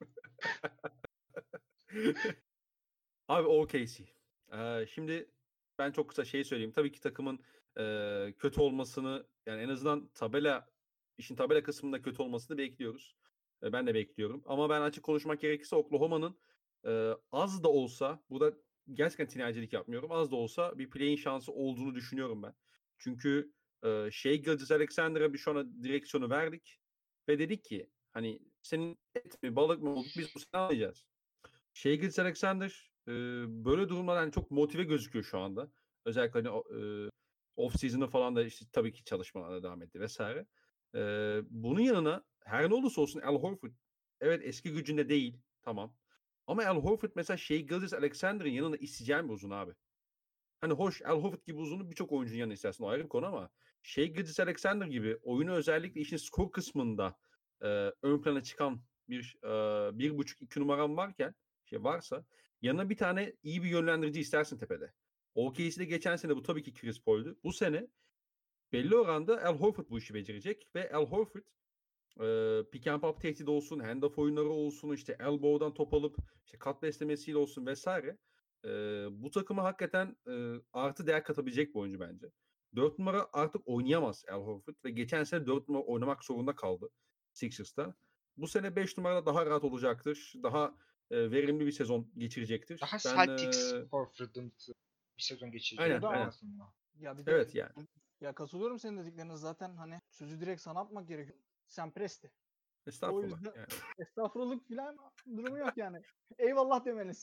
Abi OKC. Şimdi ben çok kısa söyleyeyim. Tabii ki takımın kötü olmasını yani en azından işin tabela kısmında kötü olmasını bekliyoruz. Ben de bekliyorum. Ama ben açık konuşmak gerekirse Oklahoma'nın az da olsa burada gerçekten tinercilik yapmıyorum. Az da olsa bir play-in şansı olduğunu düşünüyorum ben. Çünkü Gilgeous-Alexander'a şu ana direksiyonu verdik ve dedik ki hani senin et mi balık mı olduk biz bu sene alacağız. Gilgeous-Alexander böyle durumlar yani çok motive gözüküyor şu anda. Özellikle hani off season'da falan da işte tabii ki çalışmalarına devam etti vesaire. Bunun yanına her ne olursa olsun Al Horford evet eski gücünde değil tamam. Ama Al Horford mesela Gilgeous-Alexander'ın yanında isteyeceğim bir uzun abi. Hani hoş Al Horford gibi uzunu birçok oyuncunun yanına istersin o ayrı bir konu ama Gilgeous-Alexander gibi oyunu özellikle işin skor kısmında ön plana çıkan bir 1,5-2 numaram varken varsa yanına bir tane iyi bir yönlendirici istersin tepede. OKC'de geçen sene bu tabii ki Chris Paul'du. Bu sene belli oranda Al Horford bu işi becerecek ve Al Horford pick and pop tehdidi olsun, handoff oyunları olsun, işte elbow'dan top alıp işte kat beslemesiyle olsun vesaire. Bu takıma hakikaten artı değer katabilecek bir oyuncu bence. 4 numara artık oynayamaz Al Horford ve geçen sene 4 numara oynamak zorunda kaldı Sixers'ta. Bu sene 5 numarada daha rahat olacaktır. Daha verimli bir sezon geçirecektir. Daha Ben Celtics Horford'un bir sezon geçireceği aynen Aynen. aslında. Ya bir de evet yani. ya katılıyorum senin dediklerine zaten hani sözü direkt sana atmak gerekiyor. Sen Presti. O Estağfurullah yüzden yani. estağfurullah falan durumu yok yani. Eyvallah demelisin.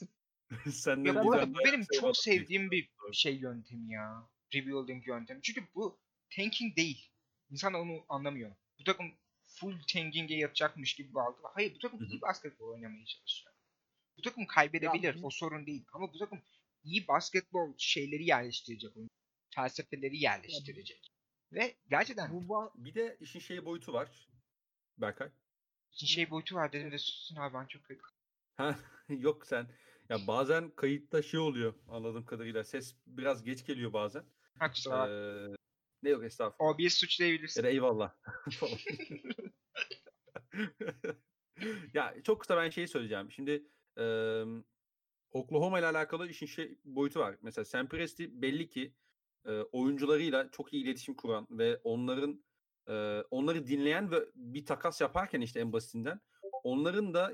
Senden Ya bir bu tane arada bu daha benim şey çok var sevdiğim bir diyecektim. şey yöntemi ya. Rebuilding yöntemi. Çünkü bu tanking değil. İnsan onu anlamıyor. Bu takım full tanking'e yatacakmış gibi bir algı var. Hayır, bu takım Hı iyi hı. basketbol oynamaya çalışıyor. Bu takım Ya kaybedebilir. bir, O sorun değil. Ama bu takım iyi basketbol şeyleri yerleştirecek. Oyun felsefeleri ya yerleştirecek. Ve gerçekten bu ba- Bir de işin şey boyutu var Berkay. şey boyutu var dedim şey, de sussun abi, ben çok kötü. Ha, yok sen. Ya bazen kayıtta şey oluyor anladığım kadarıyla. Ses biraz geç geliyor bazen. Ha, kusura bak. Ne yok estağfurullah. OBS Ya suçlayabilirsin. da eyvallah falan. Ya çok kısa ben şeyi söyleyeceğim. Şimdi Oklahoma ile alakalı işin şey boyutu var. Mesela Sam Presti belli ki oyuncularıyla çok iyi iletişim kuran ve onları dinleyen ve bir takas yaparken işte en basitinden onların da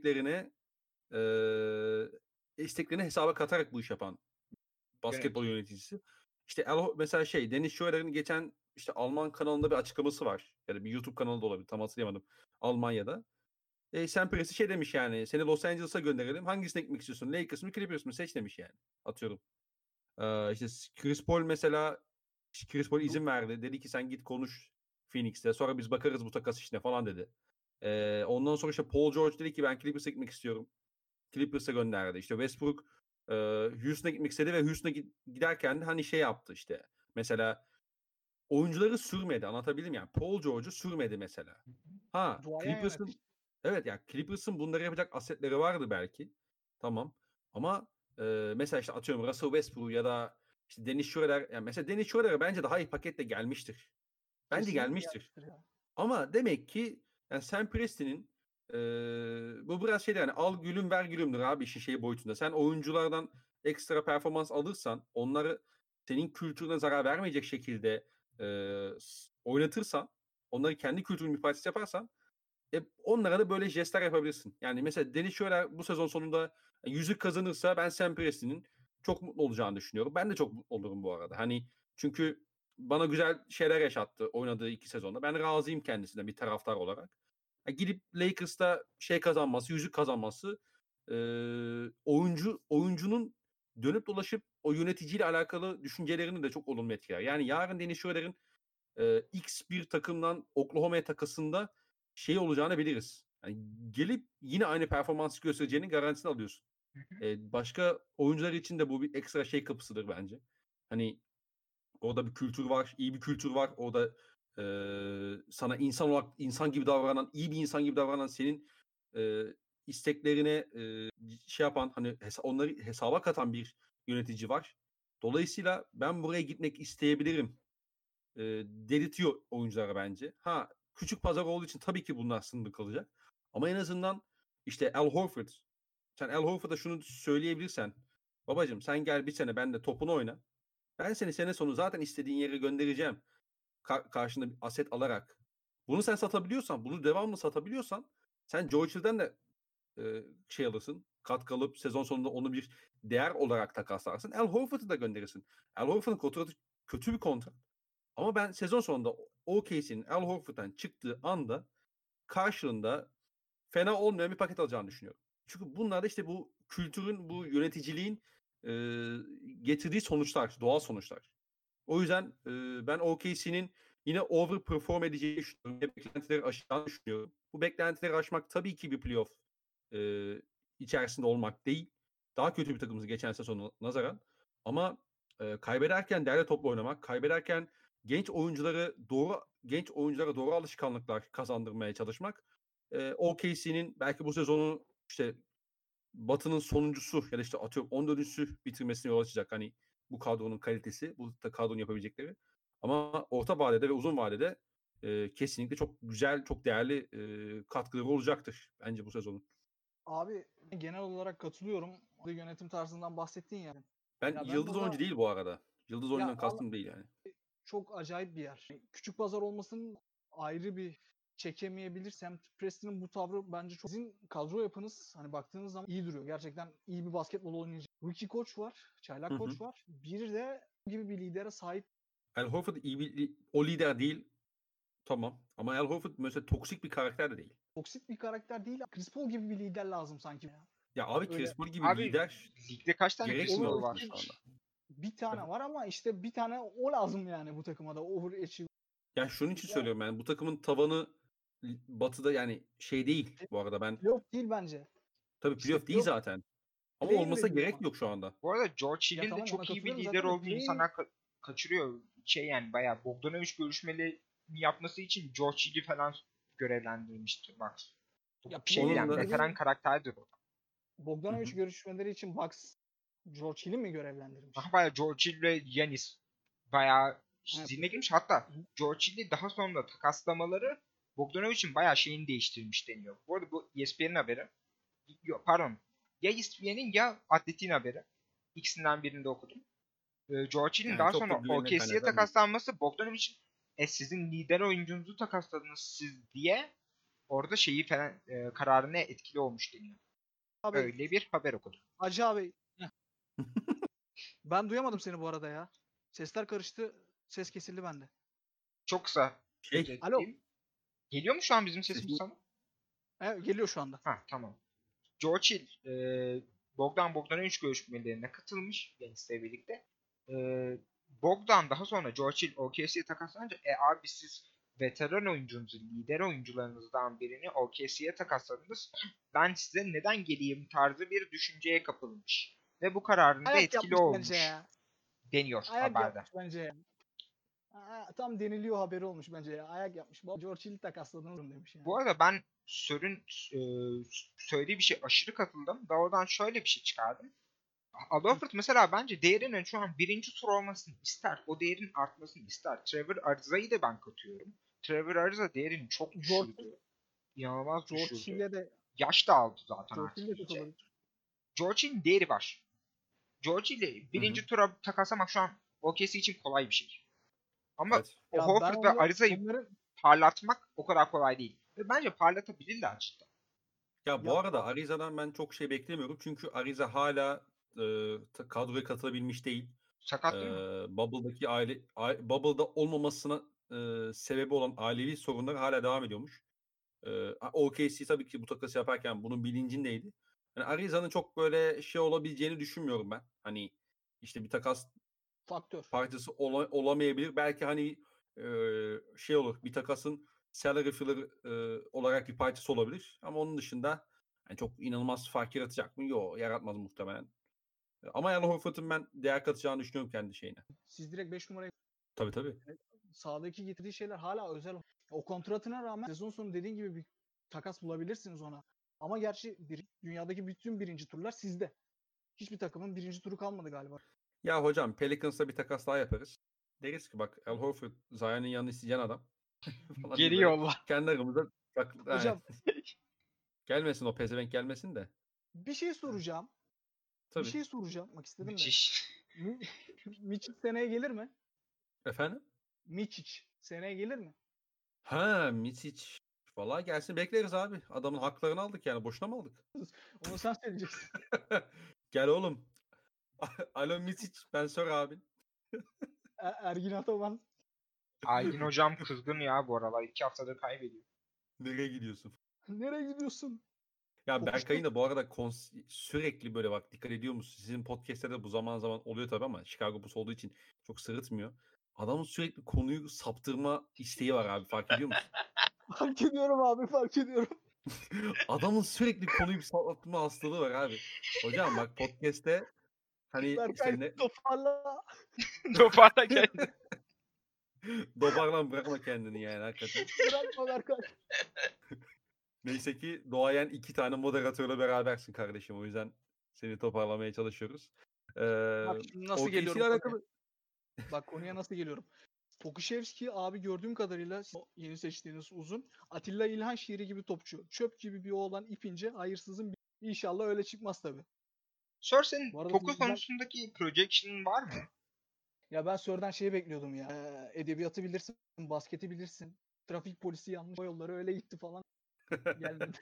isteklerini hesaba katarak bu iş yapan basketbol Yönetici. yöneticisi. İşte mesela Dennis Schroeder'in geçen işte Alman kanalında bir açıklaması var. Ya da bir YouTube kanalı da olabilir. Tam hatırlayamadım. Almanya'da. Sam Presti şey demiş yani. Seni Los Angeles'a gönderelim. Hangisine gitmek istiyorsun? Lakers mı Clippers mı? Seç demiş yani. Atıyorum. İşte Chris Paul mesela Chris Paul izin verdi. Dedi ki sen git konuş Phoenix'te. Sonra biz bakarız bu takas işine falan dedi. Ondan sonra işte Paul George dedi ki ben Clippers'a gitmek istiyorum. Clippers'a gönderdi. İşte Westbrook Houston'a gitmek istedi ve Houston'a giderken de hani şey yaptı işte. Mesela oyuncuları sürmedi. Anlatabildim yani. Paul George'u sürmedi mesela. Ha duayen yönetici. Clippers'ın evet ya Clippers'ın bunları yapacak asetleri vardı belki. Tamam. Ama mesela işte atıyorum Russell Westbrook ya da işte Dennis Schroeder yani mesela Dennis Schroeder'e bence daha iyi paketle gelmiştir. Bence Kesinlikle gelmiştir. gelmiştir ya. Ama demek ki yani Sam Presti'nin bu biraz şey yani al gülüm ver gülümdür abi işin şey boyutunda. Sen oyunculardan ekstra performans alırsan onları senin kültürüne zarar vermeyecek şekilde oynatırsan onları kendi kültürünün bir parçası yaparsan onlara da böyle jestler yapabilirsin. Yani mesela Dennis Schroeder bu sezon sonunda yüzük kazanırsa ben Sam Presti'nin çok mutlu olacağını düşünüyorum. Ben de çok mutlu olurum bu arada. Hani çünkü bana güzel şeyler yaşattı oynadığı 2 sezonda. Ben razıyım kendisine bir taraftar olarak. Gidip Lakers'ta şey kazanması, yüzük kazanması oyuncunun dönüp dolaşıp o yöneticiyle alakalı düşüncelerini de çok olumlu etkiler. Yani yarın Dennis Schroeder'in X bir takımdan Oklahoma'ya takasında şey olacağını biliriz. Yani gelip yine aynı performansı göstereceğinin garantisini alıyorsun. Başka oyuncular için de bu bir ekstra şey kapısıdır bence. Hani orada bir kültür var, iyi bir kültür var. Orada sana insan olarak insan gibi davranan, iyi bir insan gibi davranan senin isteklerine şey yapan, hani onları hesaba katan bir yönetici var. Dolayısıyla ben buraya gitmek isteyebilirim dedirtiyor oyunculara bence. Ha küçük pazar olduğu için tabii ki bunlar sınırlı kalacak. Ama en azından işte Al Horford. Sen Al Horford'a şunu söyleyebilirsen. Babacım sen gel bir sene ben de topunu oyna. Ben seni sene sonu zaten istediğin yere göndereceğim. Karşında bir aset alarak. Bunu sen satabiliyorsan, bunu devamlı satabiliyorsan sen George Hill'den de şey alırsın. Katkı alıp sezon sonunda onu bir değer olarak takaslarsın. Al Horford'u da gönderirsin. Al Horford'un kontratı kötü bir kontrat. Ama ben sezon sonunda OKC'nin Al Horford'dan çıktığı anda karşılığında fena olmayan bir paket alacağını düşünüyorum. Çünkü bunlar da işte bu kültürün, bu yöneticiliğin e, getirdiği sonuçlar, doğal sonuçlar. O yüzden ben OKC'nin yine overperform edeceğini düşünüyorum. Beklentileri aşacağını düşünüyorum. Bu beklentileri aşmak tabii ki bir playoff e, içerisinde olmak değil. Daha kötü bir takımız geçen sezona nazaran. Ama kaybederken derli toplu oynamak, kaybederken genç oyunculara doğru alışkanlıklar kazandırmaya çalışmak OKC'nin belki bu sezonu işte Batı'nın sonuncusu ya da işte atıyorum 14'üncüsü bitirmesine yol açacak. Hani bu kadronun kalitesi, bu kadronun yapabilecekleri. Ama orta vadede ve uzun vadede kesinlikle çok güzel, çok değerli katkıları olacaktır bence bu sezonun. Abi genel olarak katılıyorum. Yönetim tarzından bahsettin yani. Ben Ya ben yıldız oyuncu burada değil bu arada. Yıldız ya oyuncudan kastım değil yani. çok acayip bir yer. Küçük pazar olmasının ayrı bir çekemeyebilirsem Preston'ın bu tavrı bence çok sizin kadro yapınız hani baktığınız zaman iyi duruyor. Gerçekten iyi bir basketbol oynayacak. Rookie koç var, Hı çaylak hı. koç var. Bir de gibi bir lidere sahip Al Horford iyi o lider değil. Tamam. Ama Al Horford mesela toksik bir karakter de değil. toksik bir karakter değil. Chris Paul gibi bir lider lazım sanki. Ya. Ya abi Öyle. Chris Paul gibi Abi lider ligde kaç tane Chris gerekmiyor Paul Olur. var? şu anda. Bir tane var ama işte bir tane o lazım yani bu takıma da. Overachieve. Yani şunun için Ya, söylüyorum, yani bu takımın tavanı Batı'da yani şey değil bu arada, ben playoff değil bence. tabii İşte playoff değil playoff zaten. Ama play-in olmasa de değil gerek ama. yok şu anda. Bu arada George Ya Hill'in de tamam ona çok iyi bir katılıyorum lider zaten de olduğunu play-in insanlar kaçırıyor. Şey yani bayağı Bogdanovic görüşmelerini yapması için George Hill'i falan görevlendirmiştir bak. ya Şey Onun play-in yani da veteran karakterdir o. Bogdanovic Hı hı. görüşmeleri için Bucks George Hill'i mi görevlendirmiş? Daha bayağı George Hill ve Giannis bayağı Ha, ziline girmiş. Hatta George Hill'i daha sonra takaslamaları Bogdanovic'in bayağı şeyini değiştirmiş deniyor. Bu arada bu ESPN'in haberi. Yok, pardon. Ya ESPN'in ya Athletic'in haberi. İkisinden birinde okudum. George Hill'in yani daha çok da sonra güvenilir OKC'ye kaynaklar değil. takaslanması Bogdanovic'in sizin lider oyuncunuzu takasladınız siz diye orada şeyi falan kararına etkili olmuş deniyor. Abi Öyle bir haber okudum. Hacı abi ben duyamadım seni bu arada ya. Sesler karıştı. Ses kesildi bende. Çok kısa Şey, Alo. özetleyeyim. Geliyor mu şu an bizim sesimiz sesim sana? Geliyor şu anda. Ha tamam. George Hill Bogdanovic görüşmelerine katılmış Yanis'le birlikte. E, Bogdan daha sonra George Hill OKC'ye takaslanınca abi siz veteran oyuncunuzu, lider oyuncularınızdan birini OKC'ye takasladınız. Ben size neden geleyim tarzı bir düşünceye kapılmış. Ve bu kararında Ayak etkili yapmış bence olmuş ya. deniyor Ayak haberde. yapmış bence ya. Tam deniliyor haberi olmuş bence ya. Ayak yapmış. George Hill'i takasladınız demiş yani. Bu arada ben Sör'ün söylediği bir şey aşırı katıldım. Ve oradan şöyle bir şey çıkardım. Al Horford mesela bence değerinin şu an birinci tur olmasını ister. O değerin artmasını ister. Trevor Ariza'yı da ben katıyorum. Trevor Ariza değerini çok George, düşürdü. İnanılmaz George düşürdü. Hill'e de Yaş da aldı zaten George artık Hill'e iyice. katılabilir. George Hill'in değeri var. George Hill'i hı hı. birinci tura takaslamak şu an OKC için kolay bir şey. Ama Evet. o Ya ben Horford ve Ariza'yı onların parlatmak o kadar kolay değil. Ve bence parlatabilirler cidden. Ya bu ya arada Ariza'dan ben çok şey beklemiyorum. Çünkü Ariza hala kadroya katılabilmiş değil. Sakat değil mi? Bubble'daki Bubble'da olmamasına sebebi olan ailevi sorunlar hala devam ediyormuş. OKC tabii ki bu takası yaparken bunun bilincindeydi. Yani Ariza'nın çok böyle şey olabileceğini düşünmüyorum ben. Hani işte bir takas faktör. parçası olamayabilir. Belki hani şey olur, bir takasın salary filler olarak bir parçası olabilir. Ama onun dışında yani çok inanılmaz fark yaratacak mı? Yok, yaratmaz muhtemelen. Ama yani Horford'un ben değer katacağını düşünüyorum kendi şeyine. Siz direkt 5 numaraya Tabii tabii. sağdaki getirdiği şeyler hala özel. O kontratına rağmen sezon sonu dediğin gibi bir takas bulabilirsiniz ona. Ama gerçi dünyadaki bütün birinci turlar sizde. Hiçbir takımın birinci turu kalmadı galiba. Ya hocam Pelicans'la bir takas daha yaparız. Deriz ki bak Al Horford Zion'ın yanını isteyeceğin adam falan diye Geri böyle yolla. kendi aramızda aynen. Hocam Gelmesin o pezevenk, gelmesin de. bir şey soracağım. Bir Tabii. şey soracağım. Bak istedim de. Müthiş. Miçic seneye gelir mi? Efendim? Miçic seneye gelir mi? Ha, Misic. Vallahi gelsin, bekleriz abi. Adamın haklarını aldık yani. Boşuna mı aldık? Onu sen söyleyeceksin. Gel oğlum. Alo Misic. Ben Sör abin. Ergin Ataman Aydın hocam kızgın ya bu aralar. 2 haftadır kaybediyor. Nereye gidiyorsun? nereye gidiyorsun? Ya Kokuşma. Berkay'ın da bu arada sürekli böyle, bak dikkat ediyor musun? Sizin podcast'te de bu zaman zaman oluyor tabii ama Chicago Bulls olduğu için çok sırıtmıyor. Adamın sürekli konuyu saptırma isteği var abi, fark ediyor musun? Fark ediyorum abi fark ediyorum. Adamın sürekli konuyu saptırma hastalığı var abi. Hocam bak podcast'te hani Berkay işte ne toparla. Toparla kendini. dobarlan bırakma kendini yani hakikaten. Bırakma Berkay. Neyse ki doğayan 2 tane moderatörle berabersin kardeşim. O yüzden seni toparlamaya çalışıyoruz. Bak şimdi nasıl OKC ile geliyorum konuya. alakalı Bak konuya nasıl geliyorum. Pokuševski abi gördüğüm kadarıyla o yeni seçtiğiniz uzun Atilla İlhan şiiri gibi topçu. Çöp gibi bir oğlan ipince hayırsızın bir... İnşallah öyle çıkmaz tabii. Sor senin Bu arada Poku ben, konusundaki projection'ın var mı? ya ben Sör'den şeyi bekliyordum ya. Edebiyatı bilirsin, basketi bilirsin. Trafik polisi yanlış o yolları öyle gitti falan. Gelmedi.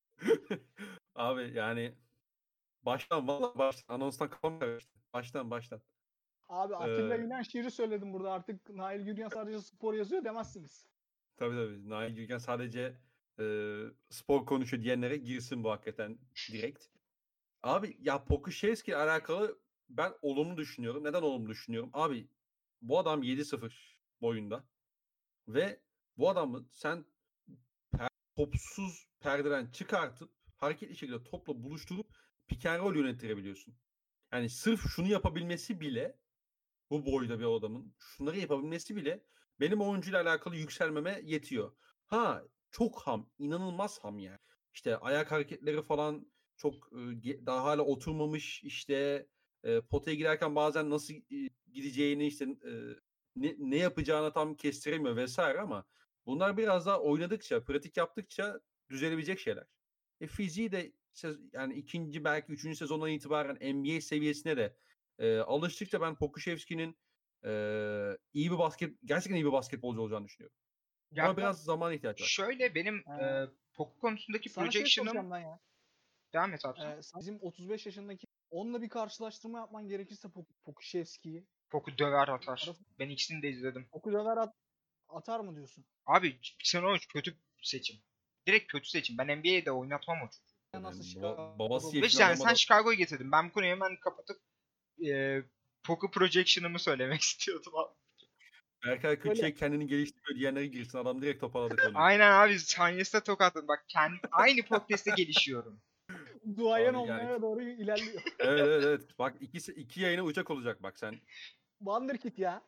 abi yani baştan, vallahi baştan anonstan kafam karıştı. Baştan. Abi Atilla Ee, İlhan şiiri söyledim burada. Artık Nail Gürgen sadece spor yazıyor demezsiniz. tabii. Nail Gürgen sadece spor konuşuyor diyenlere girsin bu hakikaten direkt. Abi ya Pokusevski ile alakalı ben olumlu düşünüyorum. Neden olumlu düşünüyorum? Abi bu adam 7-0 boyunda ve bu adamı sen topsuz perdeden çıkartıp hareketli şekilde topla buluşturup pick and roll yönettirebiliyorsun. Yani sırf şunu yapabilmesi bile bu boyda bir adamın şunları yapabilmesi bile benim oyuncuyla alakalı yükselmeme yetiyor. Ha çok ham, inanılmaz ham yani. İşte ayak hareketleri falan çok daha hala oturmamış işte potaya girerken bazen nasıl gideceğini işte ne yapacağını tam kestiremiyor vesaire ama bunlar biraz daha oynadıkça, pratik yaptıkça düzelebilecek şeyler. Fiziği de yani ikinci belki üçüncü sezondan itibaren NBA seviyesine de alıştıkça ben Pokusevski'nin gerçekten iyi bir basketbolcu olacağını düşünüyorum. Ya Ama biraz zamana ihtiyaç var. şöyle benim Ee, Poku konusundaki Sana şey projection'ım soracağım ben ya. devam et abi sen. Bizim 35 yaşındaki onunla bir karşılaştırma yapman gerekirse Pokusevski'yi Poku döver atar. arası Ben ikisini de izledim. Okudaver atar mı diyorsun? Abi Xenovic kötü seçim. Direkt kötü seçim. Ben NBA'de oynatmam o çocuğu. Nasıl Yani Chicago babası Bulls? Ve yeşil yani sen adama da Chicago'yu getirdin. Ben bu konuyu hemen kapatıp Poku projection'ımı söylemek istiyordum abi. Berkay Öyle. Kutçek kendini geliştiriyor diyenlere girsin. Adam direkt toparladı konuyu. Aynen abi saniyesinde tokatladım. Bak aynı podcast'te gelişiyorum. Duayen Abi yani olmaya doğru ilerliyor. evet. Bak iki yayına uçak olacak bak sen. Wonderkid ya.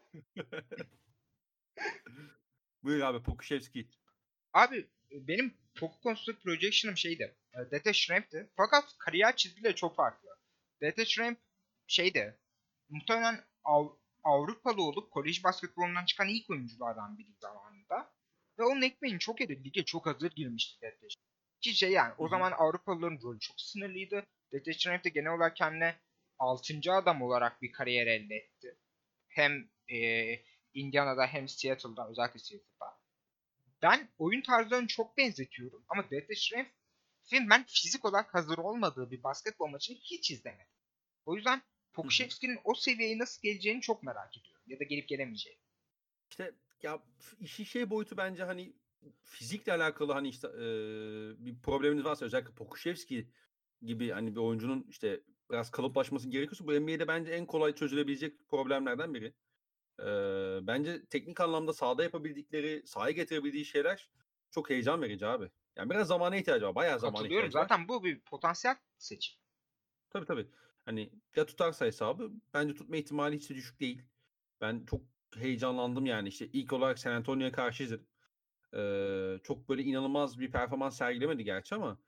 Buyur abi Pokusevski. Abi benim Poku konusundaki projection'ım şeydi. Dete Shrimp'ti. Fakat kariyer çizgileri çok farklı. Dete Shrimp şeydi. Muhtemelen Avrupalı olup kolej basketbolundan çıkan ilk oyunculardan biri zamanında. Ve onun ekmeğini çok yedi. Lige çok hazır girmişti Dete Shrimp. Ki şey yani o zaman Avrupalıların rolü çok sınırlıydı. Dete Shrimp de genel olarak kendine 6. adam olarak bir kariyer elde etti. Hem Indiana'da hem Seattle'da, özellikle Seattle'da. Ben oyun tarzlarını çok benzetiyorum ama Dete Shrimp'in ben fizik olarak hazır olmadığı bir basketbol maçını hiç izlemedim. O yüzden Pokusevski'nin o seviyeye nasıl geleceğini çok merak ediyorum. Ya da gelip gelemeyeceğini. İşte ya işin şey boyutu bence hani fizikle alakalı hani işte bir probleminiz varsa özellikle Pokusevski gibi hani bir oyuncunun işte biraz kalıplaşması gerekiyorsa bu NBA'de bence en kolay çözülebilecek problemlerden biri. Bence teknik anlamda sahada yapabildikleri, sahaya getirebildiği şeyler çok heyecan verici abi. Yani biraz zamana ihtiyacı var. Bayağı zamana Katılıyorum. ihtiyacı var. Zaten bu bir potansiyel seçim. Tabii. Hani ya tutarsa hesabı bence tutma ihtimali hiç de düşük değil. Ben çok heyecanlandım yani işte ilk olarak San Antonio'ya karşı izledim. Çok böyle inanılmaz bir performans sergilemedi gerçi ama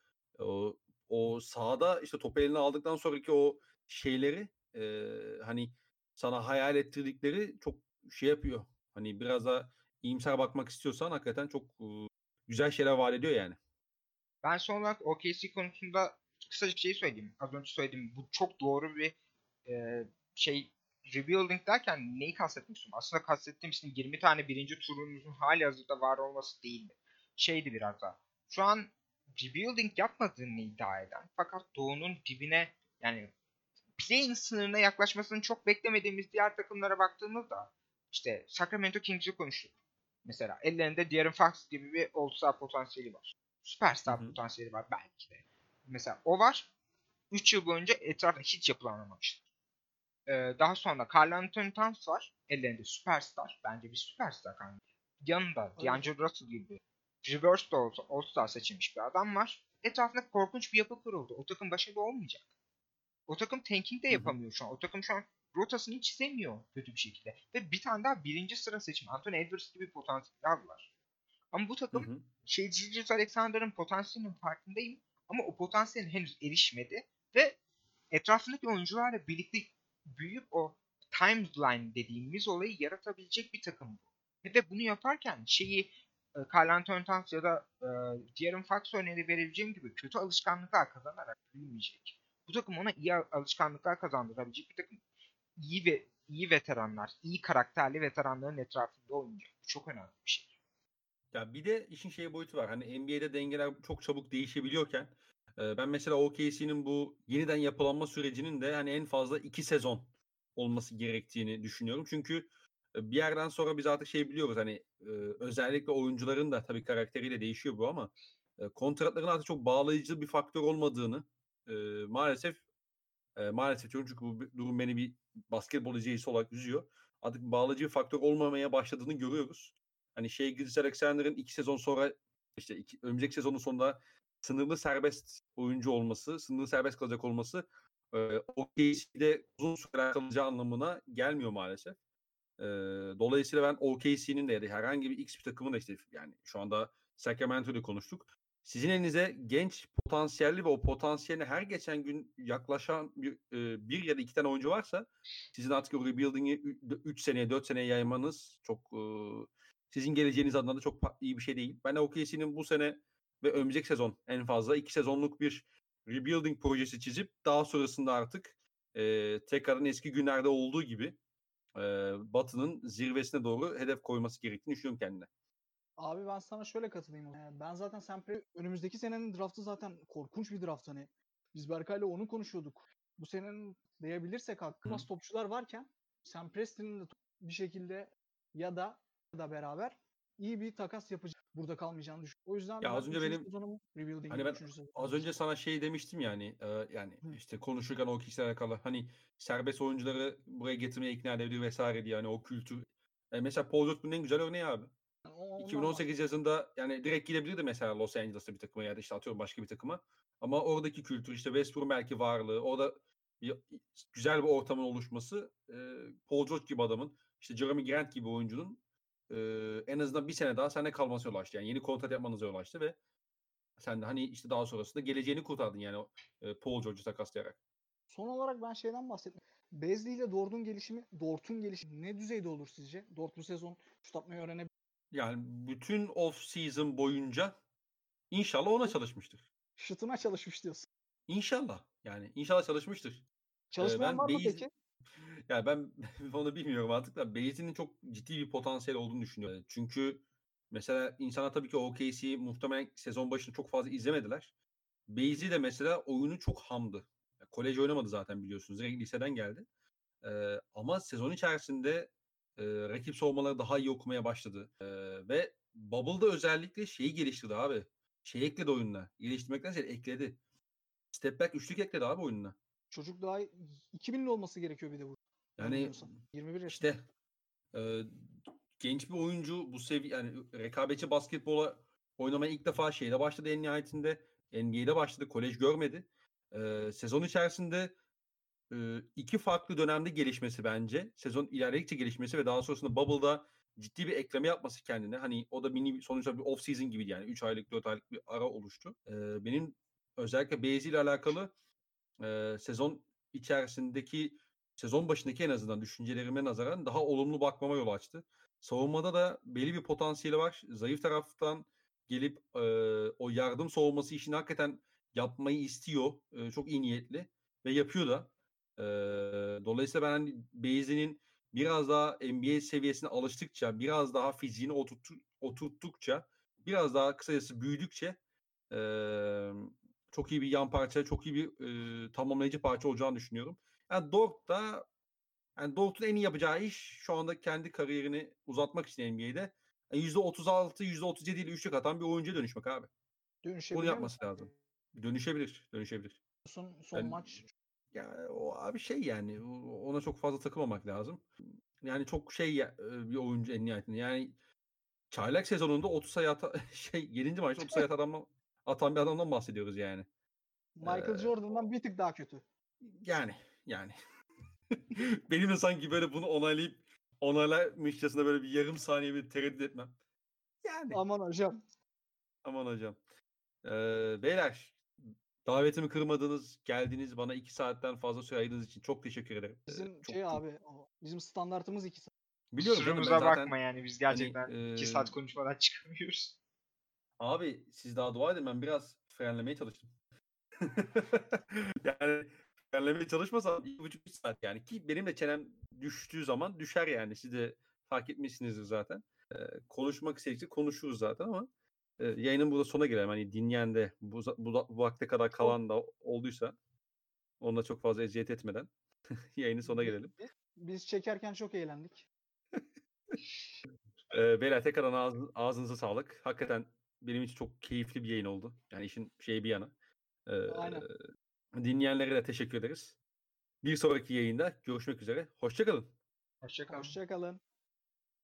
o sahada işte topu eline aldıktan sonraki o şeyleri hani sana hayal ettirdikleri çok şey yapıyor. Hani biraz da iyimser bakmak istiyorsan hakikaten çok güzel şeyler vaat ediyor yani. Ben son olarak OKC konusunda kısacık şey söyleyeyim. Az önce söylediğim bu çok doğru bir şey, rebuilding derken neyi kastetmiştim? Aslında kastettiğim işte 20 tane birinci turunuzun hali hazırda var olması değildi. Şeydi biraz daha. Şu an rebuilding yapmadığını iddia eden fakat Doğu'nun dibine yani play-in sınırına yaklaşmasını çok beklemediğimiz diğer takımlara baktığımızda işte Sacramento Kings'i konuştuk. Mesela ellerinde De'Aaron Fox gibi bir All-Star potansiyeli var. Hı Süperstar hı. potansiyeli var belki de. Mesela o var. 3 yıl boyunca etrafında hiç yapılanamamıştı. Daha sonra Karl Anthony Towns var. Ellerinde süperstar. Bence bir süperstar kanka. Yanında Öyle. D'Angelo Russell gibi reverse de olsa All-Star seçilmiş bir adam var. Etrafında korkunç bir yapı kuruldu. O takım başarılı olmayacak. O takım tanking de Hı hı. yapamıyor şu an. O takım şu an rotasını hiç çizemiyor kötü bir şekilde. Ve bir tane daha birinci sıra seçim. Anthony Edwards gibi potansiyeller var. Ama bu Hı takım hı. Gilgeous Alexander'ın potansiyelinin farkındayım. Ama o potansiyelin henüz erişmedi. Ve etrafındaki oyuncularla birlikte büyüyüp o timeline dediğimiz olayı yaratabilecek bir takım bu. Ve bunu yaparken Karl Anthony Towns ya da De'Aaron Fox örneğini verebileceğim gibi kötü alışkanlıklar kazanarak büyümeyecek. Bu takım ona iyi alışkanlıklar kazandırabilecek bir takım. İyi veteranlar, iyi karakterli veteranların etrafında oynayacak. Bu çok önemli bir şey. Ya bir de işin şey boyutu var. Hani NBA'de dengeler çok çabuk değişebiliyorken ben mesela OKC'nin bu yeniden yapılanma sürecinin de hani en fazla 2 sezon olması gerektiğini düşünüyorum. Çünkü bir yerden sonra biz artık şey biliyoruz hani özellikle oyuncuların da tabii karakteriyle değişiyor bu ama kontratların artık çok bağlayıcı bir faktör olmadığını maalesef Maalesef çünkü bu durum beni bir basketbol izleyicisi olarak üzüyor. Artık bağlayıcı bir faktör olmamaya başladığını görüyoruz. Hani Gilgeous-Alexander'ın 2 sezon sonra işte önümüzdeki sezonun sonunda sınırlı serbest oyuncu olması, sınırlı serbest kalacak olması OKC'de uzun süre kalacağı anlamına gelmiyor maalesef. Dolayısıyla ben OKC'nin de ya da herhangi bir X bir takımın da işte yani şu anda Sacramento'da konuştuk. Sizin elinize genç, potansiyelli ve o potansiyeline her geçen gün yaklaşan bir ya da iki tane oyuncu varsa sizin artık o rebuilding'i 3 seneye, 4 seneye yaymanız çok sizin geleceğiniz adına da çok iyi bir şey değil. Ben OKC'nin bu sene ve önümüzdeki sezon en fazla 2 sezonluk bir rebuilding projesi çizip daha sonrasında artık tekrardan eski günlerde olduğu gibi Batı'nın zirvesine doğru hedef koyması gerektiğini düşünüyorum kendine. Abi ben sana şöyle katılayım. Ben zaten Sempre önümüzdeki senenin draftı zaten korkunç bir draft hani. Biz Berkay'la onu konuşuyorduk. Bu senenin diyebilirsek hakkımız topçular varken Sam Preston'ın da bir şekilde ya da beraber iyi bir takas yapacak. Burada kalmayacağını düşünüyorum. O yüzden Ya ben az önce 3. benim sezonumu rebuilding'in hani ben 3. sezonu. az önce sana şey demiştim yani yani işte konuşurken o kişilerle alakalı hani serbest oyuncuları buraya getirmeye ikna edebilir vesaire diye hani o kültür. Mesela Paul George bunun en güzel örneği abi. Ondan 2018 yazında yani direkt gidebilirdi mesela Los Angeles'ta bir takıma ya da işte atıyorum başka bir takıma. Ama oradaki kültür işte Westbrook'un belki varlığı, orada güzel bir ortamın oluşması Paul George gibi adamın işte Jeremy Grant gibi oyuncunun en azından bir sene daha seninle kalmasına yol açtı. Yani yeni kontrat yapmanıza yol açtı ve sen de hani işte daha sonrasında geleceğini kurtardın yani Paul George'u takaslayarak. Son olarak ben şeyden bahsetmek. Beasley ile Dort'un gelişimi ne düzeyde olur sizce? Dort bu sezon şut atmayı öğrenebilir. Yani bütün off season boyunca inşallah ona çalışmıştır. Şutuna çalışmış diyorsun. İnşallah. Yani inşallah çalışmıştır. Çalışmayan Ben var mı peki? yani ben onu bilmiyorum artık da Beyazıt'ın çok ciddi bir potansiyel olduğunu düşünüyorum. Çünkü mesela insana tabii ki OKC'yi muhtemelen sezon başında çok fazla izlemediler. Beyzi de mesela oyunu çok hamdı. Kolej oynamadı zaten biliyorsunuz. Direkt liseden geldi. Ama sezon içerisinde rakip savunmaları daha iyi okumaya başladı. Ve Bubble'da özellikle şeyi geliştirdi abi. Şey ekledi oyununa. Geliştirmekten ziyade ekledi. Step back üçlük ekledi abi oyununa. Çocuk daha 2000'li olması gerekiyor bir de bu. Yani Yanılmıyorsam. 21 yaşında. işte genç bir oyuncu bu seviye yani rekabetçi basketbola oynamaya ilk defa şeyde başladı en nihayetinde. NBA'de başladı. Kolej görmedi. Sezon içerisinde iki farklı dönemde gelişmesi bence. Sezon ilerledikçe gelişmesi ve daha sonrasında Bubble'da ciddi bir ekleme yapması kendine. Hani o da mini sonuçta bir off season gibiydi yani. 3 aylık 4 aylık bir ara oluştu. Benim özellikle Beyzi ile alakalı sezon içerisindeki sezon başındaki en azından düşüncelerime nazaran daha olumlu bakmama yol açtı. Savunmada da belli bir potansiyeli var. Zayıf taraftan gelip o yardım savunması işini hakikaten yapmayı istiyor. Çok iyi niyetli ve yapıyor da. Dolayısıyla ben hani Beyzi'nin biraz daha NBA seviyesine alıştıkça, biraz daha fiziğini oturttukça, biraz daha kısacası büyüdükçe çok iyi bir yan parça, çok iyi bir tamamlayıcı parça olacağını düşünüyorum. Yani Dort da yani Dort'un en iyi yapacağı iş şu anda kendi kariyerini uzatmak için NBA'de %36, %37 ile üçlük atan bir oyuncuya dönüşmek abi. Bunu Dönüşebiliyor mu yapması lazım. sence? Dönüşebilir. Son Yani, maç ya o abi şey yani ona çok fazla takılmamak lazım. Yani çok bir oyuncu en nihayetinde. Yani çaylak sezonunda 30 sayı 7. maçta 30 sayı atan bir adamdan bahsediyoruz yani. Michael Jordan'dan bir tık daha kötü. Yani. Benim de sanki böyle bunu onaylamışçasına böyle bir yarım saniye bir tereddüt etmem. Yani. Aman hocam. Aman hocam. Beyler davetimi kırmadınız, geldiniz bana 2 saatten fazla süre ayırdığınız için çok teşekkür ederim. Bizim Çok, bizim standartımız 2 saat. biliyorum canım ben Kusurumuza zaten bakma yani biz hani gerçekten 2 saat konuşmadan çıkamıyoruz. abi siz daha dua edin ben biraz frenlemeye çalıştım. Yani frenlemeye çalışmasam 2,5-3 saat yani ki benim de çenem düştüğü zaman düşer yani siz de fark etmişsinizdir zaten. Konuşmak istedikçe konuşuruz zaten ama yayının burada sona gelelim. Hani dinleyen de bu vakte kadar kalan da olduysa onunla çok fazla eziyet etmeden yayının sonuna gelelim. Biz çekerken çok eğlendik. Beyler tekrardan ağzınıza sağlık. Hakikaten benim için çok keyifli bir yayın oldu. Yani işin şeyi bir yana. Aynen. Dinleyenlere de teşekkür ederiz. Bir sonraki yayında görüşmek üzere. Hoşça kalın. Hoşçakalın. Hoşçakalın.